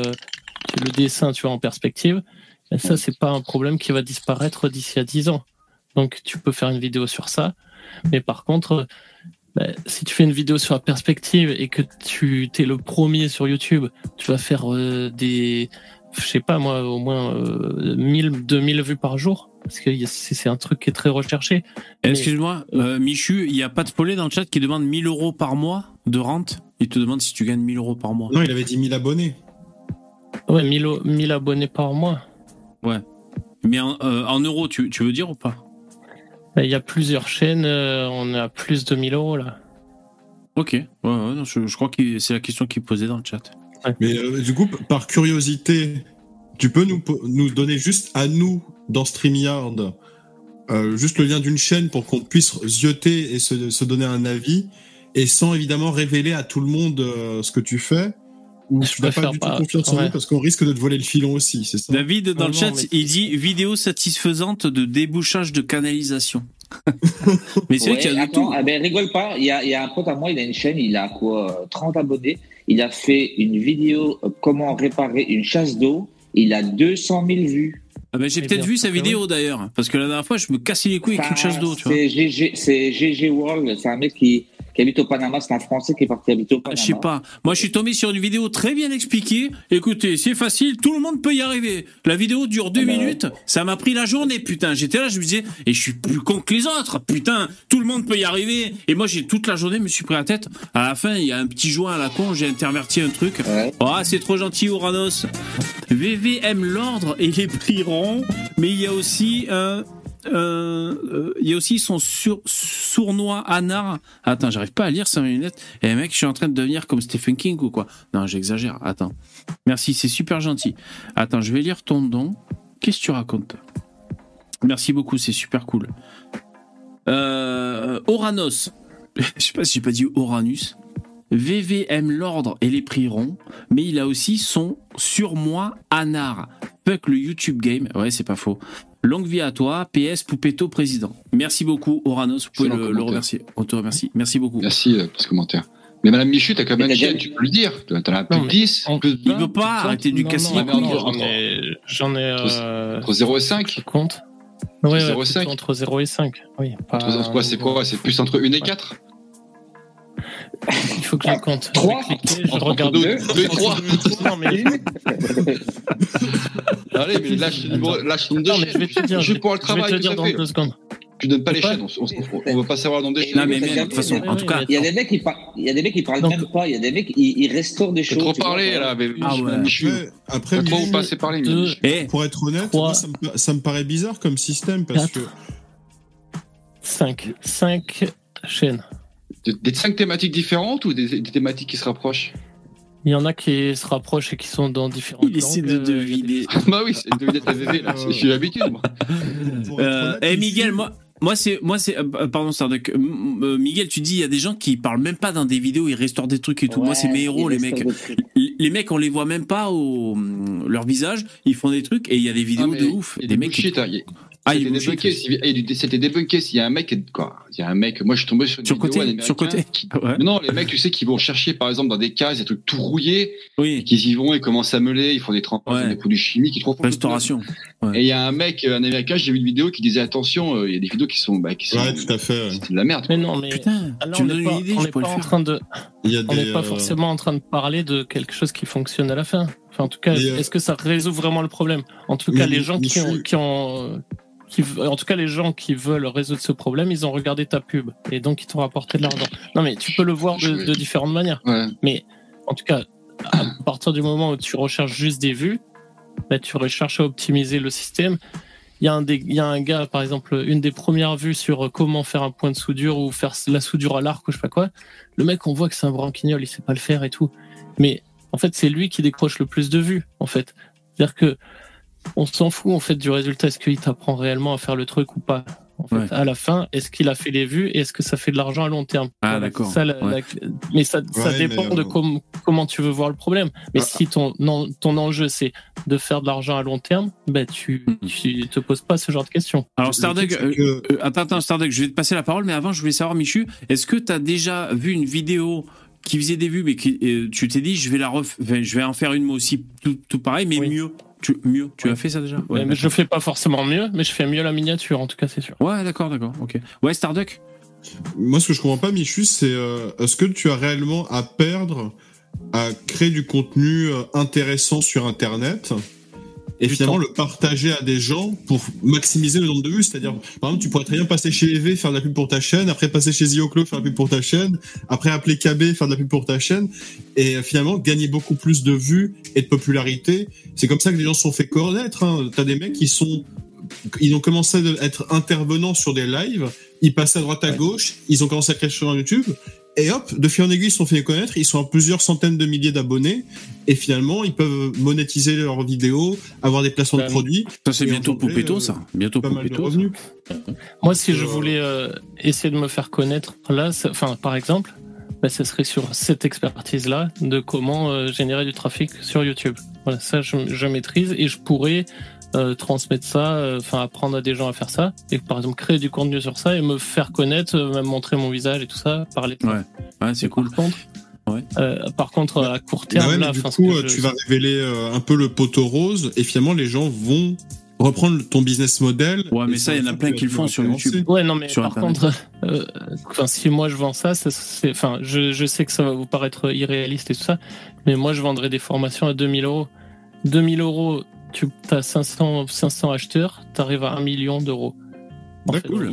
le dessin, tu vois, en perspective, ça, c'est pas un problème qui va disparaître d'ici à 10 ans. Donc, tu peux faire une vidéo sur ça. Mais par contre, si tu fais une vidéo sur la perspective et que tu es le premier sur YouTube, tu vas faire je sais pas moi, au moins 1000-2000 vues par jour. Parce que c'est un truc qui est très recherché. Excuse-moi, Michu, il n'y a pas de Paulet dans le chat qui demande 1000 € par mois de rente ? Il te demande si tu gagnes 1000 € par mois. Non, il avait dit 1000 abonnés. Ouais, 1000 abonnés par mois. Ouais. Mais en euros, tu veux dire ou pas ? Il y a plusieurs chaînes, on a plus de 1000 € là. Ok, non, je crois que c'est la question qu'il posait dans le chat. Ouais. Mais du coup, par curiosité, tu peux nous donner juste à nous, dans StreamYard, juste le lien d'une chaîne pour qu'on puisse zioter et se donner un avis, et sans évidemment révéler à tout le monde ce que tu fais ? Ou tu n'as pas du tout confiance en nous parce qu'on risque de te voler le filon aussi, c'est ça ? David, dans le chat, il dit vidéo satisfaisante de débouchage de canalisation. Mais c'est vrai qu'il y a de tout. Rigole pas, il y a un pote à moi, il a une chaîne, il a 30 abonnés. Il a fait une vidéo comment réparer une chasse d'eau. Il a 200 000 vues. J'ai peut-être vu sa vidéo d'ailleurs, parce que la dernière fois, je me cassais les couilles avec une chasse d'eau. C'est GG World, c'est un mec qui habite au Panama, c'est un Français qui est parti habiter au Panama. Je sais pas. Moi, je suis tombé sur une vidéo très bien expliquée. Écoutez, c'est facile, tout le monde peut y arriver. La vidéo dure 2 minutes. Ça m'a pris la journée, putain. J'étais là, je me disais, et je suis plus con que les autres. Putain, tout le monde peut y arriver. Et moi, j'ai toute la journée, me suis pris la tête. À la fin, il y a un petit joint à la con, j'ai interverti un truc. Ouais. Oh, c'est trop gentil, Uranus. VV aime l'ordre et les prix ronds, mais il y a aussi son sournois anard. Attends, j'arrive pas à lire ça, mes lunettes. Et mec, je suis en train de devenir comme Stephen King ou quoi ? Non, j'exagère. Attends. Merci, c'est super gentil. Attends, je vais lire ton don. Qu'est-ce que tu racontes ? Merci beaucoup, c'est super cool. Oranos. Je sais pas si j'ai pas dit Uranus. VV aime l'ordre et les prix ronds, mais il a aussi son surmoi anard. Fuck le YouTube game. Ouais, c'est pas faux. Longue vie à toi, PS Poupetto président. Merci beaucoup, Oranos. Vous pouvez le remercier. On te remercie. Merci beaucoup. Merci pour ce commentaire. Mais Madame Michu, t'as quand même une chaîne, tu peux le dire. T'en as plus de 10, plus de 20. Il veut pas arrêter du casting. J'en ai entre 0 et 5. Compte. Ouais, 0 et 5. Entre 0 et 5. Oui. C'est quoi? C'est plus entre 1 et 4? Il faut que je compte. 3. Je regarde 2 et 3. Non, mais... Allez, mais lâche le nom de chaîne. Je vais te dire. Je vais pour le travail. Je vais te dire dans 2 secondes. Tu donnes pas les chaînes, on veut pas savoir le nom des chaînes. Non, mais de toute façon, en tout cas. Il y a des mecs qui parlent même pas. Il y a des mecs ils restaurent des choses. Trop parler, là. Après, trop passer parler. Pour être honnête, moi, ça me paraît bizarre comme système parce que. 5 chaînes. Des 5 thématiques différentes ou des thématiques qui se rapprochent? Il y en a qui se rapprochent et qui sont dans différentes langues. Il essaie de deviner. Bah oui, c'est de deviner ta VV, là. Je suis l'habitude, moi. Miguel, moi c'est pardon Starduck. Miguel, tu dis il y a des gens qui parlent même pas dans des vidéos, ils restaurent des trucs et tout. Moi c'est mes héros, les mecs. Les mecs on les voit même pas leur visage, ils font des trucs et il y a des vidéos de ouf. Des mecs c'était débunké. Il y a un mec, moi je suis tombé sur une vidéo américaine. Non, les mecs, tu sais, qui vont chercher par exemple dans des cases, des trucs tout rouillés, qu'ils y vont, ils commencent à meuler, ils font des tremplins, des produits chimiques, ils trouvent restauration. Et il y a un mec, un américain, j'ai vu une vidéo qui disait attention, il y a des vidéos qui sont tout à fait. C'est de la merde. Mais non, mais putain, tu me donnes une idée, on n'est pas en train de, on n'est pas forcément en train de parler de quelque chose qui fonctionne à la fin. Enfin, en tout cas, est-ce que ça résout vraiment le problème? En tout cas, les gens en tout cas, les gens qui veulent résoudre ce problème, ils ont regardé ta pub et donc ils t'ont rapporté de l'argent. Non, mais tu peux le voir de différentes manières. Ouais. Mais en tout cas, à partir du moment où tu recherches juste des vues, tu recherches à optimiser le système. Il y a un gars, par exemple, une des premières vues sur comment faire un point de soudure ou faire la soudure à l'arc ou je sais pas quoi. Le mec, on voit que c'est un branquignol, il sait pas le faire et tout. Mais en fait, c'est lui qui décroche le plus de vues, en fait. C'est-à-dire que on s'en fout en fait du résultat. Est-ce qu'il t'apprend réellement à faire le truc ou pas? En fait, à la fin, est-ce qu'il a fait les vues et est-ce que ça fait de l'argent à long terme? D'accord. Mais ça dépend de comment tu veux voir le problème. Mais si ton enjeu c'est de faire de l'argent à long terme, tu te poses pas ce genre de questions. Alors Starduck, attends Starduck, je vais te passer la parole, mais avant je voulais savoir, Michu, est-ce que tu as déjà vu une vidéo qui faisait des vues, mais tu t'es dit je vais en faire une moi aussi tout pareil, mais mieux? Tu as fait ça déjà? Mais je fais pas forcément mieux, mais je fais mieux la miniature, en tout cas, c'est sûr. Ouais, d'accord, ok. Ouais, Starduck? Moi, ce que je comprends pas, Michu, c'est est-ce que tu as réellement à perdre à créer du contenu intéressant sur Internet et finalement le partager à des gens pour maximiser le nombre de vues? C'est-à-dire, par exemple, tu pourrais très bien passer chez EV, faire de la pub pour ta chaîne, après passer chez Zioclo, faire de la pub pour ta chaîne, après appeler KB, faire de la pub pour ta chaîne, et finalement gagner beaucoup plus de vues et de popularité. C'est comme ça que les gens se sont fait connaître. T'as des mecs ils ont commencé à être intervenants sur des lives, ils passaient à droite à gauche, ils ont commencé à créer sur YouTube, et hop, de fil en aiguille, ils se sont fait connaître, ils sont à plusieurs centaines de milliers d'abonnés, et finalement, ils peuvent monétiser leurs vidéos, avoir des placements de produits. Ça, c'est bientôt Poupetto, ça. Bientôt Poupetto. Moi, si je voulais essayer de me faire connaître, là, par exemple, ce serait sur cette expertise-là de comment générer du trafic sur YouTube. Voilà, ça, je maîtrise et je pourrais transmettre ça, apprendre à des gens à faire ça, et par exemple créer du contenu sur ça et me faire connaître, même montrer mon visage et tout ça, parler de ça. Ouais, c'est cool. Par contre, à court terme, là, du coup, tu vas révéler un peu le poteau rose et finalement les gens vont reprendre ton business model. Ouais, mais ça, il y en a plein qui le font sur YouTube. Ouais, non, mais par contre, si moi je vends ça, je sais que ça va vous paraître irréaliste et tout ça, mais moi je vendrais des formations à 2000 €. 2000 €, tu as 500 acheteurs, tu arrives à 1 million d'euros. Cool.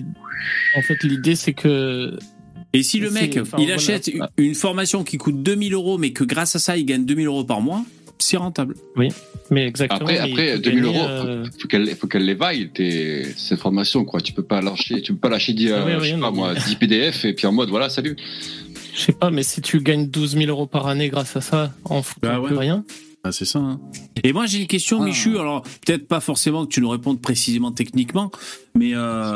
En fait, l'idée, c'est que... Et si le mec, il achète une formation qui coûte 2000 €, mais que grâce à ça, il gagne 2000 € par mois, c'est rentable. Oui, mais exactement. Après 2000 €, faut qu'elle les vaille, cette formation, quoi. Tu peux pas lâcher 10 PDF et puis en mode, voilà, salut. Je sais pas, mais si tu gagnes 12 000 € par année grâce à ça, en foutant rien... Ah, c'est ça. Hein. Et moi, j'ai une question, Michu. Alors, peut-être pas forcément que tu nous répondes précisément techniquement, mais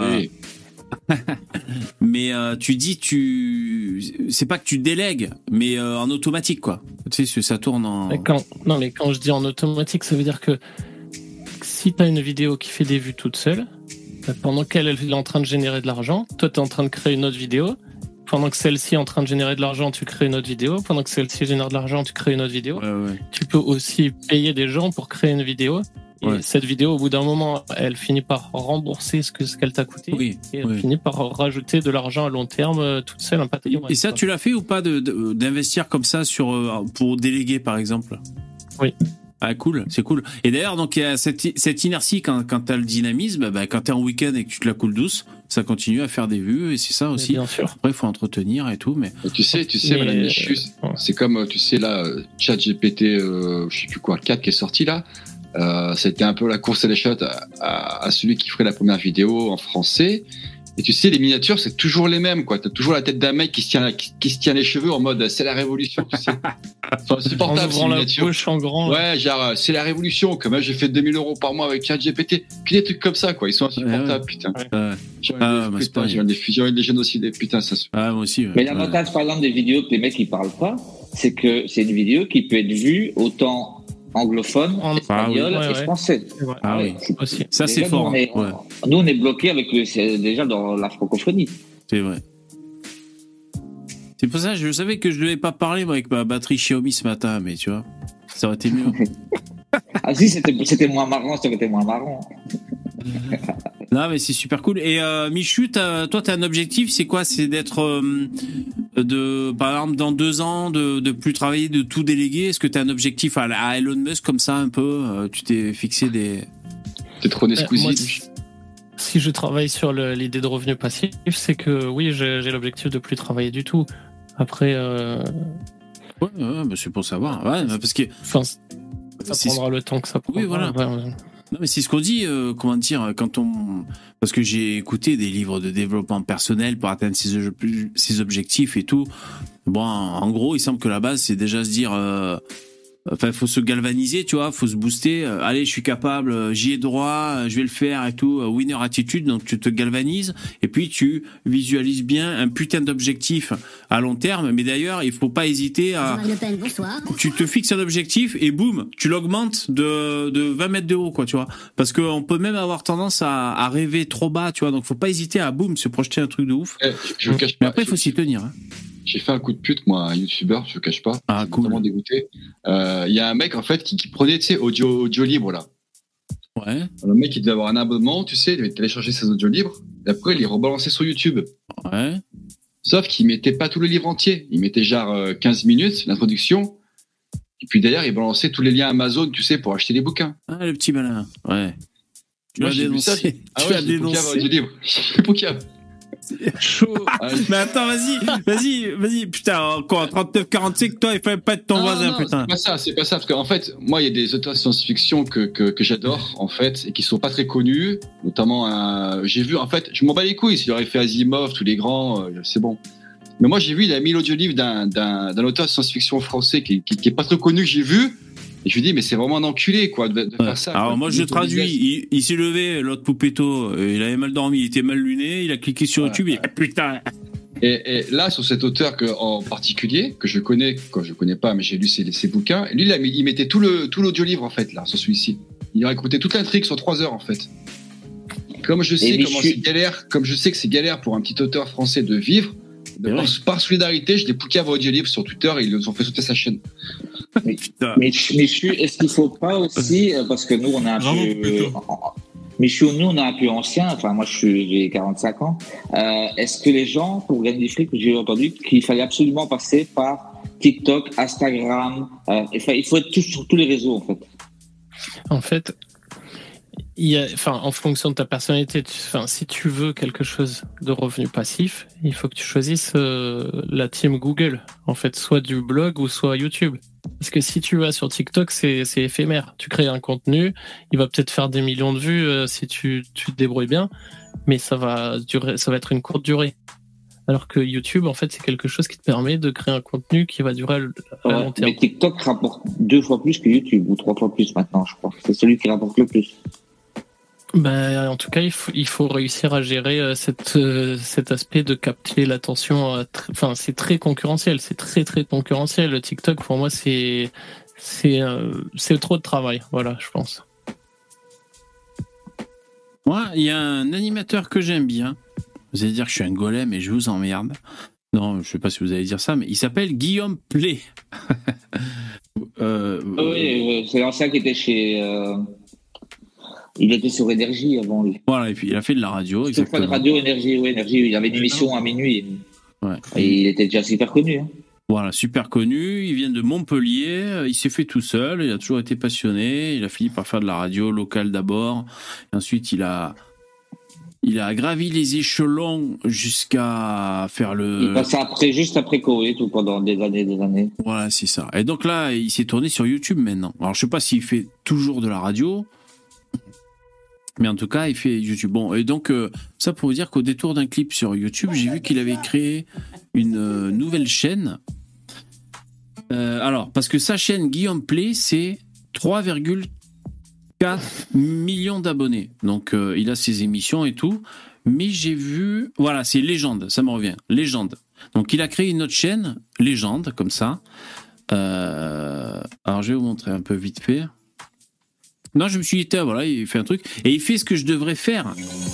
mais tu dis c'est pas que tu délègues, mais en automatique, quoi. Tu sais, ça tourne en. Mais quand je dis en automatique, ça veut dire que si t'as une vidéo qui fait des vues toute seule, pendant qu'elle est en train de générer de l'argent, toi t'es en train de créer une autre vidéo. Pendant que celle-ci est en train de générer de l'argent, tu crées une autre vidéo. Pendant que celle-ci génère de l'argent, tu crées une autre vidéo. Ouais. Tu peux aussi payer des gens pour créer une vidéo. Et cette vidéo, au bout d'un moment, elle finit par rembourser ce qu'elle t'a coûté. Et elle finit par rajouter de l'argent à long terme toute seule, un pâté. Et ça, tu l'as fait ou pas d'investir comme ça pour déléguer, par exemple? Oui. Ah, cool, c'est cool. Et d'ailleurs, donc, il y a cette inertie quand t'as le dynamisme, quand t'es en week-end et que tu te la coules douce, ça continue à faire des vues, et c'est ça aussi. Bien sûr. Après, il faut entretenir et tout, mais. Tu sais, Madame Michu, c'est comme, tu sais, là, ChatGPT, je sais plus quoi, le 4 qui est sorti là. C'était un peu la course à l'échalote à celui qui ferait la première vidéo en français. Et tu sais, les miniatures, c'est toujours les mêmes, quoi. T'as toujours la tête d'un mec qui se tient les cheveux en mode c'est la révolution, tu sais. C'est insupportable, ces miniatures. En grand. Ouais, genre, c'est la révolution. Comme j'ai fait 2000 € par mois avec ChatGPT. Puis des trucs comme ça, quoi. Ils sont insupportables, putain. J'ai envie de les génocider, putain, ça se. Ah, moi aussi. Mais l'avantage, par exemple, des vidéos que les mecs, ils parlent pas, c'est que c'est une vidéo qui peut être vue autant anglophone, espagnol et français. Aussi. Ça, c'est fort. Nous, on est bloqué avec déjà dans la francophonie. C'est vrai. C'est pour ça que je savais que je ne devais pas parler moi, avec ma batterie Xiaomi ce matin, mais tu vois, ça aurait été mieux. Ah si, c'était moins marrant, ça aurait été moins marrant. Non, mais c'est super cool. Et Michu, toi, tu as un objectif, c'est quoi? C'est d'être, par exemple, dans 2 ans, de plus travailler, de tout déléguer. Est-ce que tu as un objectif à Elon Musk comme ça, un peu? Tu t'es fixé des... T'es trop Nesqueezie. Si je travaille sur l'idée de revenu passif, c'est que oui, j'ai l'objectif de plus travailler du tout. Après... c'est pour savoir. Ouais, parce que... Enfin, ça prendra le temps que ça prendra. Oui, voilà. Non, mais c'est ce qu'on dit, comment dire, parce que j'ai écouté des livres de développement personnel pour atteindre ses objectifs et tout. Bon, en gros, il semble que la base, c'est déjà se dire, il faut se galvaniser, tu vois, faut se booster. Allez, je suis capable, j'y ai droit, je vais le faire et tout. Winner attitude, donc tu te galvanises et puis tu visualises bien un putain d'objectif à long terme. Mais d'ailleurs, il faut pas hésiter à. Le Pen, bonsoir. Tu te fixes un objectif et boum, tu l'augmentes de 20 mètres de haut, quoi, tu vois. Parce qu'on peut même avoir tendance à rêver trop bas, tu vois. Donc faut pas hésiter à boum se projeter un truc de ouf. Je le cache pas. Mais après, il faut s'y tenir. Hein. J'ai fait un coup de pute, moi, un youtubeur, je le cache pas. Ah, cool. Vraiment dégoûté. Il y a un mec, en fait, qui prenait, tu sais, audio libre, là. Ouais. Le mec, il devait avoir un abonnement, tu sais, il devait télécharger ses audios libres. Et après, il les rebalançait sur YouTube. Ouais. Sauf qu'il mettait pas tout le livre entier. Il mettait genre 15 minutes, l'introduction. Et puis derrière, il balançait tous les liens Amazon, tu sais, pour acheter les bouquins. Ah, le petit malin. Ouais. Tu l'as dénoncé. Tu l'as dénoncé. Le bouquin. Chaud. Mais attends, vas-y, putain, encore 39-45, toi, il fallait pas être ton voisin, putain. C'est pas ça, parce qu'en fait, moi, il y a des auteurs de science-fiction que j'adore, en fait, et qui sont pas très connus, notamment, j'ai vu, en fait, je m'en bats les couilles, s'il aurait fait Asimov, tous les grands, c'est bon. Mais moi, j'ai vu, il a mis l'audiolivre d'un auteur de science-fiction français qui est pas très connu, que j'ai vu. Et je lui dis, mais c'est vraiment un enculé, quoi, de faire ça. Alors, moi, je traduis. Il s'est levé, l'autre Poupetto, il avait mal dormi, il était mal luné, il a cliqué sur YouTube, et putain. Et là, sur cet auteur en particulier, que je connais pas, mais j'ai lu ses bouquins, lui, il mettait tout l'audio-livre, en fait, là, sur celui-ci. Il racontait toute l'intrigue sur 3 heures, en fait. Comme je sais que c'est galère pour un petit auteur français de vivre, par solidarité, je l'ai poucave audio-livre sur Twitter et ils ont fait sauter sa chaîne. Mais Michu, est-ce qu'il faut pas aussi, parce que nous on est un peu, Michu, nous on est un peu anciens, enfin moi j'ai 45 ans, est-ce que les gens, pour gagner du fric, j'ai entendu qu'il fallait absolument passer par TikTok, Instagram, il faut être sur tous les réseaux en fait. En fonction de ta personnalité, si tu veux quelque chose de revenu passif, il faut que tu choisisses la team Google, en fait, soit du blog ou soit YouTube. Parce que si tu vas sur TikTok, c'est éphémère. Tu crées un contenu, il va peut-être faire des millions de vues si tu te débrouilles bien, mais ça va être une courte durée. Alors que YouTube, en fait, c'est quelque chose qui te permet de créer un contenu qui va durer à long terme. Mais TikTok rapporte 2 fois plus que YouTube, ou 3 fois plus maintenant, je crois. C'est celui qui rapporte le plus. En tout cas, il faut réussir à gérer cet aspect de capter l'attention. C'est très concurrentiel, c'est très très concurrentiel. Le TikTok, pour moi, c'est trop de travail. Voilà, je pense. Moi, il y a un animateur que j'aime bien. Vous allez dire que je suis un golem et je vous emmerde. Non, je sais pas si vous allez dire ça, mais il s'appelle Guillaume Play. Oui, c'est l'ancien qui était chez. Il était sur Énergie avant lui. Voilà, et puis il a fait de la radio. Exactement. De radio, Énergie. Il avait une émission à minuit. Ouais. Et il était déjà super connu. Hein. Voilà, super connu. Il vient de Montpellier. Il s'est fait tout seul. Il a toujours été passionné. Il a fini par faire de la radio locale d'abord. Et ensuite, il a gravi les échelons jusqu'à faire le... Il passait juste après Koé, tout pendant des années. Voilà, c'est ça. Et donc là, il s'est tourné sur YouTube maintenant. Alors, je sais pas s'il fait toujours de la radio, mais en tout cas, il fait YouTube. Bon, et donc, ça pour vous dire qu'au détour d'un clip sur YouTube, j'ai vu qu'il avait créé une nouvelle chaîne. Alors, parce que sa chaîne Guillaume Play, c'est 3,4 millions d'abonnés. Donc, il a ses émissions et tout. Mais j'ai vu... Voilà, c'est Légende, ça me revient. Légende. Donc, il a créé une autre chaîne, Légende, comme ça. Alors, je vais vous montrer un peu vite fait. Non, je me suis dit, voilà, il fait un truc. Et il fait ce que je devrais faire.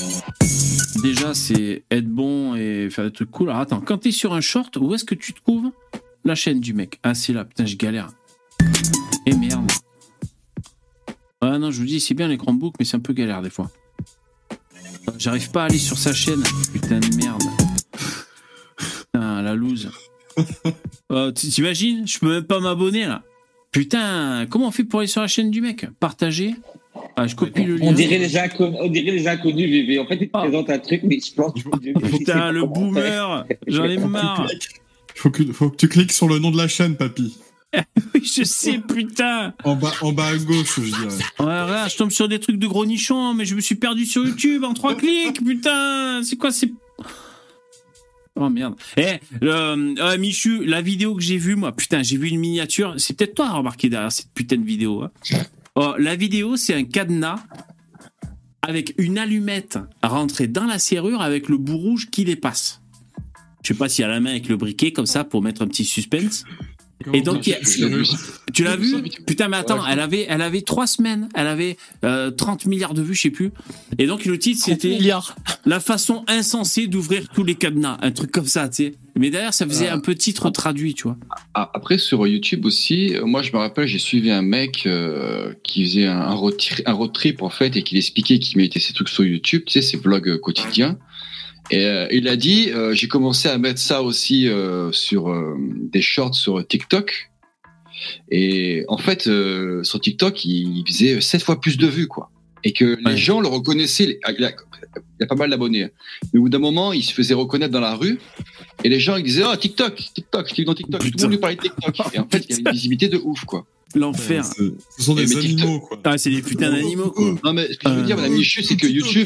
Déjà, c'est être bon et faire des trucs cool. Alors, attends, quand t'es sur un short, où est-ce que tu trouves la chaîne du mec? Ah, c'est là, putain, je galère. Et merde. Ah non, je vous dis, c'est bien les Chromebooks, mais c'est un peu galère des fois. J'arrive pas à aller sur sa chaîne. Putain de merde. Putain, la loose. T'imagines? Je peux même pas m'abonner là. Putain, comment on fait pour aller sur la chaîne du mec? Partager? Ah, je copie le lien. On dirait les inconnus, VV. En fait, il présente un truc, mais je pense... Putain, le boomer. J'en ai marre. Faut que tu cliques sur le nom de la chaîne, papy. Oui, je sais, putain. En bas à gauche, je dirais. Ouais, là, je tombe sur des trucs de gros nichons, mais je me suis perdu sur YouTube en 3 clics, putain. C'est quoi, c'est... Oh merde. Michu, la vidéo que j'ai vue, moi, putain, j'ai vu une miniature. C'est peut-être toi à remarquer derrière cette putain de vidéo. Hein. Oh, la vidéo, c'est un cadenas avec une allumette rentrée dans la serrure avec le bout rouge qui dépasse. Je sais pas s'il y a la main avec le briquet comme ça pour mettre un petit suspense. Et donc, tu l'as vu? Putain, mais attends, elle avait 3 semaines, elle avait 30 milliards de vues, je sais plus. Et donc, le titre, c'était la façon insensée d'ouvrir tous les cadenas, un truc comme ça, tu sais. Mais derrière, ça faisait un peu titre traduit, tu vois. Après, sur YouTube aussi, moi, je me rappelle, j'ai suivi un mec qui faisait un road trip, en fait, et qui expliquait qu'il mettait ses trucs sur YouTube, tu sais, ses vlogs quotidiens. Et il a dit, j'ai commencé à mettre ça aussi sur des shorts sur TikTok. Et en fait, sur TikTok, il faisait 7 fois plus de vues, quoi. Et que les gens le reconnaissaient. Il a pas mal d'abonnés. Mais au bout d'un moment, il se faisait reconnaître dans la rue. Et les gens, ils disaient, oh, TikTok, je suis dans TikTok. Putain. Tout le monde lui parlait de TikTok. Et en fait, il y avait une visibilité de ouf, quoi. L'enfer. Ce sont des animaux, quoi. Ah, c'est des putains d'animaux, quoi. Non, mais ce que je veux dire, madame Michu, c'est que YouTube,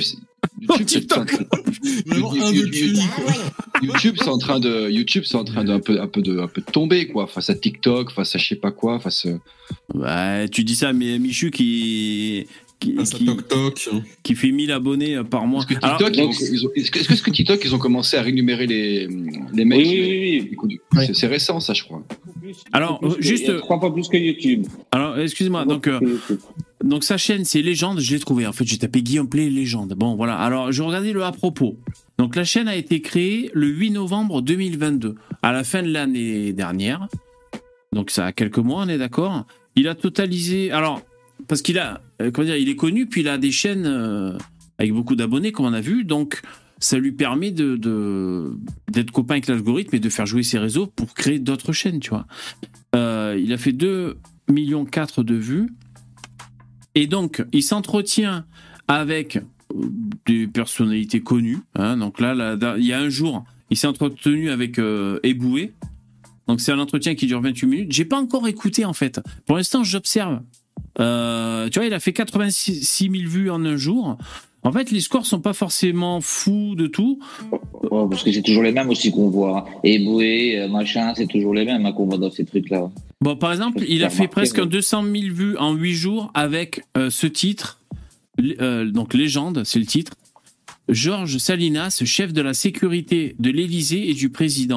YouTube, c'est en train de un peu de tomber, quoi, face à TikTok, face à je sais pas quoi, Ouais, tu dis ça, mais Michu qui fait 1000 abonnés par mois. Est-ce que TikTok, ils ont commencé à rémunérer les mecs? Oui. C'est récent, ça, je crois. Alors, juste 3 fois plus que YouTube. Alors, excuse-moi, donc sa chaîne, c'est Légende, je l'ai trouvé. En fait, j'ai tapé Guillaume Play Légende. Bon, voilà. Alors, je regardais le à propos. Donc, la chaîne a été créée le 8 novembre 2022, à la fin de l'année dernière. Donc, ça a quelques mois, on est d'accord. Il a totalisé... Alors, parce qu'il a... il est connu, puis il a des chaînes avec beaucoup d'abonnés, comme on a vu. Donc, ça lui permet d'être copain avec l'algorithme et de faire jouer ses réseaux pour créer d'autres chaînes, tu vois. Il a fait 2,4 millions de vues. Et donc, il s'entretient avec des personnalités connues. Hein. Donc là, il y a un jour, il s'est entretenu avec Eboué. Donc c'est un entretien qui dure 28 minutes. J'ai pas encore écouté, en fait. Pour l'instant, j'observe. Tu vois, il a fait 86 000 vues en un jour. En fait, les scores sont pas forcément fous de tout. Oh, parce que c'est toujours les mêmes aussi qu'on voit. Eboué, machin, c'est toujours les mêmes qu'on voit dans ces trucs-là. Bon, par exemple, il a fait presque 200 000 vues en 8 jours avec ce titre. Donc, Légende, c'est le titre. Georges Salinas, chef de la sécurité de l'Élysée et du président.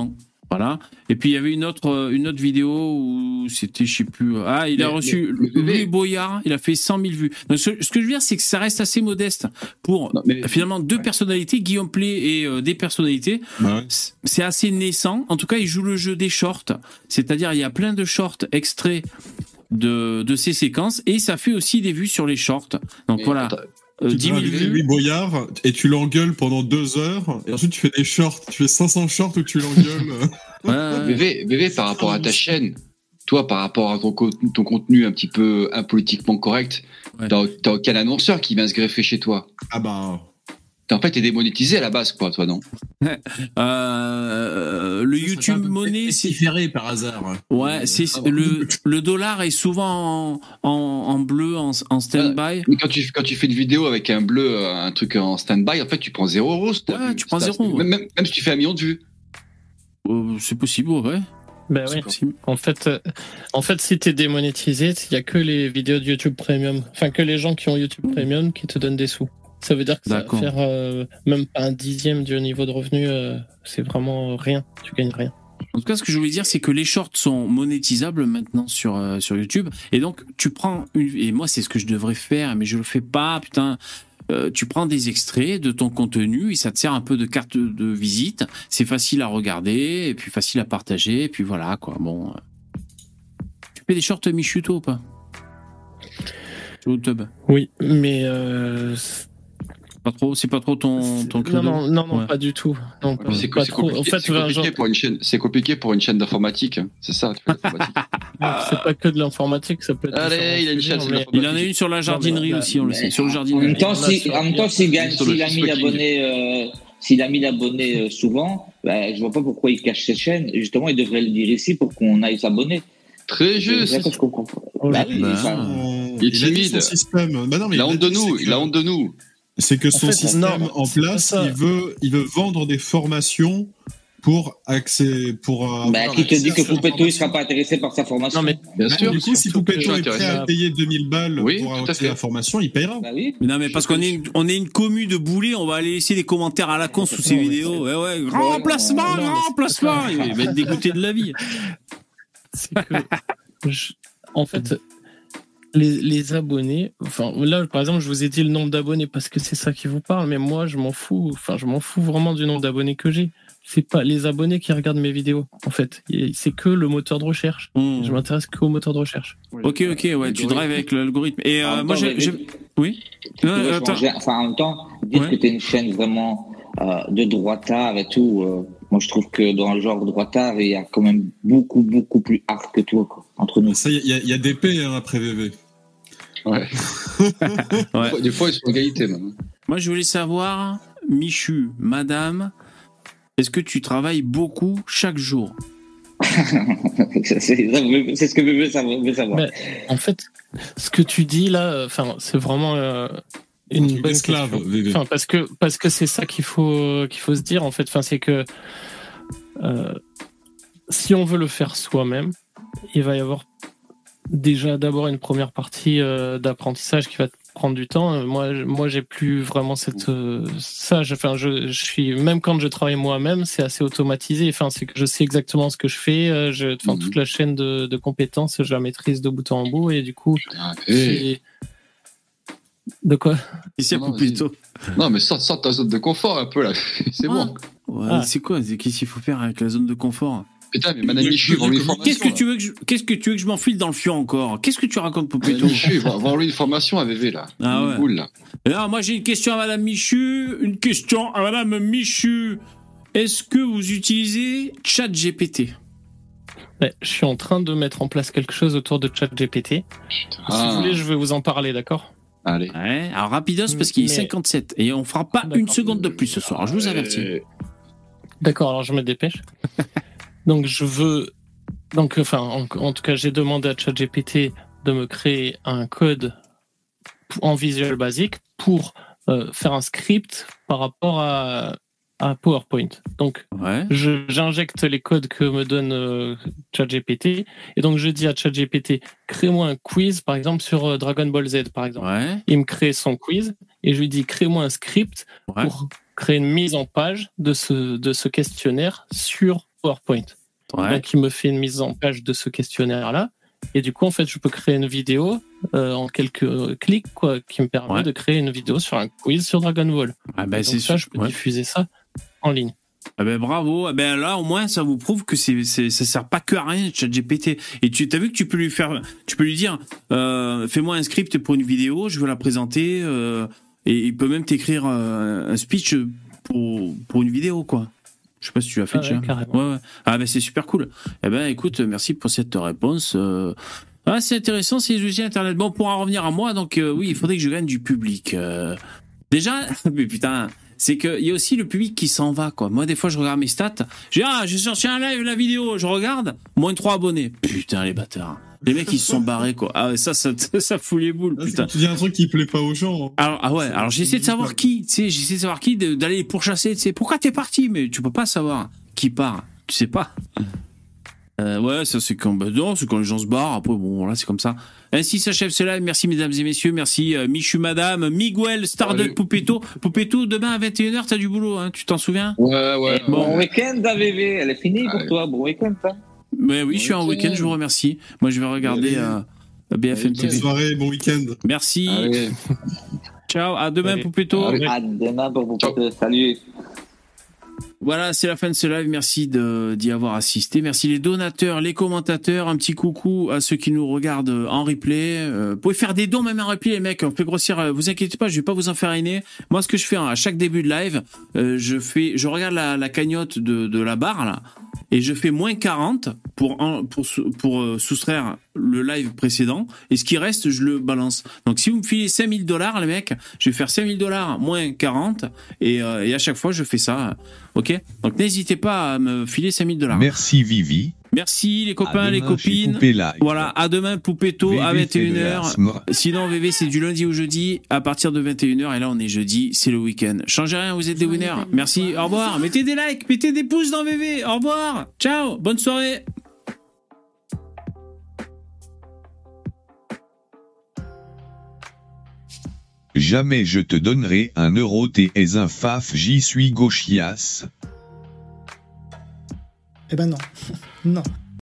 Voilà. Et puis il y avait une autre vidéo où c'était, je sais plus. Ah, il a reçu Louis Boyard. Il a fait 100 000 vues. Donc, ce que je veux dire, c'est que ça reste assez modeste pour finalement deux personnalités, Guillaume Play et des personnalités. Ouais. C'est assez naissant. En tout cas, il joue le jeu des shorts. C'est-à-dire, il y a plein de shorts extraits de ces séquences et ça fait aussi des vues sur les shorts. Donc voilà. 10 000 vues. Louis Boyard et tu l'engueules pendant 2 heures et ensuite tu fais des shorts, tu fais 500 shorts où tu l'engueules. VV, par rapport à ta chaîne, toi par rapport à ton contenu un petit peu impolitiquement correct, t'as aucun annonceur qui vient se greffer chez toi. Ah bah... En fait, t'es démonétisé à la base, quoi, toi, non? Le YouTube Money, c'est différé par hasard. Ouais, le dollar est souvent en bleu, en stand-by. Mais quand tu fais une vidéo avec un bleu, un truc en stand-by, en fait, tu prends 0 €. Ouais, tu prends 0. Même si tu fais 1 million de vues. C'est possible, ouais. Ben oui. En fait, si t'es démonétisé, il y a que les vidéos de YouTube Premium, enfin que les gens qui ont YouTube Premium qui te donnent des sous. Ça veut dire que ça va faire même pas un dixième du niveau de revenu, c'est vraiment rien, tu gagnes rien. En tout cas, ce que je voulais dire, c'est que les shorts sont monétisables maintenant sur YouTube. Et donc, tu prends et moi, c'est ce que je devrais faire, mais je le fais pas, putain. Tu prends des extraits de ton contenu et ça te sert un peu de carte de visite. C'est facile à regarder et puis facile à partager. Et puis voilà, quoi. Bon. Tu fais des shorts Michuto ou pas? Sur YouTube? Oui, mais... C'est pas trop ton credo. Non, pas du tout. Non, c'est compliqué pour une chaîne d'informatique. C'est ça, tu fais l'informatique. C'est pas que de l'informatique, ça peut être. Allez, il a une chaîne. Il en a une sur la jardinerie aussi, on le sait. Sur le jardinerie. En même temps, s'il a 1000 abonnés souvent, je vois pas pourquoi il cache ses chaînes. Justement, il devrait le dire ici pour qu'on aille s'abonner. Très juste. C'est ça que je comprends. Il est timide. Il a honte de nous. C'est que son système en place, il veut vendre des formations pour accès, qui te dit que Poupetto il sera pas intéressé par sa formation? Non mais bien sûr. Du coup, si Poupetto est prêt à payer 2000 balles pour avoir la formation, il paiera. Bah oui. Mais non, mais parce qu'on est une commu de boulets, on va aller laisser des commentaires à la con sous ces vidéos. Ouais, grand remplacement. Il va être dégoûté de la vie. C'est que, en fait. Les abonnés, enfin là par exemple je vous ai dit le nombre d'abonnés parce que c'est ça qui vous parle, mais moi je m'en fous vraiment du nombre d'abonnés que j'ai. C'est pas les abonnés qui regardent mes vidéos en fait, c'est que le moteur de recherche. Je m'intéresse qu'au moteur de recherche. Ok, ouais, tu drives avec l'algorithme. Et moi oui. En même temps, dire que t'es une chaîne vraiment de droitard et tout. Moi, je trouve que dans le genre droitard, il y a quand même beaucoup plus hard que toi, quoi, entre nous. Ça, il y a des P après VV. Ouais. Des fois, ils sont égalité, même. Moi, je voulais savoir, Michu, madame, est-ce que tu travailles beaucoup chaque jour? C'est ce que VV veut savoir. Mais, en fait, ce que tu dis là, c'est vraiment... une bonne esclave, question. Parce que c'est ça qu'il faut se dire en fait. C'est que si on veut le faire soi-même, il va y avoir d'abord une première partie d'apprentissage qui va prendre du temps. Moi, j'ai plus vraiment je suis même quand je travaille moi-même, c'est assez automatisé. C'est que je sais exactement ce que je fais. Toute la chaîne de compétences, je la maîtrise de bout en bout et du coup. De quoi? Ici un peu plus tôt. Non, mais sors ta zone de confort un peu là. C'est bon. Ouais, c'est quoi? Qu'est-ce qu'il faut faire avec la zone de confort? Putain, mais Madame Michu, vends-lui une formation. Qu'est-ce que tu veux que je m'enfile dans le fion encore? Qu'est-ce que tu racontes, Poupetto? Michu, vends-lui une formation à VV là. Ah ouais. Boule, là. Alors, moi j'ai une question à Madame Michu. Est-ce que vous utilisez ChatGPT? Je suis en train de mettre en place quelque chose autour de ChatGPT. Si vous voulez, je vais vous en parler, d'accord? Allez. Ouais, alors rapidos parce qu'il est 57 et on fera pas une seconde de plus ce soir, je vous avertis. D'accord, alors je me dépêche. Donc en tout cas, j'ai demandé à ChatGPT de me créer un code en Visual Basic pour faire un script par rapport à PowerPoint. Donc, j'injecte les codes que me donne ChatGPT et donc je dis à ChatGPT, crée-moi un quiz, par exemple, sur Dragon Ball Z, par exemple. Ouais. Il me crée son quiz et je lui dis, crée-moi un script pour créer une mise en page de ce questionnaire sur PowerPoint. Ouais. Donc, il me fait une mise en page de ce questionnaire-là. Et du coup, en fait, je peux créer une vidéo en quelques clics, quoi, qui me permet de créer une vidéo sur un quiz sur Dragon Ball. Ah ben, c'est ça, je peux diffuser ça en ligne. Ah ben bravo, ah ben là au moins ça vous prouve que ça sert pas que à rien ChatGPT. Et tu as vu que tu peux lui dire fais-moi un script pour une vidéo, je veux la présenter et il peut même t'écrire un speech pour une vidéo quoi. Je sais pas si tu l'as fait déjà. Ouais. Ah ben c'est super cool. Eh ben écoute, merci pour cette réponse. Ah, c'est intéressant ces outils internet. Bon, pour en revenir à moi, donc oui, il faudrait que je gagne du public. Déjà, mais putain. C'est qu'il y a aussi le public qui s'en va, quoi. Moi, des fois, je regarde mes stats. J'ai sorti un live, la vidéo, je regarde, moins de 3 abonnés. Putain, les bâtards. Les mecs, ils se sont barrés, quoi. Ah, ça fout les boules, putain. Tu dis un truc qui plaît pas aux gens. Hein. Alors, j'essaie de savoir qui, d'aller les pourchasser, tu sais. Pourquoi t'es parti? Mais tu peux pas savoir qui part. Tu sais pas. Ouais, ça c'est quand les gens se barrent. Après, bon, là, c'est comme ça. Ainsi s'achève ce live. Merci, mesdames et messieurs. Merci, Michu, madame, Miguel, Starduck, Poupetto. Poupetto, demain à 21h, t'as du boulot, hein. Tu t'en souviens? Ouais. Bon week-end, AVV. Elle est finie pour toi. Bon week-end, ça. Mais oui, je suis en week-end, je vous remercie. Moi, je vais regarder BFM TV. Bonne soirée, bon week-end. Merci. Allez. Ciao, à demain, Poupetto. À demain pour Poupetto. Salut. Voilà, c'est la fin de ce live. Merci d'y avoir assisté. Merci les donateurs, les commentateurs. Un petit coucou à ceux qui nous regardent en replay. Vous pouvez faire des dons même en replay, les mecs. On peut grossir. Vous inquiétez pas, je vais pas vous enferiner. Moi, ce que je fais à chaque début de live, je regarde la cagnotte de la barre là, et je fais moins 40 pour soustraire le live précédent. Et ce qui reste, je le balance. Donc, si vous me filez $5,000, les mecs, je vais faire $5,000 moins 40. Et à chaque fois, je fais ça. Ok? Donc, n'hésitez pas à me filer $5,000. Merci, Vivi. Merci, les copains, les copines. Voilà, à demain, Poupetto, à 21h. Sinon, VV, c'est du lundi au jeudi, à partir de 21h. Et là, on est jeudi, c'est le week-end. Changez rien, vous êtes des winners. Merci, au revoir. Mettez des likes, mettez des pouces dans VV. Au revoir. Ciao, bonne soirée. Jamais je te donnerai €, t'es un faf, j'y suis gauchias. Eh ben non, non.